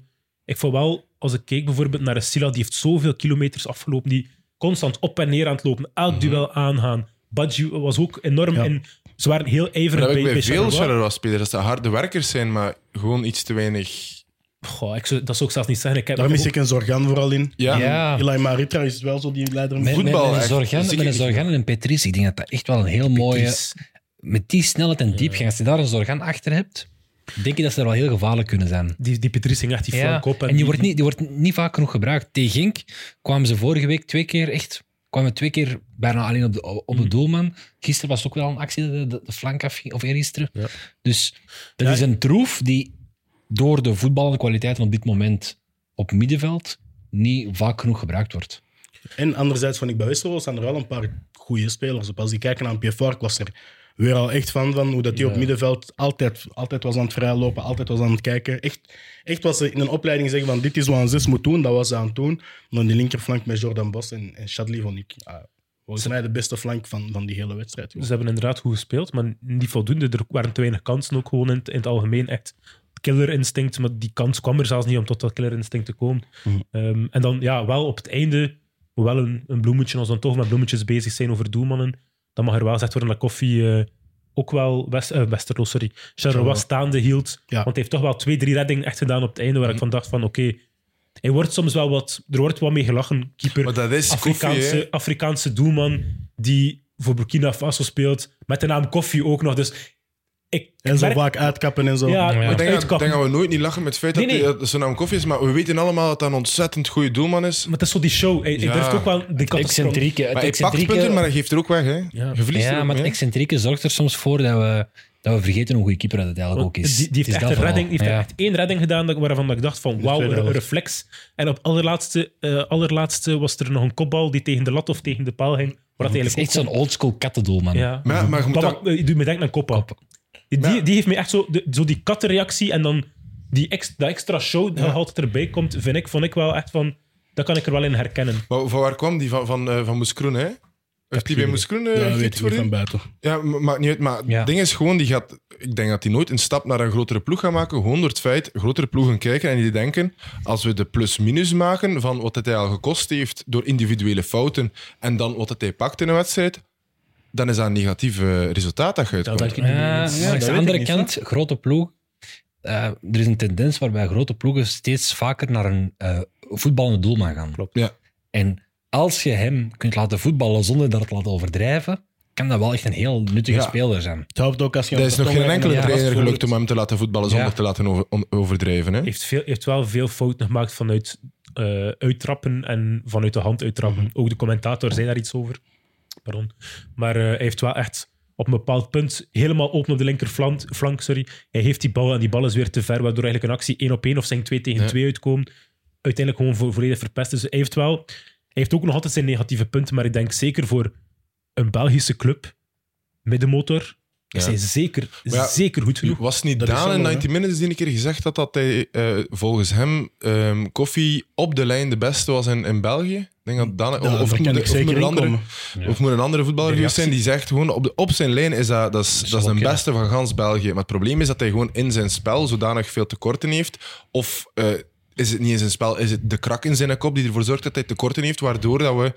ik vond wel, als ik keek bijvoorbeeld naar een Silla, die heeft zoveel kilometers afgelopen, die constant op en neer aan het lopen, elk mm-hmm. duel aangaan. Badji was ook enorm ja. in... Ze waren heel ijverig bij, bij, bij veel Charleroi-spelers, dat ze harde werkers zijn, maar gewoon iets te weinig... Goh, ik zou, dat zou ik zelfs niet zeggen. Ik heb Daar mis ook... ik een Zorgan vooral in. Ja. ja. Eli Maritra is wel zo die leider van met, voetbal. Met, met, Zorgan, met een Zorgan en een Petris, ik denk dat dat echt wel een heel mooie... Met die snelheid en diepgang, ja. als je daar een Zorgan achter hebt, denk je dat ze er wel heel gevaarlijk kunnen zijn. Die, die Petris ging echt die ja. flank op. En, en die, die, wordt niet, die wordt niet vaak genoeg gebruikt. Tegen Genk kwamen ze vorige week twee keer echt... kwamen twee keer bijna alleen op de, op de doelman. Gisteren was het ook wel een actie, de, de, de flank af, of eergisteren. Ja. Dus dat ja. is een troef die door de voetballende kwaliteiten op dit moment op middenveld niet vaak genoeg gebruikt wordt. En anderzijds vond ik bij Westerlo staan er wel een paar goede spelers op. Als die kijken naar Piefort, was er weer al echt van, van hoe dat die ja. op middenveld altijd, altijd was aan het vrijlopen, altijd was aan het kijken. Echt, echt was ze in een opleiding zeggen van dit is wat een zes moet doen, dat was ze aan het doen. En dan die linkerflank met Jordan Bos en, en Chadli vond ik uh, volgens mij de beste flank van, van die hele wedstrijd. Ze hebben inderdaad goed gespeeld, maar niet voldoende. Er waren te weinig kansen ook gewoon in het, in het algemeen. Echt killer instinct, maar die kans kwam er zelfs niet om tot dat killer instinct te komen. Mm. Um, en dan ja, wel op het einde, hoewel een, een bloemetje, als we dan toch met bloemetjes bezig zijn over doelmannen, dan mag er wel gezegd worden dat Koffie uh, ook wel West, uh, Westerlo, sorry, Charleroi staande hield. Ja. Want hij heeft toch wel twee, drie reddingen echt gedaan op het einde, waar mm. ik van dacht van oké, okay, hij wordt soms wel wat, er wordt wat mee gelachen. Keeper, maar dat is Afrikaanse, Koffie, Afrikaanse doelman die voor Burkina Faso speelt, met de naam Koffie ook nog. Dus ik, en zo merk... vaak uitkappen en zo. Ja, ja. Ik denk, uitkappen. denk dat we nooit niet lachen met het feit nee, nee. dat hij zijn naam Koffie is, maar we weten allemaal dat hij een ontzettend goede doelman is. Maar het is zo die show. Hij, ja. hij durft ook wel de het excentrieke. Het maar excentrieke... hij pakt punten, maar hij geeft er ook weg. Hè. Ja, ja maar het excentrieke zorgt er soms voor dat we, dat we vergeten hoe goede keeper dat het eigenlijk ook is. Die, die heeft, echt, een redding, die heeft ja. echt één redding gedaan waarvan ik dacht van wauw, een reflex. En op allerlaatste, uh, allerlaatste was er nog een kopbal die tegen de lat of tegen de paal ging. Het is echt zo'n oldschool kattendoelman. Ja. Maar, maar je moet dat, dat... doet me denken aan kopbal. Die, ja. die heeft me echt zo, de, zo die kattenreactie en dan die ex, dat extra show dat ja. altijd erbij komt, vind ik, vond ik wel echt van... Dat kan ik er wel in herkennen. Maar van waar kwam die? Van, van, uh, van Moeskroen, hè? Heeft die bij Moeskroen uh, ja, weet ik van buiten. Ja, maakt niet uit. Maar het ja. ding is gewoon, die gaat... Ik denk dat hij nooit een stap naar een grotere ploeg gaat maken. Gewoon door het feit, grotere ploegen kijken en die denken, als we de plus-minus maken van wat het hij al gekost heeft door individuele fouten en dan wat het hij pakt in een wedstrijd, dan is dat een negatief uh, resultaat dat je uitkomt. Ja, dat uh, ja, ja, aan de andere niet, kant, hè? grote ploeg. Uh, er is een tendens waarbij grote ploegen steeds vaker naar een uh, voetballende doelman gaan. Klopt. Ja. En als je hem kunt laten voetballen zonder dat te laten overdrijven, kan dat wel echt een heel nuttige ja. speler zijn. Het helpt ook als je... Er is nog geen enkele trainer gelukt om hem te laten voetballen zonder ja. te laten over, on, overdrijven. Hij heeft, heeft wel veel fouten gemaakt vanuit uh, uittrappen en vanuit de hand uittrappen. Mm-hmm. Ook de commentator zei daar iets over. Pardon. Maar uh, hij heeft wel echt op een bepaald punt helemaal open op de linkerflank. Flank, sorry. Hij heeft die bal en die bal is weer te ver, waardoor eigenlijk een actie één op één of zijn twee tegen twee ja. uitkomen. Uiteindelijk gewoon vo- volledig verpest. Dus hij heeft wel... Hij heeft ook nog altijd zijn negatieve punten, maar ik denk zeker voor een Belgische club, middenmotor, ja. is hij zeker, ja, zeker goed genoeg. Was niet Daan in negentig Minutes die een keer gezegd had dat hij uh, volgens hem um, Koffie op de lijn de beste was in, in België? Ik denk dat Daan, ja, of, of, moet, of, moet een andere, ja. of moet een andere voetballer geweest zijn die zegt gewoon op, de, op zijn lijn is dat, dat, is, dat, dat is de beste van gans België. Maar het probleem is dat hij gewoon in zijn spel zodanig veel tekorten heeft. Of uh, is het niet in zijn spel, is het de krak in zijn kop die ervoor zorgt dat hij tekorten heeft, waardoor dat we...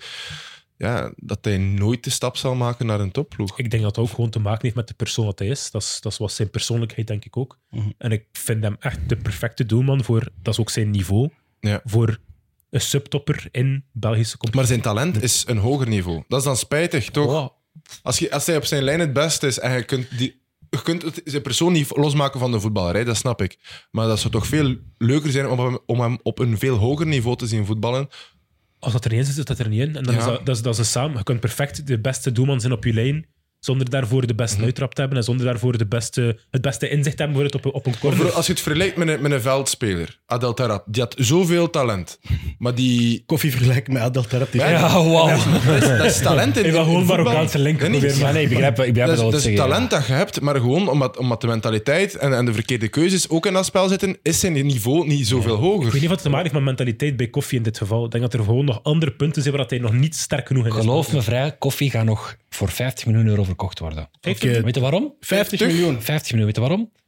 Ja, dat hij nooit de stap zal maken naar een topploeg. Ik denk dat dat ook gewoon te maken heeft met de persoon dat hij is. Dat is, dat is wat zijn persoonlijkheid, denk ik ook. Mm-hmm. En ik vind hem echt de perfecte doelman voor... Dat is ook zijn niveau. Ja. Voor een subtopper in Belgische competitie. Maar zijn talent is een hoger niveau. Dat is dan spijtig, toch? Oh. Als, je, als hij op zijn lijn het beste is en je kunt... Die, je kunt zijn persoon niet losmaken van de voetballerij, dat snap ik. Maar dat zou toch veel leuker zijn om hem, om hem op een veel hoger niveau te zien voetballen. Als dat er niet in zit, zit dat er niet in. En dan ja. is dat, dat, is, dat is een samen. Je kunt perfect de beste doelman zijn op je lijn, zonder daarvoor de beste mm-hmm. uittrap te hebben en zonder daarvoor de beste, het beste inzicht te hebben voor het op, op een corner. Als je het vergelijkt met een, met een veldspeler, Adel Taarabt, die had zoveel talent, maar die... Koffie vergelijkt met Adel Taarabt. Ja, ja, wow. Dat is, dat is talent in, in, in voetbal. Gewoon Marokkaanse link proberen. Nee, nee, ik begrijp, ik begrijp dat, dat is talent dat je hebt, maar gewoon omdat, omdat de mentaliteit en, en de verkeerde keuzes ook in dat spel zitten, is zijn niveau niet zoveel ja. hoger. Ik weet niet wat het te maken heeft met mentaliteit bij Koffie in dit geval. Ik denk dat er gewoon nog andere punten zijn waar hij nog niet sterk genoeg in is. Geloof me vrij, Koffie gaat nog voor vijftig miljoen euro verkocht worden. Okay. Weet je waarom? vijftig miljoen. vijftig miljoen, weet je waarom?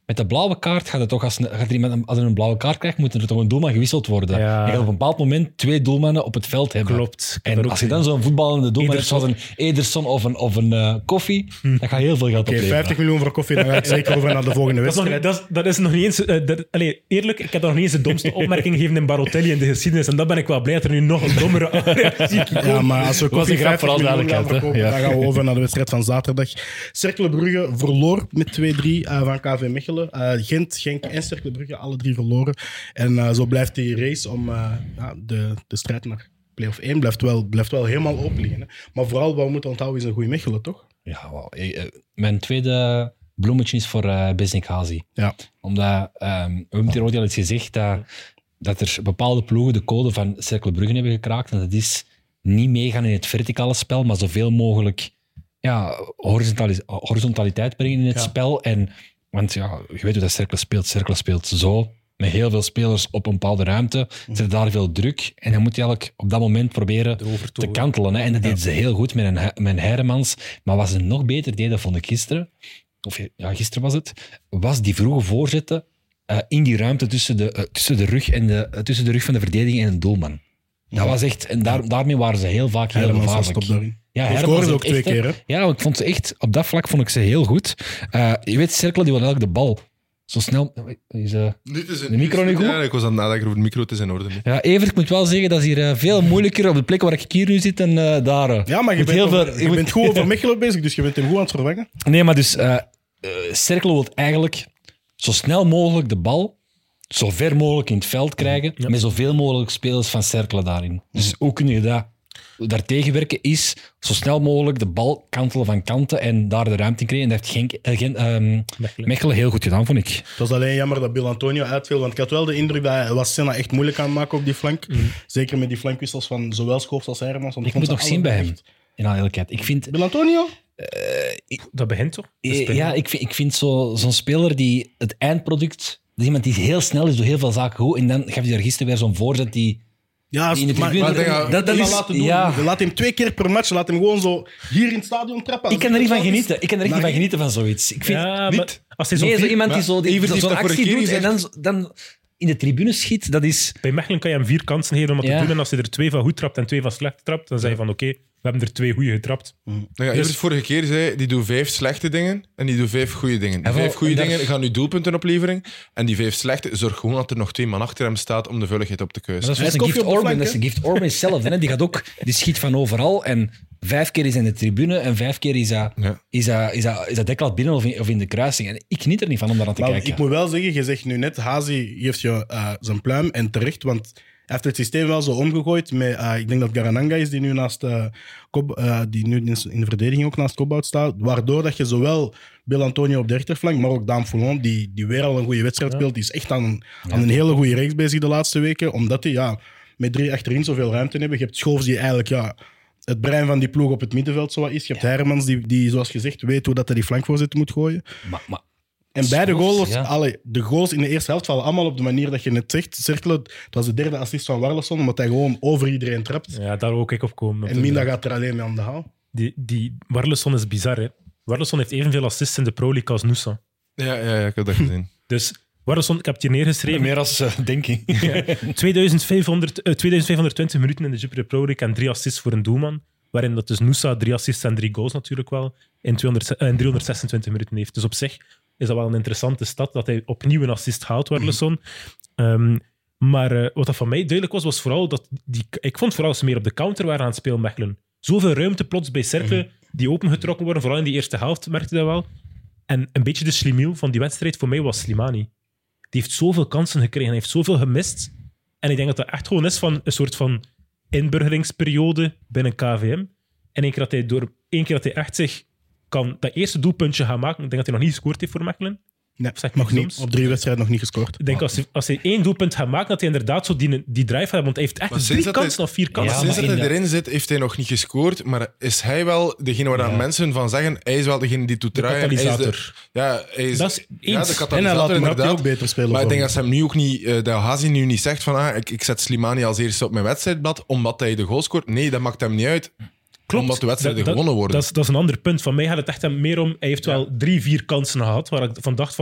met de blauwe kaart gaat het toch, als, een, gaat er iemand, als er een blauwe kaart krijgt, moet er toch een doelman gewisseld worden. Ja. Je gaat op een bepaald moment twee doelmannen op het veld hebben. Klopt. En als je dan zo'n voetballende doelman hebt, zoals een Ederson of een, of een uh, Koffie, hm. dat gaat heel veel geld okay, opleveren. vijftig miljoen voor Koffie, dan ga ik zeker over naar de volgende wedstrijd. Dat is, nog, dat is, dat is nog niet eens... Uh, dat, allez, eerlijk, ik heb nog niet eens de domste opmerking gegeven in Barotelli in de geschiedenis. En dan ben ik wel blij dat er nu nog een dommere reactie komt. Ja, maar als we Koffie vijftig miljoen gaan verkopen, ja. dan gaan we over naar de wedstrijd van zaterdag. Cercle Brugge verloor met twee drie uh, van K V Mechelen. Uh, Gent, Genk en Cercle Brugge, alle drie verloren. En uh, zo blijft die race om uh, ja, de, de strijd naar play-off één blijft wel, blijft wel helemaal open liggen. Hè. Maar vooral wat we moeten onthouden is een goede Mechelen, toch? Ja, wow. Mijn tweede bloemetje is voor uh, Besnik Hazi. Ja. Omdat, um, we hebben hier ook al eens gezegd dat, dat er bepaalde ploegen de code van Cercle Brugge hebben gekraakt. En dat is niet meegaan in het verticale spel, maar zoveel mogelijk ja, horizontali- horizontaliteit brengen in het ja. spel. En, want ja, je weet hoe dat Cercle speelt. Cercle speelt zo, met heel veel spelers op een bepaalde ruimte. Er zit daar veel druk. En dan moet je eigenlijk op dat moment proberen te kantelen. Hè. En dat ja. deden ze heel goed met een, met een Heiremans. Maar wat ze nog beter deden, vond ik gisteren, of ja, gisteren was het, was die vroege voorzetten uh, in die ruimte tussen de, uh, tussen, de rug en de, uh, tussen de rug van de verdediging en de doelman. Dat ja. was echt... En daar, daarmee waren ze heel vaak heel gevaarlijk. Ja, hij scoorde ook twee keer. Hè? Ja, ik vond ze echt... Op dat vlak vond ik ze heel goed. Uh, je weet, Cercle, die wil eigenlijk de bal zo snel... Is, uh, is de micro niet goed? Ja, ik was aan het nadenken over de micro, het is in orde. Niet. Ja, Evert, ik moet wel zeggen, dat is hier uh, veel moeilijker op de plek waar ik hier nu zit dan uh, daar. Uh. Ja, maar je, bent, heel over, veel, je, je moet... bent goed over Mechelen bezig, dus je bent hem goed aan het vervangen. Nee, maar dus... Uh, uh, Cercle wil eigenlijk zo snel mogelijk de bal zo ver mogelijk in het veld krijgen, ja. met zoveel mogelijk spelers van Cercle daarin. Dus hoe kun je dat daartegen werken is zo snel mogelijk de bal kantelen van kanten en daar de ruimte in creëren. En dat heeft Genk, Gen, um, Mechelen. Mechelen heel goed gedaan, vond ik. Het was alleen jammer dat Bill Antonio uitviel, want ik had wel de indruk dat hij was Senna echt moeilijk aan het maken op die flank. Mm. Zeker met die flankwissels van zowel Schoofs als Hermans. Ik moet nog zien bij hem, in alle eerlijkheid. Ik vind... Bill Antonio? Uh, dat begint toch? Dat begint. Ja, ik vind, ik vind zo, zo'n speler die het eindproduct... Dat is iemand die heel snel is, doet heel veel zaken goed. En dan gaf hij er gisteren weer zo'n voorzet die... Ja, in de tribune, maar, maar dat, dat is, laten doen. Ja. Laat hem twee keer per match, laat hem gewoon zo hier in het stadion trappen. Ik kan er niet van genieten. Ik kan er echt niet van genieten van zoiets. Ik vind ja, niet. Als hij zo, nee, vier, zo iemand die zo die, die zo'n actie doet en dan, dan in de tribune schiet, dat is... Bij Mechelen kan je hem vier kansen geven om het ja. te doen. En als hij er twee van goed trapt en twee van slecht trapt, dan zeg je van oké, okay, we hebben er twee goede getrapt. Mm. Nou ja, dus... vorige keer zei, die doen vijf slechte dingen en die doen vijf goede dingen. Die vijf goede dingen gaan nu doelpunten opleveren en die vijf slechte, zorg gewoon dat er nog twee man achter hem staat om de vulligheid op te keuzen. Dat is een Gift Orban, dat is een Gift Orban zelf. Hè? Die gaat ook, die schiet van overal en vijf keer is hij in de tribune en vijf keer is dat, ja. is dat, is dat, is dat deklat binnen of in, of in de kruising. En ik geniet er niet van om daar aan te maar kijken. Ik moet wel zeggen, je zegt nu net, Hazi geeft je uh, zijn pluim en terecht, want hij heeft het systeem wel zo omgegooid met, uh, ik denk dat Garananga is die nu naast uh, Kob, uh, die nu in de verdediging ook naast Kopbout staat, waardoor dat je zowel Bill Antonio op de rechterflank, maar ook Daan Foulon, die, die weer al een goede wedstrijd ja. speelt, die is echt aan, ja. aan een hele goede reeks bezig de laatste weken, omdat hij ja, met drie achterin zoveel ruimte hebben. Je hebt Schoofs die eigenlijk ja, het brein van die ploeg op het middenveld zo is. Je hebt ja. Hermans die, die, zoals gezegd, weet hoe dat hij die flankvoorzitter moet gooien. Maar, maar... En beide goals, ja. alle, de goals in de eerste helft vallen allemaal op de manier dat je net zegt. Cercle, het was de derde assist van Warleson, omdat hij gewoon over iedereen trapt. Ja, daar wil ik op komen. En Minda gaat er alleen mee aan de haal. Die, die Warleson is bizar, hè. Warleson heeft evenveel assists in de Pro League als Nusa. Ja, ja, ja, ik heb dat gezien. Dus Warleson, ik heb het hier neergeschreven. Meer als uh, denking. Ja. tweeduizend vijfhonderd, uh, tweeduizend vijfhonderdtwintig minuten in de Jupiler Pro League en drie assists voor een doelman. Waarin dat dus Nusa drie assists en drie goals natuurlijk wel in, tweehonderd, uh, in driehonderdzesentwintig minuten heeft. Dus op zich is dat wel een interessante stad, dat hij opnieuw een assist haalt, Warleson. Um, maar uh, wat dat van mij duidelijk was, was vooral dat die, ik vond vooral dat ze meer op de counter waren aan het spelen, Mechelen. Zoveel ruimte plots bij Cercle, die opengetrokken worden, vooral in die eerste helft, merkte dat wel. En een beetje de slimiel van die wedstrijd voor mij was Slimani. Die heeft zoveel kansen gekregen, hij heeft zoveel gemist. En ik denk dat dat echt gewoon is van een soort van inburgeringsperiode binnen K V M. En één keer dat hij, door, één keer dat hij echt zich kan dat eerste doelpuntje gaan maken. Ik denk dat hij nog niet gescoord heeft voor Mechelen. Nee, nog niet. Op drie wedstrijden nog niet gescoord. Ik denk als hij, als hij één doelpunt gaat maken, dat hij inderdaad zo die, die drive heeft. Want hij heeft echt drie kansen of vier kansen. Ja, sinds dat hij erin zit, heeft hij nog niet gescoord. Maar is hij wel degene waar ja. mensen van zeggen, hij is wel degene die doet draaien. De katalysator. Hij is de, ja, hij is, dat is ja, de katalysator. En hij laat inderdaad ook beter spelen. Maar ik denk dat ze hem nu ook niet, uh, dat Hazi nu niet zegt van ah, ik, ik zet Slimani als eerste op mijn wedstrijdblad, omdat hij de goal scoort. Nee, dat maakt hem niet uit. Klopt. Omdat de wedstrijden dat, gewonnen worden. Dat is, dat is een ander punt. Van mij gaat het echt meer om... Hij heeft wel ja. drie, vier kansen gehad, waar ik van dacht van...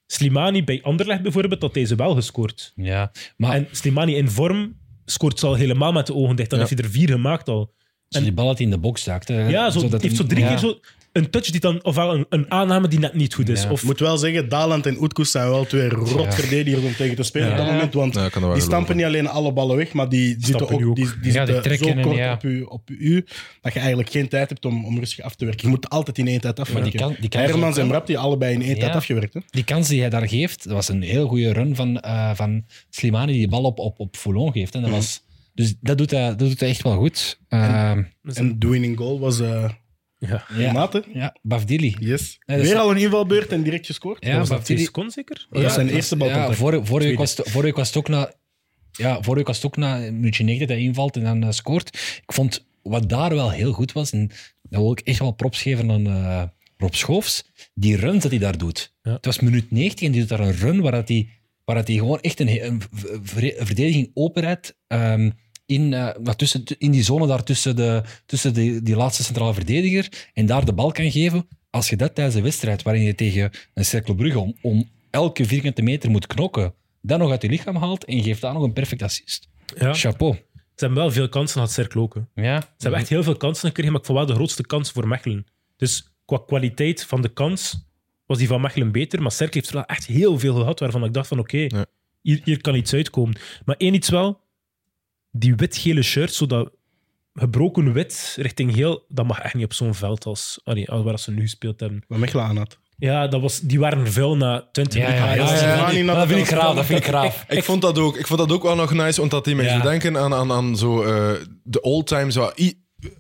Slimani bij Anderlecht bijvoorbeeld, dat hij ze wel gescoord. Ja, maar... En Slimani in vorm scoort ze al helemaal met de ogen dicht. Dan ja. heeft hij er vier gemaakt al. Zo die bal dat hij in de box zakt. Hè? Ja, zo, heeft een, zo drie ja. keer zo een touch die dan, ofwel een, een aanname die net niet goed is. Ja. Of... Ik moet wel zeggen, Daland en Oetkoes zijn wel twee rotverdedigers om tegen te spelen ja. op dat moment. Want ja, die stampen geloven. Niet alleen alle ballen weg, maar die zitten ook, ook die, die ja, zitten die zo kort ja. op, u, op u dat je eigenlijk geen tijd hebt om, om rustig af te werken. Je moet altijd in één tijd afwerken. Hermans en Brabti allebei in één ja. tijd afgewerkt. Hè? Die kans die hij daar geeft, dat was een heel goede run van, uh, van Slimani die de bal op, op, op Foulon geeft. Hè. Dat was... Dus dat doet hij, dat doet hij echt wel goed. Uh, en, en de winning goal was uh, ja. Ja. Mate. Ja, Bafdili. Yes. Ja, Weer al een invalbeurt en direct gescoord. Ja, was dat twee seconden zeker? Oh, dat is zijn ja, eerste bal. Ja, vorige, vorige, week was, vorige week was het ook na... Ja, vorige week was het ook na een minuutje negentig dat hij invalt en dan uh, scoort. Ik vond wat daar wel heel goed was, en dat wil ik echt wel props geven aan uh, Rob Schoofs, die runs dat hij daar doet. Ja. Het was minuut negentig en die doet daar een run waar dat hij, waar dat hij gewoon echt een, een, een verdediging openrijdt. Um, In, uh, tussen, in die zone daar tussen, de, tussen de, die laatste centrale verdediger en daar de bal kan geven. Als je dat tijdens de wedstrijd, waarin je tegen een Cercle Brugge om, om elke vierkante meter moet knokken, dan nog uit je lichaam haalt en geeft daar nog een perfect assist. Ja. Chapeau. Ze hebben wel veel kansen gehad, Cercle ook. Ja. Ze hebben echt heel veel kansen gekregen, maar ik vond wel de grootste kans voor Mechelen. Dus qua kwaliteit van de kans was die van Mechelen beter, maar Cercle heeft er wel echt heel veel gehad waarvan ik dacht van oké, okay, ja. hier, hier kan iets uitkomen. Maar één iets wel, die wit-gele shirt, zo dat gebroken wit richting geel, dat mag echt niet op zo'n veld als, allee, als waar ze nu gespeeld hebben. Wat Mechelen aan had. Ja, dat was, die waren vuil na twintig minuten. Ja, ja, ja, ja, ja, ja. Dat vind ik graag. Dat vind ik graag. Ik, ik, vond dat ook, ik vond dat ook wel nog nice, omdat die mij ja. zo denken aan, aan, aan zo, uh, de old-time. Zo, I,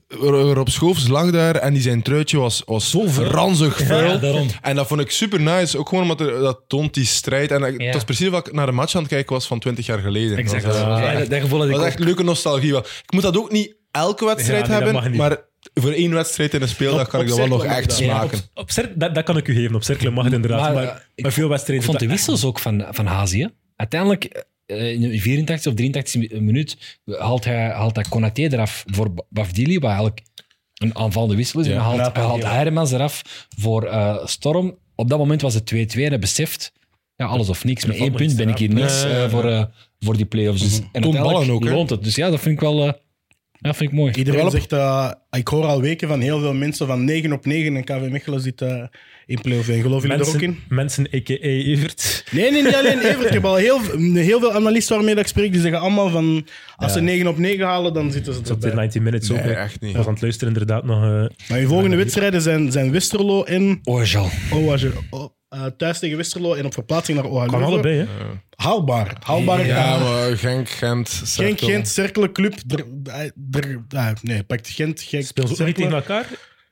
Rob Schoofs lag daar en die zijn truitje was, was zo ranzig vuil. Ja, en dat vond ik super nice. Ook gewoon omdat er, dat toont die strijd. En ja. het was precies wat ik naar de match aan het kijken was van twintig jaar geleden. Exact. Dat was, uh, ja, dat, dat gevoel had ik was ook. echt leuke nostalgie. Ik moet dat ook niet elke wedstrijd ja, nee, hebben, maar voor één wedstrijd in een speeldag kan op, ik dat wel nog echt dat. smaken. Ja, op, op Cer- dat, dat kan ik u geven. Op Cercle mag het inderdaad. Maar, maar, ik, maar veel wedstrijden... Ik vond de wissels ook van, van Hazi. Uiteindelijk... In de vierentachtigste of drieëntachtigste minuut haalt hij, haalt hij Konaté eraf voor Bafdili, wat eigenlijk een aanvallende wissel is. Ja, en hij haalt, hij haalt Hermans eraf voor uh, Storm. Op dat moment was het twee-twee en hij beseft, ja, alles of niks. Met één punt ben ik hier niks uh, voor, uh, voor die play-offs. Dus, mm-hmm. En uiteindelijk ook, loont het. Dus ja, dat vind ik wel... Uh, ja, vind ik mooi. Iedereen zegt, uh, ik hoor al weken van heel veel mensen van negen op negen en K V Mechelen zit uh, in play-off één. Geloven jullie er ook in? Mensen, a k a. Evert. Nee, nee, niet alleen Evert. Ik heb al heel, heel veel analisten waarmee dat ik spreek, die zeggen allemaal van, als ja. ze negen op negen halen, dan zitten ze erbij. Op de negentig minutes ook. Nee, echt niet. Ik was aan het luisteren inderdaad nog. Uh, maar je volgende wedstrijden zijn, zijn Westerlo en... Oajal. Oajal. Oh, uh, thuis tegen Westerlo en op verplaatsing naar Oajal. Kan allebei, hè? Uh. Haalbaar. Haalbaar. Ja, maar Genk, Gent, Cercle. Genk, Gent, Cercle, Club. Der, der, der, nee, pakt Gent, Genk. Speelt ze niet tegen elkaar?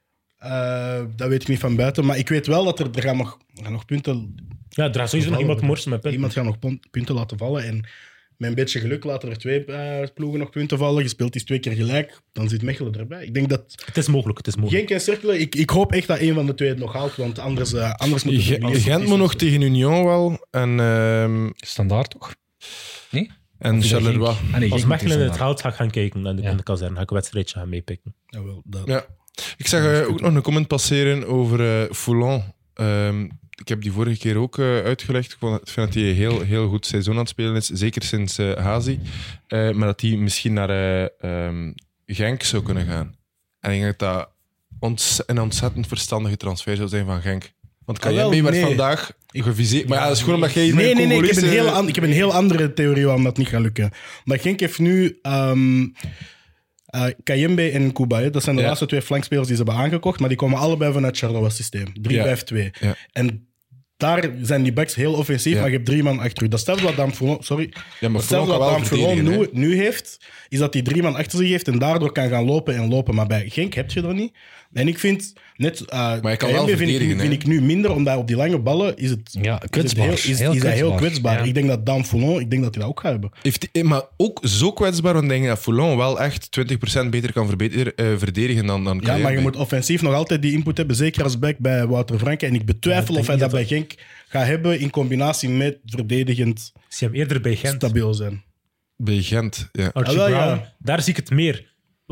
Uh, dat weet ik niet van buiten. Maar ik weet wel dat er, er gaan nog, gaan nog punten... Ja, er gaat sowieso nog iemand morsen met punten. Iemand gaat nog punten laten vallen. En met een beetje geluk laten er twee uh, ploegen nog punten vallen. Je speelt iets twee keer gelijk. Dan zit Mechelen erbij. Ik denk dat... Het is mogelijk, het is mogelijk. Genk en Cercle, ik, ik hoop echt dat een van de twee het nog haalt. Want anders, uh, anders moet het... Ge- Gent moet nog tegen Union wel. En... Uh, Standaard toch? Nee? En Charleroi. Ah, nee, als Mechelen het haalt, ga ik gaan kijken aan de, ja. de kazerne. Ga ik een wedstrijdje gaan meepikken. Jawel, dat... Ja. Ik zag uh, ook nog een comment passeren over uh, Foulon. Um, ik heb die vorige keer ook uh, uitgelegd. Ik vind dat hij een heel, heel goed seizoen aan het spelen is. Zeker sinds uh, Hazi. Uh, maar dat hij misschien naar uh, um, Genk zou kunnen gaan. En ik denk dat dat ont- een ontzettend verstandige transfer zou zijn van Genk. Want Kayembe ah, werd nee. vandaag geviseerd. Maar ja, dat is gewoon omdat jij... Nee, nee, nee. Ik heb, een heel an- ik heb een heel andere theorie waarom dat niet gaat lukken. Maar Genk heeft nu... Um, Uh, Kayembe en Kuba, dat zijn de ja. laatste twee flankspelers die ze hebben aangekocht, maar die komen allebei vanuit het Charleroi-systeem. drie vijf twee. Ja. Ja. En daar zijn die backs heel offensief, ja. maar je hebt drie man achter u. Dat stelpt wat Dam Foulon, sorry, ja, maar Foulon wat Dam Foulon nu, nu heeft, is dat hij drie man achter zich heeft en daardoor kan gaan lopen en lopen. Maar bij Genk heb je dat niet. En ik vind, net uh, Kayembe vind, ik, vind ik nu minder, omdat op die lange ballen is het, ja, kwetsbaar. Is, het heel, is, heel is kwetsbaar. heel kwetsbaar. Ja. Ik denk dat Dam Foulon, ik denk dat hij dat ook gaat hebben. Heeft die, maar ook zo kwetsbaar, want ik denk dat Foulon wel echt twintig procent beter kan verbeter, uh, verdedigen dan, dan Kayembe. Ja, maar je moet offensief nog altijd die input hebben, zeker als back bij Wouter Franke. En ik betwijfel ja, of hij dat bij Genk gaat hebben in combinatie met verdedigend zie hem eerder bij Gent. Stabiel zijn. Bij Gent, ja. Archie ah, wel, Brown, ja. daar zie ik het meer. Want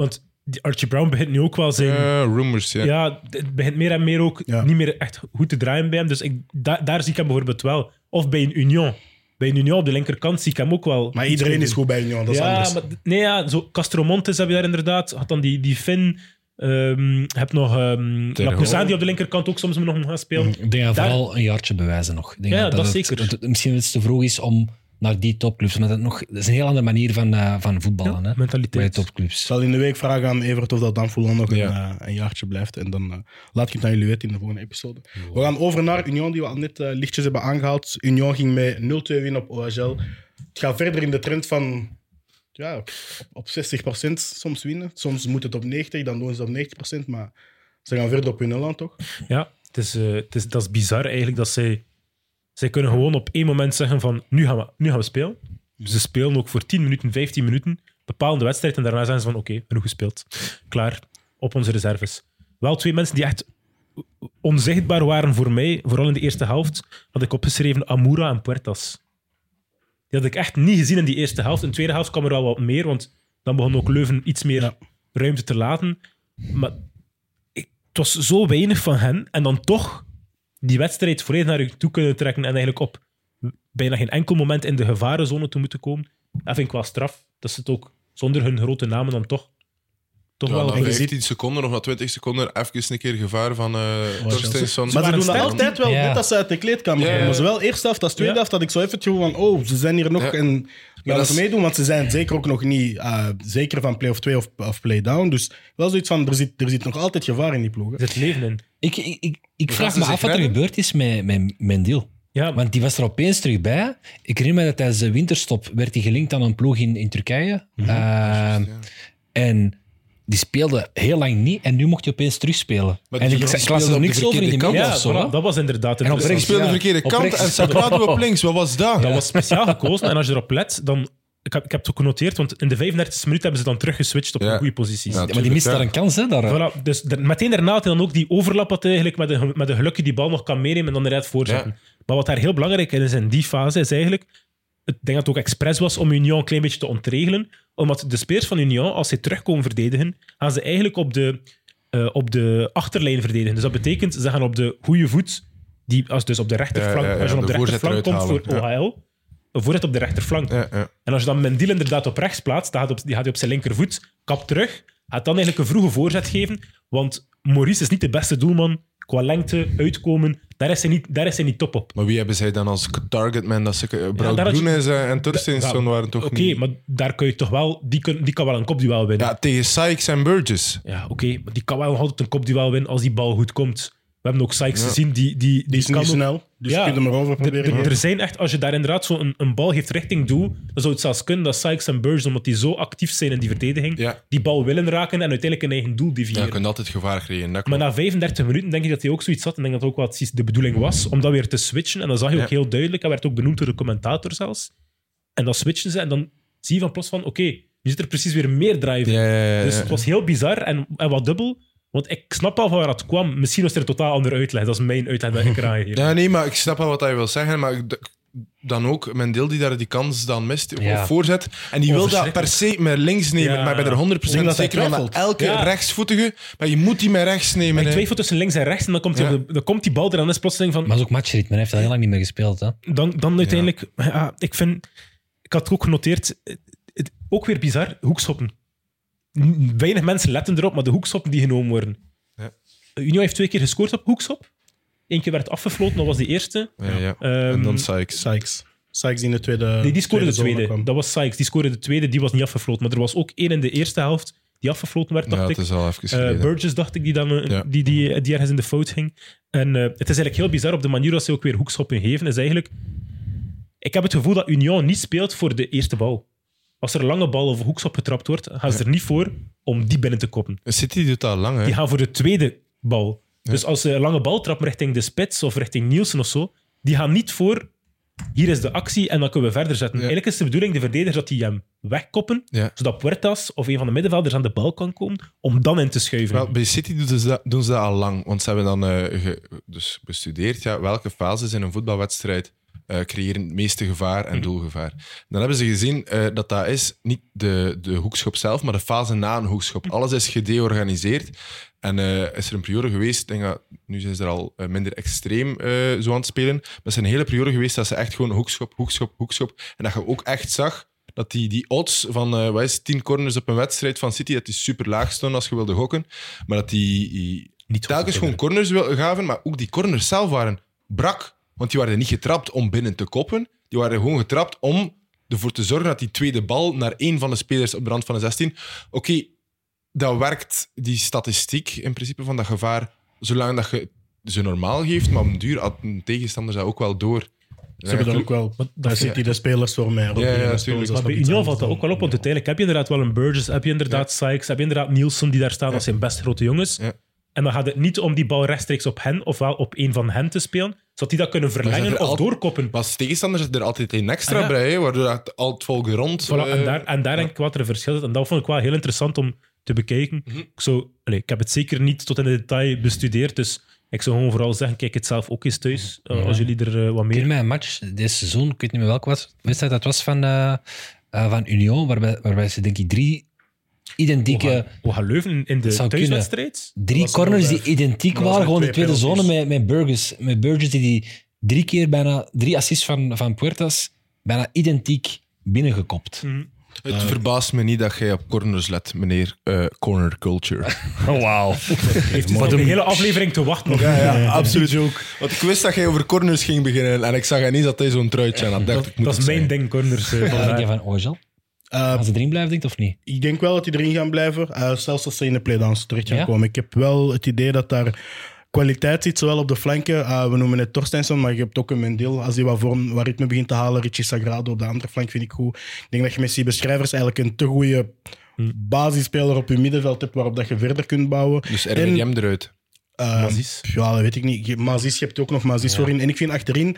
die Archie Brown begint nu ook wel zijn... Uh, rumors, ja. Ja, het begint meer en meer ook ja. niet meer echt goed te draaien bij hem. Dus ik, da, daar zie ik hem bijvoorbeeld wel. Of bij een Union. Bij een Union op de linkerkant zie ik hem ook wel. Maar iedereen is goed bij Union, dat is ja, anders. Maar, nee, ja, zo Castromontes heb je daar inderdaad. Had dan die, die Finn... Um, heb nog um, Lacouzin die op de linkerkant ook soms nog gaan spelen. Mm, ik denk dat daar... vooral een jaartje bewijzen nog. Ik denk ja, dat, dat, dat zeker. Het, het, misschien het te vroeg is om naar die topclubs. Maar dat, nog, dat is een heel andere manier van, uh, van voetballen. Ja, hè, mentaliteit. bij topclubs. Ik zal in de week vragen aan Evert of dat dan Fulham nog ja. een, uh, een jaartje blijft. En dan uh, laat ik het aan jullie weten in de volgende episode. Wow. We gaan over naar Union, die we al net uh, lichtjes hebben aangehaald. Union ging met nul twee winnen op O H L. Het gaat verder in de trend van... Ja, op, op zestig procent soms winnen. Soms moet het op negentig, dan doen ze op negentig procent. Maar ze gaan verder op hun land, toch? Ja, het is, uh, het is, dat is bizar eigenlijk dat zij... Zij kunnen gewoon op één moment zeggen van... Nu gaan we, nu gaan we spelen. Dus ze spelen ook voor tien minuten, vijftien minuten. Bepalen de wedstrijd en daarna zijn ze van... Oké, okay, genoeg gespeeld. Klaar. Op onze reserves. Wel twee mensen die echt onzichtbaar waren voor mij. Vooral in de eerste helft. Had ik opgeschreven Amoura en Puertas. Die had ik echt niet gezien in die eerste helft. In de tweede helft kwam er wel wat meer, want dan begon ook Leuven iets meer ja. ruimte te laten. Maar ik, het was zo weinig van hen. En dan toch die wedstrijd volledig naar je toe kunnen trekken en eigenlijk op bijna geen enkel moment in de gevarenzone te moeten komen. Dat vind ik wel straf. Dat ze het ook zonder hun grote namen dan toch... toch ja, wel na vijftien seconden of na twintig seconden even een keer gevaar van uh, Torstensson. Maar ze doen dat altijd wel, ja. net als ze uit de kleedkamer komen. Ja, ja. Maar zowel eerste helft als tweede helft ja. had ik zo even het gevoel van oh, ze zijn hier nog ja. en gaan ze meedoen, want ze zijn zeker ook nog niet uh, zeker van play-off twee of, of play-down. Dus wel zoiets van, er zit, er zit nog altijd gevaar in die ploeg. Er zit leven in. Ik, ik, ik, ik vraag me af wat er gebeurd is met, met Mendil. Ja. Want die was er opeens terug bij. Ik herinner me dat tijdens de winterstop werd hij gelinkt aan een ploeg in, in Turkije. Mm-hmm. Uh, ja. En... Die speelde heel lang niet en nu mocht hij opeens terugspelen. Maar en ik las er niks over in de media ja, of zo. Voilà, dat was inderdaad... En op rechts speelde de verkeerde kant oprecht. En Sagrado op links. Wat was dat? Dat was speciaal gekozen. En als je erop let, dan... Ik heb, ik heb het ook genoteerd, want in de vijfendertigste minuut hebben ze dan teruggeswitcht op ja. een goede positie. Ja, maar die mist daar een kans, hè? Daar. Voilà, dus de, meteen daarna had hij dan ook die overlap had eigenlijk met de, met de gelukje die bal nog kan meenemen en dan eruit voorzetten. Ja. Maar wat daar heel belangrijk is in die fase, is eigenlijk... Ik denk dat het ook expres was om Union een klein beetje te ontregelen. Omdat de spelers van Union, als ze terugkomen verdedigen, gaan ze eigenlijk op de, uh, op de achterlijn verdedigen. Dus dat betekent, ze gaan op de goede voet, die, als dus op de rechterflank, ja, ja, ja, als je op de, de rechterflank komt halen. Voor O H L, ja. voorzet op de rechterflank. Ja, ja. En als je dan Mendil inderdaad op rechts plaatst, dan gaat, op, die gaat hij op zijn linkervoet, kap terug, gaat dan eigenlijk een vroege voorzet geven, want Maurice is niet de beste doelman qua lengte, uitkomen... Daar is, hij niet, daar is hij niet top op. Maar wie hebben zij dan als targetman? Dat ze Brock ja, Brunes je... en Torstensson ja, waren toch okay, niet... Oké, maar daar kun je toch wel... Die, kun, die kan wel een kopduel winnen. Ja, tegen Sykes en Burgess. Ja, oké. Okay, maar die kan wel altijd een kopduel winnen als die bal goed komt. We hebben ook Sykes ja. gezien. Die, die, die, die is niet snel, dus ja, je kunt hem erover proberen. Er, er zijn echt... Als je daar inderdaad zo een, een bal geeft richting doel, dan zou het zelfs kunnen dat Sykes en Burgess, omdat die zo actief zijn in die verdediging, ja. die bal willen raken en uiteindelijk een eigen doel deviëren. Ja, je kunt altijd gevaar creëren. Maar na vijfendertig minuten denk ik dat hij ook zoiets had. En denk dat ook wat de bedoeling was, om dat weer te switchen. En dat zag je ja. ook heel duidelijk. Dat werd ook benoemd door de commentator zelfs. En dan switchen ze en dan zie je van plots van, oké, okay, nu zit er precies weer meer drive in. Ja, ja, ja, dus het was heel bizar en, en wat dubbel. Want ik snap al van waar dat kwam. Misschien was er een totaal andere uitleg. Dat is mijn uitleg dat ik eraan geef. Ja, nee, maar ik snap wel wat hij wil zeggen. Maar dan ook Mendil die daar die kans dan mist, ja. of voorzet. En die wil dat per se met links nemen. Ja. Maar ik ben er honderd procent zeker van dat elke ja. rechtsvoetige... Maar je moet die met rechts nemen. Maar ik twijfel tussen links en rechts en dan komt, ja. die, dan komt die bal er en dan is plotseling van... Maar dat is ook matchritme. Hij heeft al heel lang niet meer gespeeld. Hè? Dan, dan uiteindelijk... Ja. Ja, ik vind... Ik had ook genoteerd... Het, ook weer bizar. Hoekschoppen. Weinig mensen letten erop, maar de hoekschoppen die genomen worden. Ja. Union heeft twee keer gescoord op hoekschop. Eén keer werd afgefloten, dat was de eerste. Ja, ja. Um, en dan Sykes. Sykes. Sykes in de tweede... Nee, die scoorde de tweede. Kwam. Dat was Sykes. Die scoorde de tweede, die was niet afgefloten. Maar er was ook één in de eerste helft die afgefloten werd, dacht ja, ik. Het is al even geleden. Uh, Burgess, dacht ik, die, dan, uh, ja. die, die, die ergens in de fout ging. En uh, het is eigenlijk heel bizar op de manier dat ze ook weer hoekschoppen geven. Is eigenlijk... Ik heb het gevoel dat Union niet speelt voor de eerste bal. Als er een lange bal of hoekschop getrapt wordt, gaan ze ja. er niet voor om die binnen te koppen. City doet dat lang, hè? Die gaan voor de tweede bal. Ja. Dus als ze een lange bal trappen richting de spits of richting Nielsen of zo, die gaan niet voor, hier is de actie en dan kunnen we verder zetten. Ja. Eigenlijk is de bedoeling, de verdedigers, dat die hem wegkoppen, ja. zodat Puertas of een van de middenvelders aan de bal kan komen, om dan in te schuiven. Wel, bij City doen ze, dat, doen ze dat al lang, want ze hebben dan uh, ge, dus bestudeerd ja, welke fases in een voetbalwedstrijd uh, creëren het meeste gevaar en doelgevaar. Dan hebben ze gezien uh, dat dat is niet de, de hoekschop zelf, maar de fase na een hoekschop. Alles is gedeorganiseerd. En uh, is er een periode geweest, denk dat, nu zijn ze er al uh, minder extreem uh, zo aan het spelen, maar er is een hele periode geweest dat ze echt gewoon hoekschop, hoekschop, hoekschop. En dat je ook echt zag dat die, die odds van uh, wat is, tien corners op een wedstrijd van City, dat die super laag stonden als je wilde gokken. Maar dat die, die niet telkens gewoon corners gaven, maar ook die corners zelf waren brak. Want die waren niet getrapt om binnen te koppen. Die waren gewoon getrapt om ervoor te zorgen dat die tweede bal naar één van de spelers op de rand van de zestien... Oké, okay, dat werkt, die statistiek in principe van dat gevaar, zolang dat je ze normaal geeft, maar op een duur had een tegenstander dat ook wel door. Ze hebben dan ook wel... Daar zit hij de spelers voor mij. Ja, ja, natuurlijk. Maar bij Union valt dat ook wel op, want uiteindelijk heb je inderdaad wel een Burgess, heb je inderdaad ja. Sykes, heb je inderdaad Nielsen die daar staan, ja. Dat zijn best grote jongens. Ja. En dan gaat het niet om die bal rechtstreeks op hen, ofwel op een van hen te spelen, zodat die dat kunnen verlengen of al, doorkoppen. Maar als tegenstander zit er altijd een extra ah, ja. bij, waardoor het al het volk rond... Voilà, uh, en daar, en daar ja. denk ik wat er een verschil zit. En dat vond ik wel heel interessant om te bekijken. Mm-hmm. Ik, zou, allez, ik heb het zeker niet tot in de detail bestudeerd, dus ik zou gewoon vooral zeggen, kijk het zelf ook eens thuis, uh, ja. als jullie er uh, wat meer... Ik mij een match deze seizoen, ik weet niet meer welke was, wedstrijd dat was van, uh, uh, van Union, waarbij, waarbij ze denk ik drie identieke... We gaan Leuven in de thuiswedstrijd? Drie corners die identiek waren, gewoon de tweede zone met, met Burgess. Met Burgess die, die drie keer bijna, drie assists van, van Puertas, bijna identiek binnengekopt. Mm. Het uh, verbaast me niet dat jij op corners let, meneer uh, Corner Culture. Oh, wauw. Heeft hij de hele aflevering te wachten? Ja, ja, absoluut ook. Want ik wist dat jij over corners ging beginnen en ik zag niet dat hij zo'n truitje aan had. Dat, dat, dat is mijn ding, corners. Uh, Wat denk je van Ojal? Uh, gaan ze erin blijven, denk je, of niet? Ik denk wel dat die erin gaan blijven, uh, zelfs als ze in de playdowns terecht gaan ja? komen. Ik heb wel het idee dat daar kwaliteit zit, zowel op de flanken. Uh, we noemen het Torstensson, maar je hebt ook een Mendil. Als hij wat vorm, wat ritme begint te halen, Richie Sagrado op de andere flank vind ik goed. Ik denk dat je met Siebe Schrijvers eigenlijk een te goede basisspeler op je middenveld hebt waarop dat je verder kunt bouwen. Dus R W D M eruit? Uh, Mazis? Ja, dat weet ik niet. Mazis, je hebt ook nog Mazis ja. voorin. En ik vind achterin...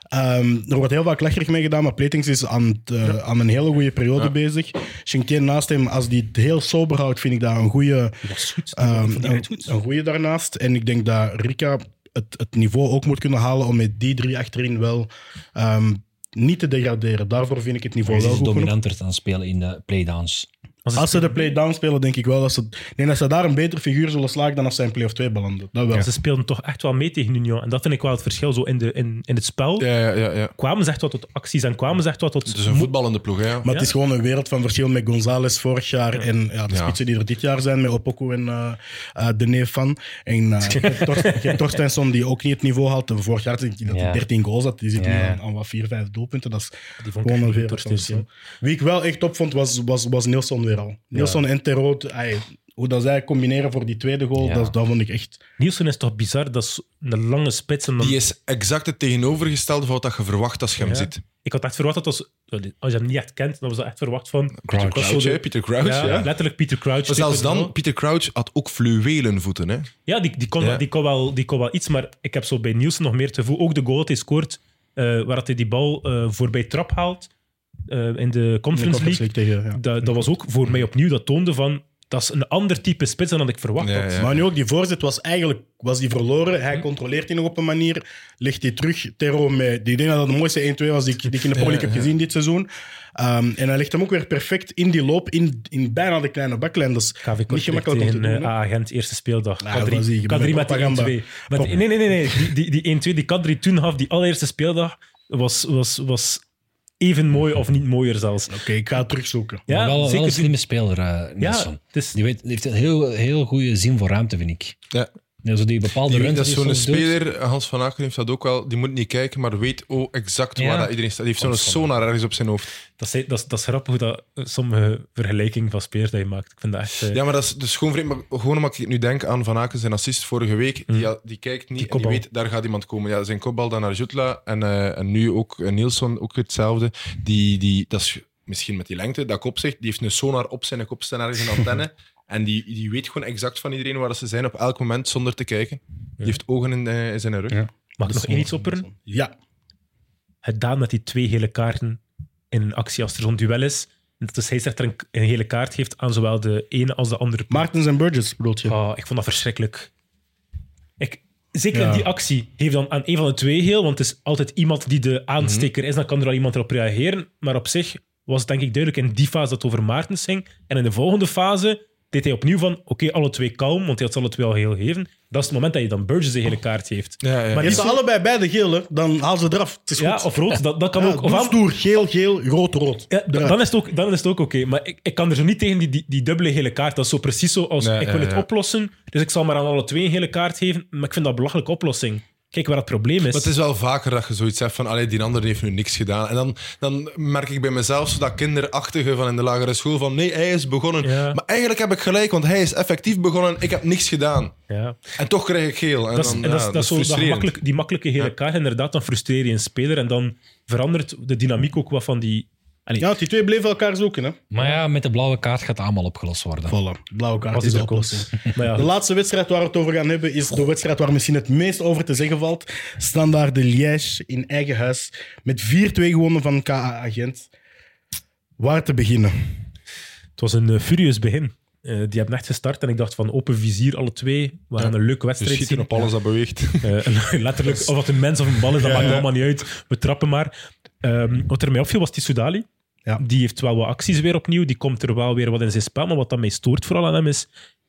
Um, er wordt heel vaak lacherig mee gedaan, maar Platings is aan, het, uh, ja. aan een hele goede periode ja. bezig. Shinktien naast hem, als die het heel sober houdt, vind ik dat een goede... Dat is goed. Um, een, een goede daarnaast. En ik denk dat Rika het, het niveau ook moet kunnen halen om met die drie achterin wel um, niet te degraderen. Daarvoor vind ik het niveau wel goed genoeg. Dominanter dan spelen in de playdowns. Als, als ze de play-down spelen, denk ik wel dat ze, nee, dat ze daar een beter figuur zullen slagen dan als ze in play-off twee belanden. Dat wel. Ja, ze speelden toch echt wel mee tegen Union. En dat vind ik wel het verschil. Zo in, de, in, in het spel ja, ja, ja, ja. kwamen ze echt wat tot acties en kwamen ze echt wat tot... Het is een voetballende ploeg, ja. Maar ja. het is gewoon een wereld van verschil met González vorig jaar ja. en ja, de spitsen ja. die er dit jaar zijn, met Opoku en uh, uh, de neef van. En uh, Tor- Torstensson, die ook niet het niveau had. Vorig jaar dat hij ja. dertien goals had. Die zit ja. nu aan, aan wat vier, vijf doelpunten. Dat is die gewoon een wereld van verschil. Wie ik wel echt top vond, was, was, was Nilsson weer al. Nilsson en Terroot, hoe dat zij combineren voor die tweede goal, ja. dat, dat vond ik echt... Nielsen is toch bizar? Dat is een lange spits. En dan... Die is exact het tegenovergestelde van wat je verwacht als je hem ja. ziet. Ik had echt verwacht dat als, als je hem niet echt kent, dan was dat echt verwacht van... Peter Crouch, de... Peter Crouch, ja, ja. Letterlijk Peter Crouch. Maar zelfs dan, Peter Crouch had ook fluwelen voeten, hè? Ja, die, die, kon, ja. Die, kon wel, die kon wel iets, maar ik heb zo bij Nielsen nog meer te voelen. Ook de goal dat hij scoort, uh, waar hij die bal uh, voorbij trap haalt, uh, in de Conference League. League tegen, ja. dat, dat was ook voor mij opnieuw, dat toonde van... Dat is een ander type spits dan ik verwacht had. Ja, ja. Maar nu ook, die voorzet was eigenlijk was die verloren. Hij controleert die nog op een manier. Legt die terug. Terro met, die denk dat dat de mooiste één twee was die, die ik in de Pro League heb gezien dit seizoen. Um, en hij legt hem ook weer perfect in die loop, in, in bijna de kleine baklijn. Dat is niet gemakkelijk om te doen. A-agent, eerste speeldag. Nou, Kadri, Kadri met die één twee. Nee, nee, nee. nee. Die, die, die één twee die Kadri toen had, die allereerste speeldag, was... was, was even mooi of niet mooier zelfs. Oké, okay, ik ga het terugzoeken. Ja, wel, zeker wel een slimme speler, uh, Nilsson. Ja, is... Die, weet, die heeft een heel, heel goede zin voor ruimte, vind ik. Ja. Ja, zo die bepaalde die dat is zo'n speler, doet. Hans van Aken heeft dat ook wel, die moet niet kijken, maar weet oh, exact ja. waar dat iedereen staat. Die heeft zo'n sonar ergens op zijn hoofd. Dat is, dat is, dat is grappig hoe dat sommige vergelijkingen van spelers dat je maakt. Ik vind dat echt... Uh... Ja, maar dat is, dat is gewoon vreemd. Maar gewoon omdat ik nu denk aan Van Aken, zijn assist vorige week, mm. die, die kijkt niet die en die weet, daar gaat iemand komen. Ja, zijn kopbal dan naar Jutla en, uh, en nu ook uh, Nielsen, ook hetzelfde. Die, die, dat is misschien met die lengte, dat ik opzeg, die heeft een sonar op zijn kop staan, ergens een antenne. En die, die weet gewoon exact van iedereen waar ze zijn op elk moment zonder te kijken. Die ja. heeft ogen in, uh, in zijn rug. Ja. Mag ik nog één iets opperen? Ja. Het Daan met die twee gele kaarten in een actie als er zo'n duel is. Dat de scheidsrechter een, een gele kaart geeft aan zowel de ene als de andere. Martens en Burgess bedoelt je? Oh, ik vond dat verschrikkelijk. Ik, zeker Ja. in die actie, geef dan aan een van de twee heel, want het is altijd iemand die de aansteker is, dan kan er al iemand erop reageren. Maar op zich was het denk ik duidelijk in die fase dat het over Maartens ging. En in de volgende fase deed hij opnieuw van, oké, okay, alle twee kalm, want hij had ze alle twee al heel gegeven. Dat is het moment dat je dan Burgess de hele kaart geeft. Ja, ja. Maar Maar niet als ze zo- allebei beide geel, hè, dan haal ze eraf. Het is ja, goed. of rood, dat, dat kan Ja, ook. Of doe aan- stoer, geel, geel, rood, rood. Ja, d- Eruit. dan is het ook, dan is het ook oké. Maar ik, ik kan er zo niet tegen die, die, die dubbele gele kaart. Dat is zo precies zo als Nee, ik wil ja, het ja. oplossen. Dus ik zal maar aan alle twee een gele kaart geven. Maar ik vind dat een belachelijke oplossing. Kijk waar het probleem is. Maar het is wel vaker dat je zoiets hebt van allee, die andere heeft nu niks gedaan. En dan, dan merk ik bij mezelf zo dat kinderachtige van in de lagere school van nee, hij is begonnen. Ja. Maar eigenlijk heb ik gelijk, want hij is effectief begonnen. Ik heb niks gedaan. Ja. En toch krijg ik geel. En Dat is, dan, en dat is, ja, dat is zo, dat frustrerend. gemakkelijk, die makkelijke gele Ja. kaart. Inderdaad, dan frustreer je een speler. En dan verandert de dynamiek ook wat van die... Allee, Ja, want die twee bleven elkaar zoeken. Hè. Maar ja, met de blauwe kaart gaat het allemaal opgelost worden. Voilà, blauwe kaart Als is die de er komt. oplossing. Maar ja, De laatste wedstrijd waar we het over gaan hebben is de wedstrijd waar misschien het meest over te zeggen valt. Standaard de Liège in eigen huis. Met vier twee gewonnen van K A Gent. Waar te beginnen? het was een uh, furieus begin. Uh, die hebben echt gestart en ik dacht van open vizier alle twee. We gaan een leuke We wedstrijd schieten zien. op alles dat beweegt. Uh, letterlijk, of het een mens of een bal is, dat Ja, maakt ja. allemaal niet uit. We trappen maar. Um, wat er mij opviel was Tissoudali. Ja. Die heeft wel wat acties weer opnieuw. Die komt er wel weer wat in zijn spel. Maar wat dat mij stoort vooral aan hem is...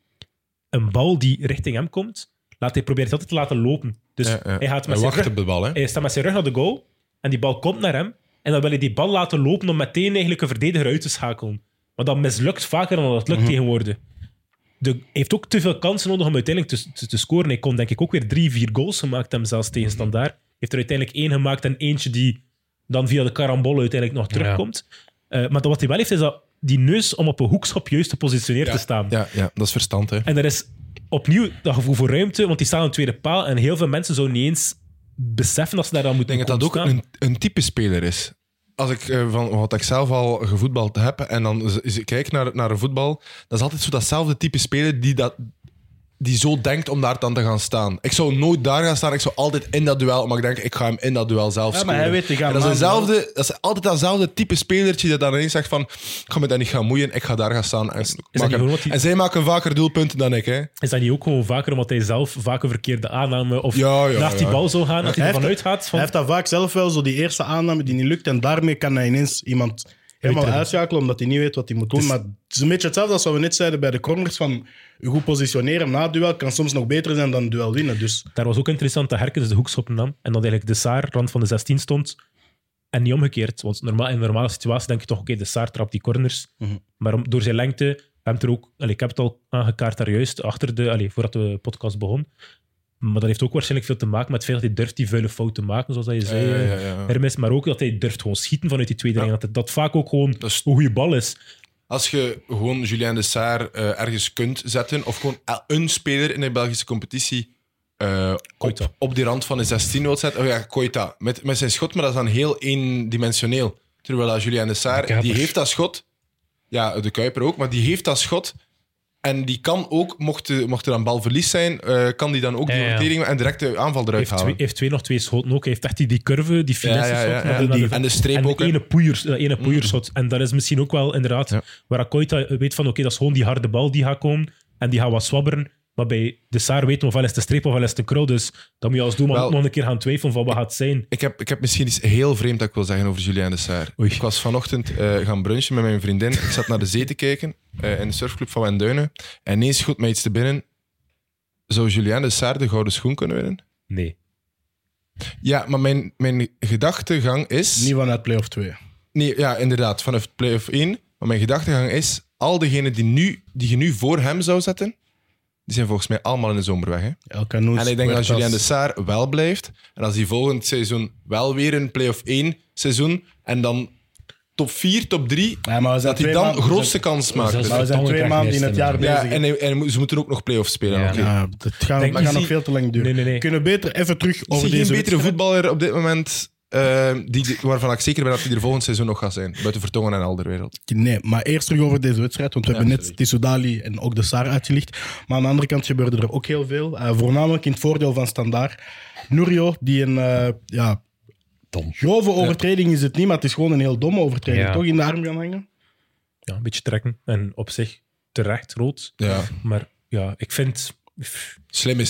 Een bal die richting hem komt, laat hij probeert altijd te laten lopen. Dus Ja, ja. hij gaat met Hij zijn wacht rug... op de bal. Hè. Hij staat met zijn rug naar de goal. En die bal komt naar hem. En dan wil hij die bal laten lopen om meteen eigenlijk een verdediger uit te schakelen. Maar dat mislukt vaker dan dat het lukt tegenwoordig. De, hij heeft ook te veel kansen nodig om uiteindelijk te, te, te scoren. Hij kon denk ik ook weer drie, vier goals gemaakt hebben, zelfs tegen Standaard. Heeft er uiteindelijk één gemaakt en eentje die dan via de karambol uiteindelijk nog terugkomt. Uh, maar wat hij wel heeft, is dat die neus om op een hoekschop juist gepositioneerd Ja, te staan. ja, ja, dat is verstand. Hè. En er is opnieuw dat gevoel voor ruimte, want die staan aan de tweede paal en heel veel mensen zouden niet eens beseffen dat ze daar dan Ik moeten denk dat dat ook komen staan. een, een type speler is. Als ik uh, van wat ik zelf al gevoetbald heb en dan z- z- kijk naar, naar een voetbal, dat is altijd zo datzelfde type speler die, dat, die zo denkt om daar dan te gaan staan. Ik zou nooit daar gaan staan, ik zou altijd in dat duel, maar ik denk, ik ga hem in dat duel zelf Ja, scoren. maar hij weet, die gaan En dat, is maanden dezelfde, dat is altijd datzelfde type spelertje dat dan ineens zegt van, ik ga me daar niet gaan moeien, ik ga daar gaan staan. En, niet maak hem- gewoon wat hij- en zij maken vaker doelpunten dan ik. Hè. Is dat niet ook gewoon vaker omdat hij zelf vaak een verkeerde aanname of Ja, ja, naast die ja. bal zou gaan, dat hij Hij ervan heeft- uitgaat van... Hij heeft dat vaak zelf wel, zo die eerste aanname die niet lukt. En daarmee kan hij ineens iemand helemaal Uitrennen. uitschakelen omdat hij niet weet wat hij moet doen. Het is- Maar het is een beetje hetzelfde als wat we net zeiden bij de corners. Van je goed positioneren na het duel kan soms nog beter zijn dan het duel winnen. Dus Daar was ook interessant dat Herkens de hoekschoppen nam en dat eigenlijk de Saar rand van de zestien stond en niet omgekeerd. Want normaal, in een normale situatie denk je toch, oké, de Saar trapt die corners. Mhm. Maar om, door zijn lengte, we hebben er ook, allee, ik heb het al aangekaart daar juist, achter de, allee, voordat de podcast begon. Maar dat heeft ook waarschijnlijk veel te maken met het feit dat hij durft die vuile fout te maken, zoals dat je zei, Ja, ja, eh, ja, ja. Hermes. Maar ook dat hij durft gewoon schieten vanuit die tweede Ja. ring. Dat het- dat vaak ook gewoon Dat is- een goede bal is. Als je gewoon Julien de Saar uh, ergens kunt zetten, of gewoon een speler in de Belgische competitie uh, Koita. op, op die rand van de zestien wilt zetten. Oh ja, Koita. Met, met zijn schot, maar dat is dan heel eendimensioneel. Terwijl dat Julien de Saar, Kuiper. die heeft dat schot. Ja, de Kuiper ook, maar die heeft dat schot. En die kan ook, mocht, er- mocht er dan balverlies zijn, uh, kan die dan ook Ja, die ja. overtreding en direct de aanval eruit Heeft twee, halen. heeft twee nog twee schoten ook. Hij heeft echt die, die curve, die finesse Ja, ja, ja, shot. ja. naar naar Die- en de streep en ook, hè. ene poeier, eh, ene poeierschot. En dat is misschien ook wel inderdaad Ja. waar Akoita weet van oké, dat is gewoon die harde bal die gaat komen en die gaat wat swabberen. Maar bij de Saar weten we ofwel is het de streep ofwel is het de krul. Dus dan moet je als doelman Wel- ook nog een keer gaan twijfelen van wat gaat het zijn. Ik heb, ik heb misschien iets heel vreemd dat ik wil zeggen over Julien de Saar. Oei. Ik was vanochtend eh, gaan brunchen met mijn vriendin. Ik zat naar de zee te kijken eh, in de surfclub van Wenduinen. En ineens schoot mij iets te binnen. Zou Julien de Saar de gouden schoen kunnen winnen? Nee. Ja, maar mijn, mijn gedachtegang is... niet vanuit play-off twee. Nee, ja, inderdaad, vanaf play-off één. Maar mijn gedachtegang is, al degenen die, nu, die je nu voor hem zou zetten, die zijn volgens mij allemaal in de zomer weg. Hè? El Canoes, En ik denk dat Huertas. Julien de Saar wel blijft. En als hij volgend seizoen wel weer een play-off één seizoen en dan top vier, top drie, Ja, maar we zijn dat hij twee dan maanden- grootste kans maakt. Zelfs Maar we zijn Vertongen twee krijgt maanden in meer het jaar stemmen. bezig. Ja, en, hij- en ze moeten ook nog play-off spelen. Ja. oké. Ja, dat gaat, Denk- dat gaat nog zie- veel te lang duren. Nee, nee, nee. We kunnen beter even terug Ik over zie geen deze betere wedstrijd. voetballer op dit moment eh, die, waarvan ik zeker ben dat hij er volgend seizoen nog gaat zijn. Buiten Vertongen en Alderwereld. Nee, maar eerst terug over deze wedstrijd, want we Ja, hebben net sorry. Tissoudali en ook de Saar uitgelicht. Maar aan de andere kant gebeurde er ook heel veel. Uh, voornamelijk in het voordeel van Standaard. Nurio, die een uh, ja, Dom. grove overtreding is het niet, maar het is gewoon een heel domme overtreding. Ja. Toch in de arm gaan hangen? Ja, een beetje trekken. En op zich terecht rood. Ja. Maar ja, ik vind... Slim is het niet, hè?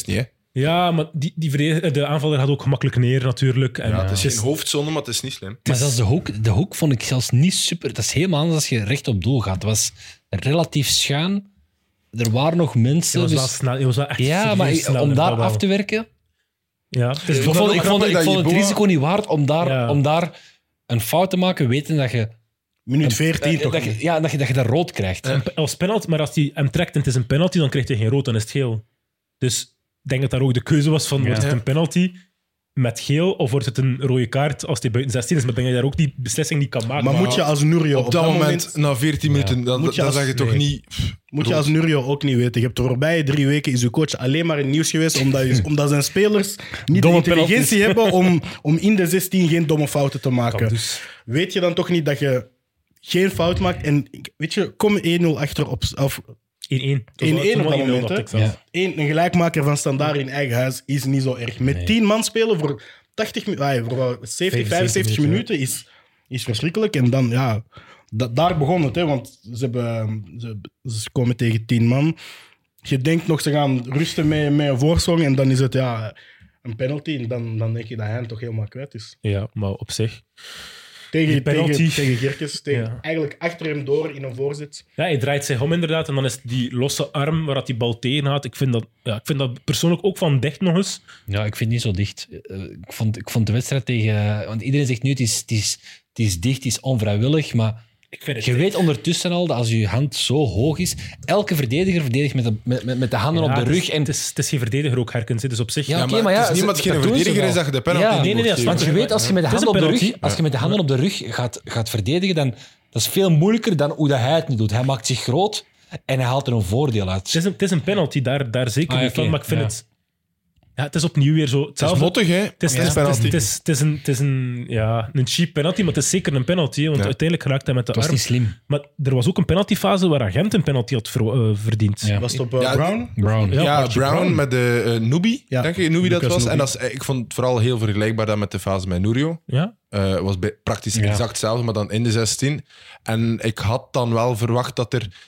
Ja, maar die, die verdediger, de aanvaller gaat ook gemakkelijk neer natuurlijk. En, ja, het is ja. geen hoofdzonde, maar het is niet slim. Maar zelfs de hoek, de hoek vond ik zelfs niet super. Dat is helemaal anders als je recht op doel gaat. Het was relatief schuin. Er waren nog mensen. Je was wel dus, snel, je was wel echt ja, maar ik, snel om daar bal. af te werken... Ja, het is Ik vond vond, het ik ook vond, grappig ik dat vond het Jeboa- risico niet waard om daar, Ja. om daar een fout te maken, weten dat je... Minuut veertien dat, toch dat je, niet? ja, dat je, dat je dat rood krijgt. Een pe- als penalty, maar als hij hem trekt en het is een penalty, dan krijgt hij geen rood, dan is het geel. Dus ik denk dat daar ook de keuze was van, Ja. wordt het een penalty met geel of wordt het een rode kaart als hij buiten zestien is? Maar ik denk dat je daar ook die beslissing niet kan maken. Maar moet je als Nurio Op dat moment, na veertien minuten, dan, Moet je dan als- zeg je toch nee. niet... Moet je als Nurio ook niet weten. Je hebt de voorbije drie weken is uw coach alleen maar in nieuws geweest omdat, je, omdat zijn spelers niet Domme de intelligentie penalties. hebben om, om in de zestien geen domme fouten te maken. Kan dus. Weet je dan toch niet dat je geen fout maakt en weet je, kom één nul achter op... Of één-één. één-één op dat één-nul, moment, dacht hè? ik zelf. Ja. één, een gelijkmaker van Standaard in eigen huis is niet zo erg. Met Nee. tien man spelen voor tachtig minuten, ah, voor zeventig, vijfenzeventig vijfenzeventig minuten is, is verschrikkelijk. En dan, ja, da- daar begon het, hè, want ze, hebben, ze, ze komen tegen tien man. Je denkt nog, ze gaan rusten met, met een voorsprong en dan is het ja, een penalty. En dan, dan denk je dat hij hem toch helemaal kwijt is. Ja, maar op zich. Tegen, Die penalty. tegen, tegen Gerkes, tegen, Ja. eigenlijk achter hem door in een voorzet. Ja, hij draait zich om inderdaad en dan is die losse arm waar dat die bal tegen gaat. Ik vind dat, ja, ik vind dat persoonlijk ook van dicht nog eens. Ja, ik vind het niet zo dicht. Eh, Ik vond, ik vond de wedstrijd tegen... Want iedereen zegt nu, het is, het is, het is dicht, het is onvrijwillig, maar... Ik vind het Je weet ondertussen al dat als je hand zo hoog is, elke verdediger verdedigt met de, met, met- met de handen Ja, op de het is- rug. En, Het is, het is geen verdediger ook, Herkens. Dus op zich... Ja, Ja, oké, maar maar ja, het is ze- niemand geen dat doen ze verdediger wel. is dat je de penalty Ja, niet nee, nee, mocht nee, geven. want je weet, als je met de Het is handen op een de rug, penalty. als je met de handen op de rug gaat, gaat verdedigen, dan dat is veel moeilijker dan hoe dat hij het nu doet. Hij maakt zich groot en hij haalt er een voordeel uit. Het is een, het is een penalty, daar, daar zeker Ah, niet oké, van. Maar ik vind ja. het... Ja, het is opnieuw weer zo Het is hetzelfde. mottig, hè? Het is, Het het, is is, het, is, penalty. het, is, het is een, het is een, ja, een cheap penalty, maar het is zeker een penalty. hè, Want Ja. uiteindelijk raakt hij met de Het was arm. niet slim. Maar er was ook een penaltyfase waar Agent een penalty had ver, eh, verdiend. Ja. Was het op uh, Ja, Brown? Brown. Ja, Ja, Archie Brown, Brown. met de uh, Nubi, Ja, denk ik, Nubi dat Lucas was. Nubi. En dat is, ik vond het vooral heel vergelijkbaar dan met de fase met Nurio. Ja? Uh, was bij, praktisch Ja. exact hetzelfde, maar dan in de zestien. En ik had dan wel verwacht dat er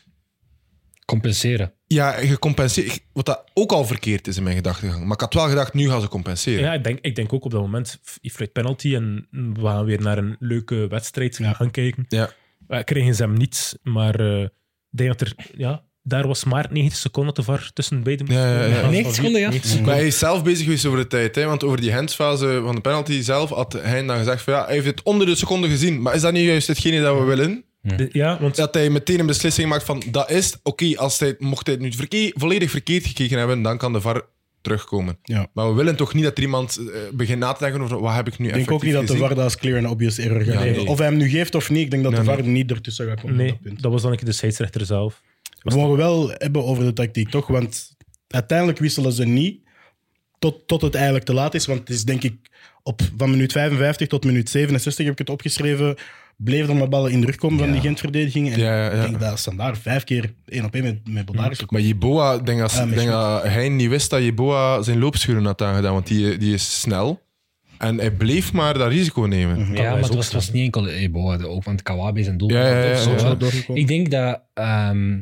Compenseren. ja, gecompenseerd... Wat dat ook al verkeerd is in mijn gedachtegang. Maar ik had wel gedacht, nu gaan ze compenseren. Ja, ik denk, ik denk ook op dat moment, je fluit penalty en we gaan weer naar een leuke wedstrijd Ja. gaan kijken. Ja. Uh, kregen ze hem niet, maar eh, ik denk dat er... Ja, daar was maar negentig seconden te var tussen beiden. Ja, ja, ja. negentig seconden, ja. negentig Maar seconden. hij is zelf bezig geweest over de tijd. Hè? Want over die handsfase van de penalty zelf had hij dan gezegd van ja, hij heeft het onder de seconde gezien. Maar is dat niet juist hetgene dat we willen? De- ja, want Dat hij meteen een beslissing maakt van dat is het. Oké, als hij mocht hij het nu verke- volledig verkeerd gekeken hebben, dan kan de V A R terugkomen. Ja. Maar we willen toch niet dat er iemand eh, begint na te denken over wat heb ik nu Ik denk ook niet dat de V A R dat als clear en obvious error gaat Ja, geven. nee. Of hij hem nu geeft of niet, ik denk dat Nee, de V A R nee. niet ertussen gaat komen op nee, dat punt. dat was dan een keer de scheidsrechter zelf. We mogen wel hebben over de tactiek, toch? Want uiteindelijk wisselen ze niet tot, tot het eigenlijk te laat is. Want het is denk ik op, van minuut vijfenvijftig tot minuut zevenenzestig heb ik het opgeschreven. Bleef er maar ballen in de rug komen van die Gent-verdediging. En Ja, ja, ja. ik denk dat Standaard vijf keer één op één met, met Bodaar is gekomen. Maar Jeboa, ik denk, dat, Ja, ik met denk Schmidt. dat hij niet wist dat Jeboa zijn loopschuren had aangedaan. Want die, die is snel. En hij bleef maar dat risico nemen. Ja, hij maar is het ook was, het was niet enkel Eboa, ook, want Kawabe is een doel. Ja, ja, ja, Zo, ja. hè. Zo doorgekomen. Ik denk dat ehm,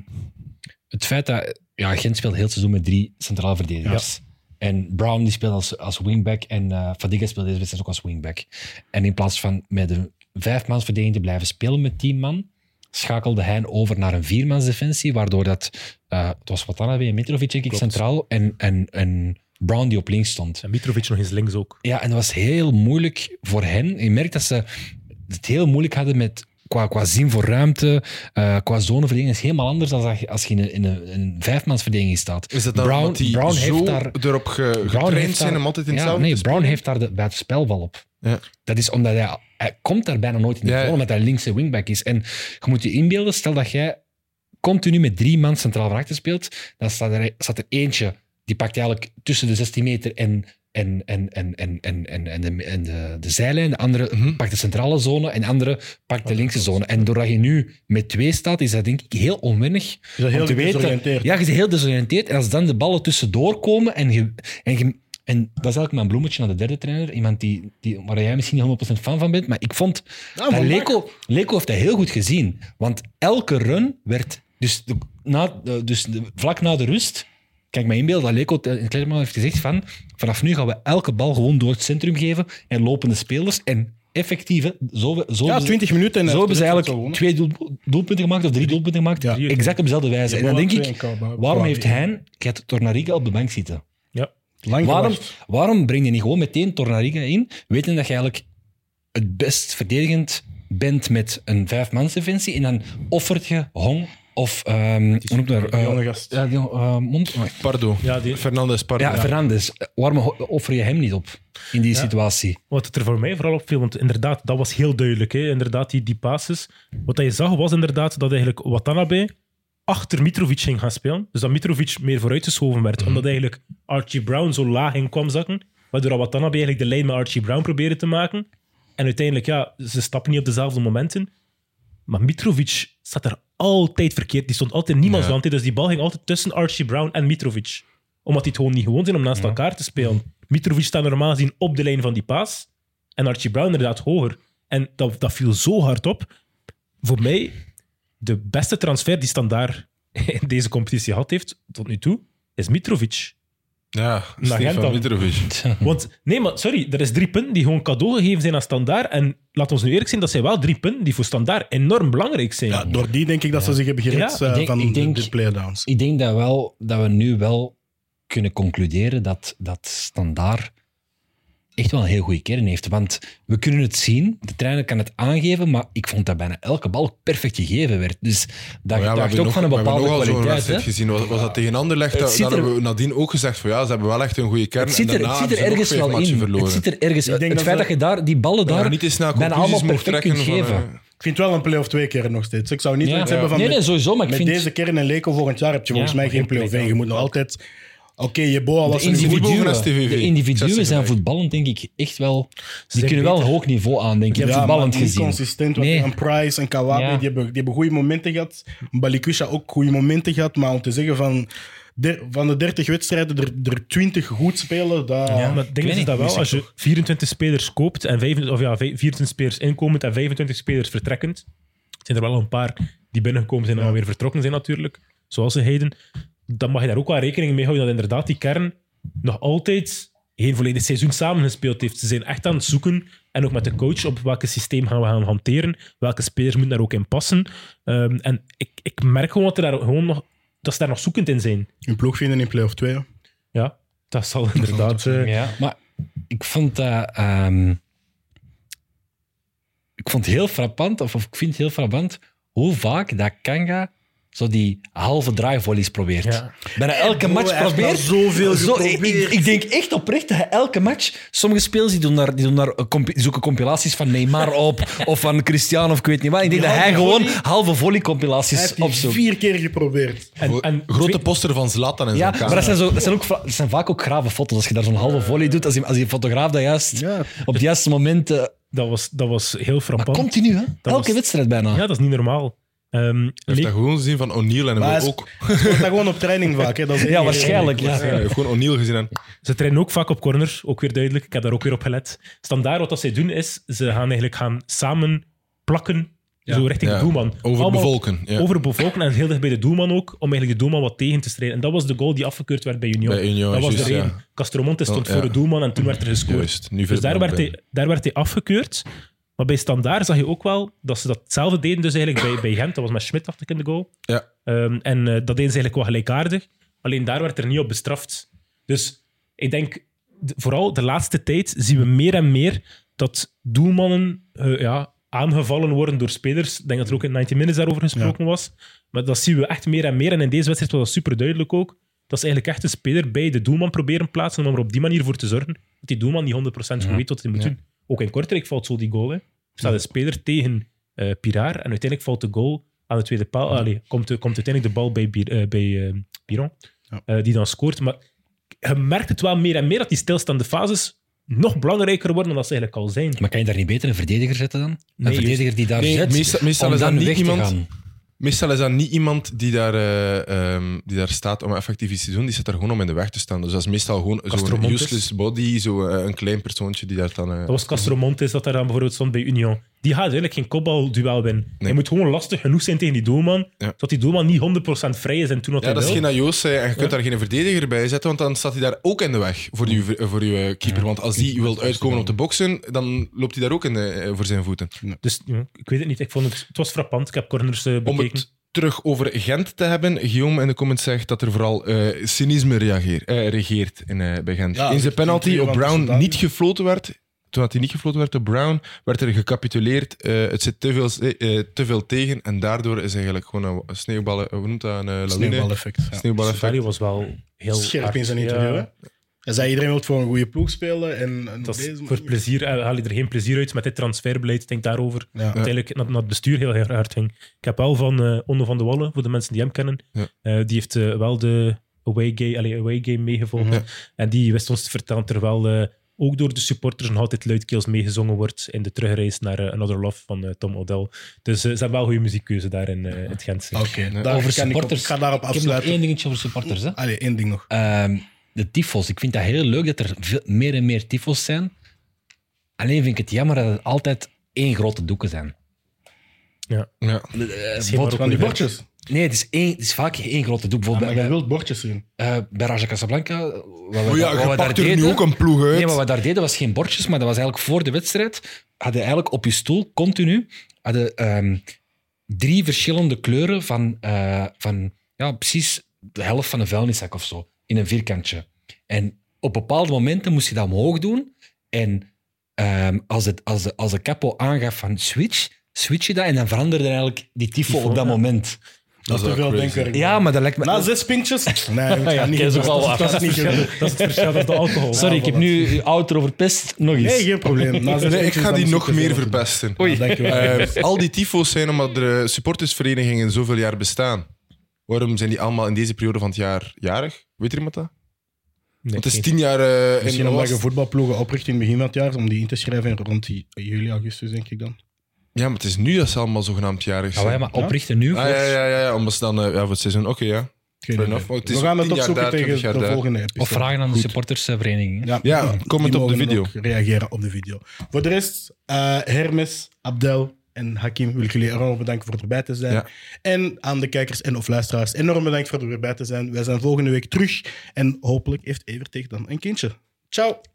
het feit dat ja, Gent speelt heel het seizoen met drie centrale verdedigers. En Brown die speelt als, als wingback en uh, Fadiga speelt deze wedstrijd ook als wingback. En in plaats van met een vijfmansverdediging te blijven spelen met tien man, schakelde hij over naar een viermansdefensie, waardoor dat, uh, het was Watanabe en Mitrovic denk ik centraal en, en, en Brown die op links stond. En Mitrovic nog eens links ook. Ja, en dat was heel moeilijk voor hen. Je merkt dat ze het heel moeilijk hadden met qua, qua zin voor ruimte, uh, qua zoneverdediging. Dat is helemaal anders dan als je, als je in een, in een, een vijfmansverdediging staat. Is dat dan Brown, omdat die Brown zo heeft daar, erop ge, Brown getraind heeft zijn daar- om altijd in ja, hetzelfde nee, te Brown spelen? heeft daar de, bij het spelval op. Ja. Dat is omdat hij, hij komt daar bijna nooit in de Ja, goal, ja. omdat hij linkse wingback is. En je moet je inbeelden, stel dat jij continu met drie man centraal van achter speelt, dan staat er, staat er eentje, die pakt eigenlijk tussen de zestien meter en, en, en, en, en, en, en, en, de, en de, de zijlijn. De andere Mhm. pakt de centrale zone en de andere pakt de linkse zone. En doordat je nu met twee staat, is dat denk ik heel onwennig. Is dat heel om te weten- gedesoriënteerd. Ja, je bent heel desoriënteerd. En als dan de ballen tussendoor komen en je... En je en dat is eigenlijk mijn bloemetje naar de derde trainer. Iemand die, die, waar jij misschien niet honderd procent fan van bent. Maar ik vond Ja, dat van Leko, Leko heeft dat heel goed gezien. Want elke run werd... Dus, de, na, de- dus de- vlak na de rust kan ik me inbeelden dat Leko in het kleedkamer heeft gezegd van vanaf nu gaan we elke bal gewoon door het centrum geven en lopende spelers en effectief, hè, zo, zo, ja, twintig minuten. En zo hebben ze eigenlijk twee doel, doelpunten gemaakt of drie doelpunten gemaakt, ja. exact op dezelfde wijze. En dan denk ik, waarom heeft Hein Torunariga op de bank zitten? Ja. Waarom, waarom breng je niet gewoon meteen Torunariga in, weten dat je eigenlijk het best verdedigend bent met een vijfmansdefensie en dan offert je Hong of... Um, hoe noemt dat? Uh, jonge gast. Ja, die, uh, mond, oh. Pardo. Ja, die... Fernandes Pardo. Ja, ja, Fernandes. Waarom offer je hem niet op in die ja. situatie? Wat het er voor mij vooral opviel, want inderdaad, dat was heel duidelijk. Hè? Inderdaad, die, die passes. Wat je zag was inderdaad dat eigenlijk Watanabe achter Mitrovic ging gaan spelen. Dus dat Mitrovic meer vooruitgeschoven werd. Mm. Omdat eigenlijk Archie Brown zo laag in kwam zakken. Waardoor Watanabe eigenlijk de lijn met Archie Brown probeerde te maken. En uiteindelijk, ja, ze stappen niet op dezelfde momenten. Maar Mitrovic staat er altijd verkeerd. Die stond altijd niemands ja. land. Dus die bal ging altijd tussen Archie Brown en Mitrovic. Omdat die het gewoon niet gewoon zijn om naast ja. elkaar te spelen. Mitrovic staat normaal gezien op de lijn van die paas. En Archie Brown inderdaad hoger. En dat, dat viel zo hard op. Voor mij, de beste transfer die Standaard in deze competitie gehad heeft, tot nu toe, is Mitrovic. Ja, Stefan Mitrovic. Want, nee, maar sorry, er is drie punten die gewoon cadeau gegeven zijn aan Standaard. En laat ons nu eerlijk zijn, dat zijn wel drie punten die voor Standaard enorm belangrijk zijn. Ja, door die denk ik dat ja. ze zich hebben gered ja, denk, van denk, de playdowns. Ik denk dat, wel, dat we nu wel kunnen concluderen dat, dat Standaard echt wel een heel goede kern heeft. Want we kunnen het zien, de trainer kan het aangeven, maar ik vond dat bijna elke bal perfect gegeven werd. Dus dat ja, getuigt ook nog, van een bepaalde kwaliteit. We hebben kwaliteit. Gezien. Was, was dat tegen Anderlecht? Dat, dat hebben we nadien ook gezegd van ja, ze hebben wel echt een goede kern. Het zit er, en het zit er ergens wel in. Verloren. Het zit er ergens. Het feit dat, dat je daar die ballen daar niet bijna allemaal perfect kunt geven. Uh, ik vind wel een play-off twee kern nog steeds. Ik zou niet ja. iets ja. hebben van nee, nee, met, sowieso, maar ik met vind... deze kern en Leko volgend jaar heb je volgens ja, mij geen play-off één. Je moet nog altijd... Oké, okay, Jeboa was de individuen, de individuen zijn voetballend, denk ik, echt wel... Die kunnen wel een hoog niveau aan, denk ik, ja, voetballend gezien. Niet consistent, want nee. een Price en Kawabe, ja. die, hebben, die hebben goede momenten gehad. Balikusha ook goede momenten gehad, maar om te zeggen van... De, van de dertig wedstrijden er, er twintig goed spelen, dat... Ja, maar denk je dat wel, als je vierentwintig spelers koopt, en vijfentwintig, of ja, vierentwintig spelers inkomend en vijfentwintig spelers vertrekkend, zijn er wel een paar die binnengekomen zijn en ja. alweer vertrokken zijn natuurlijk, zoals de Heiden... dan mag je daar ook wel rekening mee houden dat inderdaad die kern nog altijd geen volledig seizoen samengespeeld heeft. Ze zijn echt aan het zoeken, en ook met de coach, op welk systeem gaan we gaan hanteren, welke spelers moeten daar ook in passen. Um, en ik, ik merk gewoon dat, er daar gewoon nog, dat ze daar nog zoekend in zijn. Een ploeg vinden in play-off twee. Ja, ja dat zal inderdaad... Uh... Ja, maar ik vond dat... Um, ik vond het heel frappant, of, of ik vind het heel frappant, hoe vaak dat Kanga... zo die halve draaivolleys probeert. Ja. Bijna elke oh, match probeert. Zoveel zo, ik, ik denk echt oprecht dat hij elke match... Sommige spelers die doen daar, die doen daar die zoeken compilaties van Neymar op, of van Cristiano, of ik weet niet wat. Ik denk die dat hij gewoon volley, halve volley-compilaties opzoekt. Hij heeft vier keer geprobeerd. En, en, grote poster van Zlatan en zo. Ja, maar dat zijn, zo, dat, zijn ook, dat zijn vaak ook grave foto's. Als je daar zo'n halve volley doet, als die, als die fotograaf dat juist ja. op het juiste moment... Uh, dat, was, dat was heel frappant. Maar continu, hè? Dat elke was, wedstrijd bijna. Ja, dat is niet normaal. Um, je heeft dat gewoon gezien van O'Neill en hem ook. Ze dat gewoon op training vaak. Hè. Dat is ja, waarschijnlijk. Ja. Ja, je hebt gewoon O'Neill gezien. En... Ze trainen ook vaak op corners, ook weer duidelijk. Ik heb daar ook weer op gelet. Standaard wat dat zij doen is, ze gaan eigenlijk gaan samen plakken, ja. zo richting ja. de doelman. Overbevolken. Ja. Overbevolken en heel dicht bij de doelman ook, om eigenlijk de doelman wat tegen te strijden. En dat was de goal die afgekeurd werd bij Union. Bij Union dat was just, de reden. Ja. Castromonte stond ja. voor de doelman en toen werd er gescoord. Juist, nu dus daar werd, hij, daar werd hij afgekeurd. Maar bij Standaard zag je ook wel dat ze datzelfde deden dus eigenlijk bij, bij Gent. Dat was met Schmidt, dacht ik, in de goal. Ja. Um, en uh, dat deden ze eigenlijk wel gelijkaardig. Alleen daar werd er niet op bestraft. Dus ik denk, de, vooral de laatste tijd zien we meer en meer dat doelmannen uh, ja, aangevallen worden door spelers. Ik denk dat er ook in negentig minutes daarover gesproken ja. was. Maar dat zien we echt meer en meer. En in deze wedstrijd was dat super duidelijk ook. Dat ze eigenlijk echt een speler bij de doelman proberen plaatsen om er op die manier voor te zorgen dat die doelman niet honderd procent goed weet wat hij moet ja. doen. Ook in Kortrijk valt zo die goal. Hè. Er staat een speler tegen uh, Piraar en uiteindelijk valt de goal aan de tweede paal. Allee, komt, komt uiteindelijk de bal bij, uh, bij uh, Biron, ja. uh, die dan scoort. Maar je merkt het wel meer en meer dat die stilstaande fases nog belangrijker worden dan dat ze eigenlijk al zijn. Maar kan je daar niet beter een verdediger zetten dan? Een nee, verdediger die daar nee, zet meestal, meestal om is dan niet weg iemand, te gaan. Meestal is dat niet iemand die daar, uh, um, die daar staat om effectief iets te doen. Die zit daar gewoon om in de weg te staan. Dus dat is meestal gewoon zo'n useless body, zo uh, een klein persoontje die daar dan... Uh, dat was Castromontes dat daar dan bijvoorbeeld stond bij Union. die gaat eigenlijk geen kopbalduel winnen. Nee. Hij moet gewoon lastig genoeg zijn tegen die doelman, ja. zodat die doelman niet honderd procent vrij is en toen wat ja, hij dat wil. is geen Joost zei. En je kunt ja. daar geen verdediger bij zetten, want dan staat hij daar ook in de weg voor je, voor je keeper. Ja. Want als die wil uitkomen om te boksen, dan loopt hij daar ook in de, voor zijn voeten. Ja. Dus ja, ik weet het niet. Ik vond het, het was frappant. Ik heb corners uh, bekeken. Om het terug over Gent te hebben. Guillaume in de comments zegt dat er vooral uh, cynisme reageer, uh, regeert in, uh, bij Gent. Ja, in zijn penalty op Brown niet gefloten werd... Toen hij niet gefloten werd door Brown, werd er gecapituleerd. Uh, het zit te veel, uh, te veel tegen en daardoor is eigenlijk gewoon een sneeuwbal... Hoe noemt dat? Een uh, lawine? Sneeuwbaleffect. Ja. Sneeuwbaleffect. was wel heel scherp hard. in zijn interview. Ja. Hij zei iedereen wil voor een goede ploeg spelen. En, en dat deze voor manier. plezier haal je er geen plezier uit met dit transferbeleid. Ik denk daarover ja. dat eigenlijk naar, naar het bestuur heel erg hard ging. Ik heb wel van uh, Onno van de Wallen, voor de mensen die hem kennen, ja. uh, die heeft uh, wel de away game, allez, away game meegevolgd. Ja. En die wist ons te vertellen terwijl... Uh, ook door de supporters nog altijd luidkeels meegezongen wordt in de terugreis naar uh, Another Love van uh, Tom O'Dell. Dus uh, ze hebben wel goede muziekkeuze daar in uh, het Gentse. Oké, okay, over supporters. Ik, op, ik ga daarop afsluiten. Ik heb nog één dingetje over supporters. Hè? Allee, één ding nog. Um, de tifos. Ik vind dat heel leuk dat er veel, meer en meer tifos zijn. Alleen vind ik het jammer dat het altijd één grote doeken zijn. Ja. ja. Uh, van die bordjes. Nee, het is, één, het is vaak één grote doek. Ja, maar je wilt bordjes zien. Uh, bij Raja Casablanca... Wat we, oh ja, wat je we pakt daar er deden, nu ook een ploeg uit. Nee, maar wat we daar deden was geen bordjes, maar dat was eigenlijk voor de wedstrijd. Hadden eigenlijk op je stoel, continu, hadden um, drie verschillende kleuren van, uh, van ja, precies de helft van een vuilniszak of zo, in een vierkantje. En op bepaalde momenten moest je dat omhoog doen. En um, als, het, als, de, als de capo aangaf van switch, switch je dat en dan veranderde eigenlijk die tifo op dat moment. Dat is te veel denkwerk. Ja, maar dat lijkt me... Na zes pintjes? Nee, dat ja, niet. Dat is, dat, dat is niet dat is het verschil van de alcohol. Sorry, ik heb nu uw auto verpest. Nog eens. Nee, geen probleem. Na zes nee, ik ga die nog meer verpesten. Oei. Uh, al die tyfo's zijn omdat de supportersverenigingen zoveel jaar bestaan. Waarom zijn die allemaal in deze periode van het jaar jarig? Weet er iemand dat? Nee, Want het is tien jaar... Uh, Misschien omdat je voetbalploegen opricht in het begin van het jaar, om die in te schrijven rond die juli, augustus, denk ik dan. Ja, maar het is nu dat ze allemaal zogenaamd jarig zijn. Ja, maar oprichten nu? Ah, ja, ja, ja, ja, omdat ze dan uh, ja, voor het seizoen... Oké, okay, ja. We gaan het opzoeken tegen de daar. volgende episode. Of vragen aan de Goed. supportersvereniging. Ja, ja comment op de video. Reageren op de video. Voor de rest, uh, Hermes, Abdel en Hakim wil ik jullie enorm bedanken voor erbij te zijn. Ja. En aan de kijkers en of luisteraars enorm bedankt voor erbij te zijn. Wij zijn volgende week terug. En hopelijk heeft Evert tegen dan een kindje. Ciao!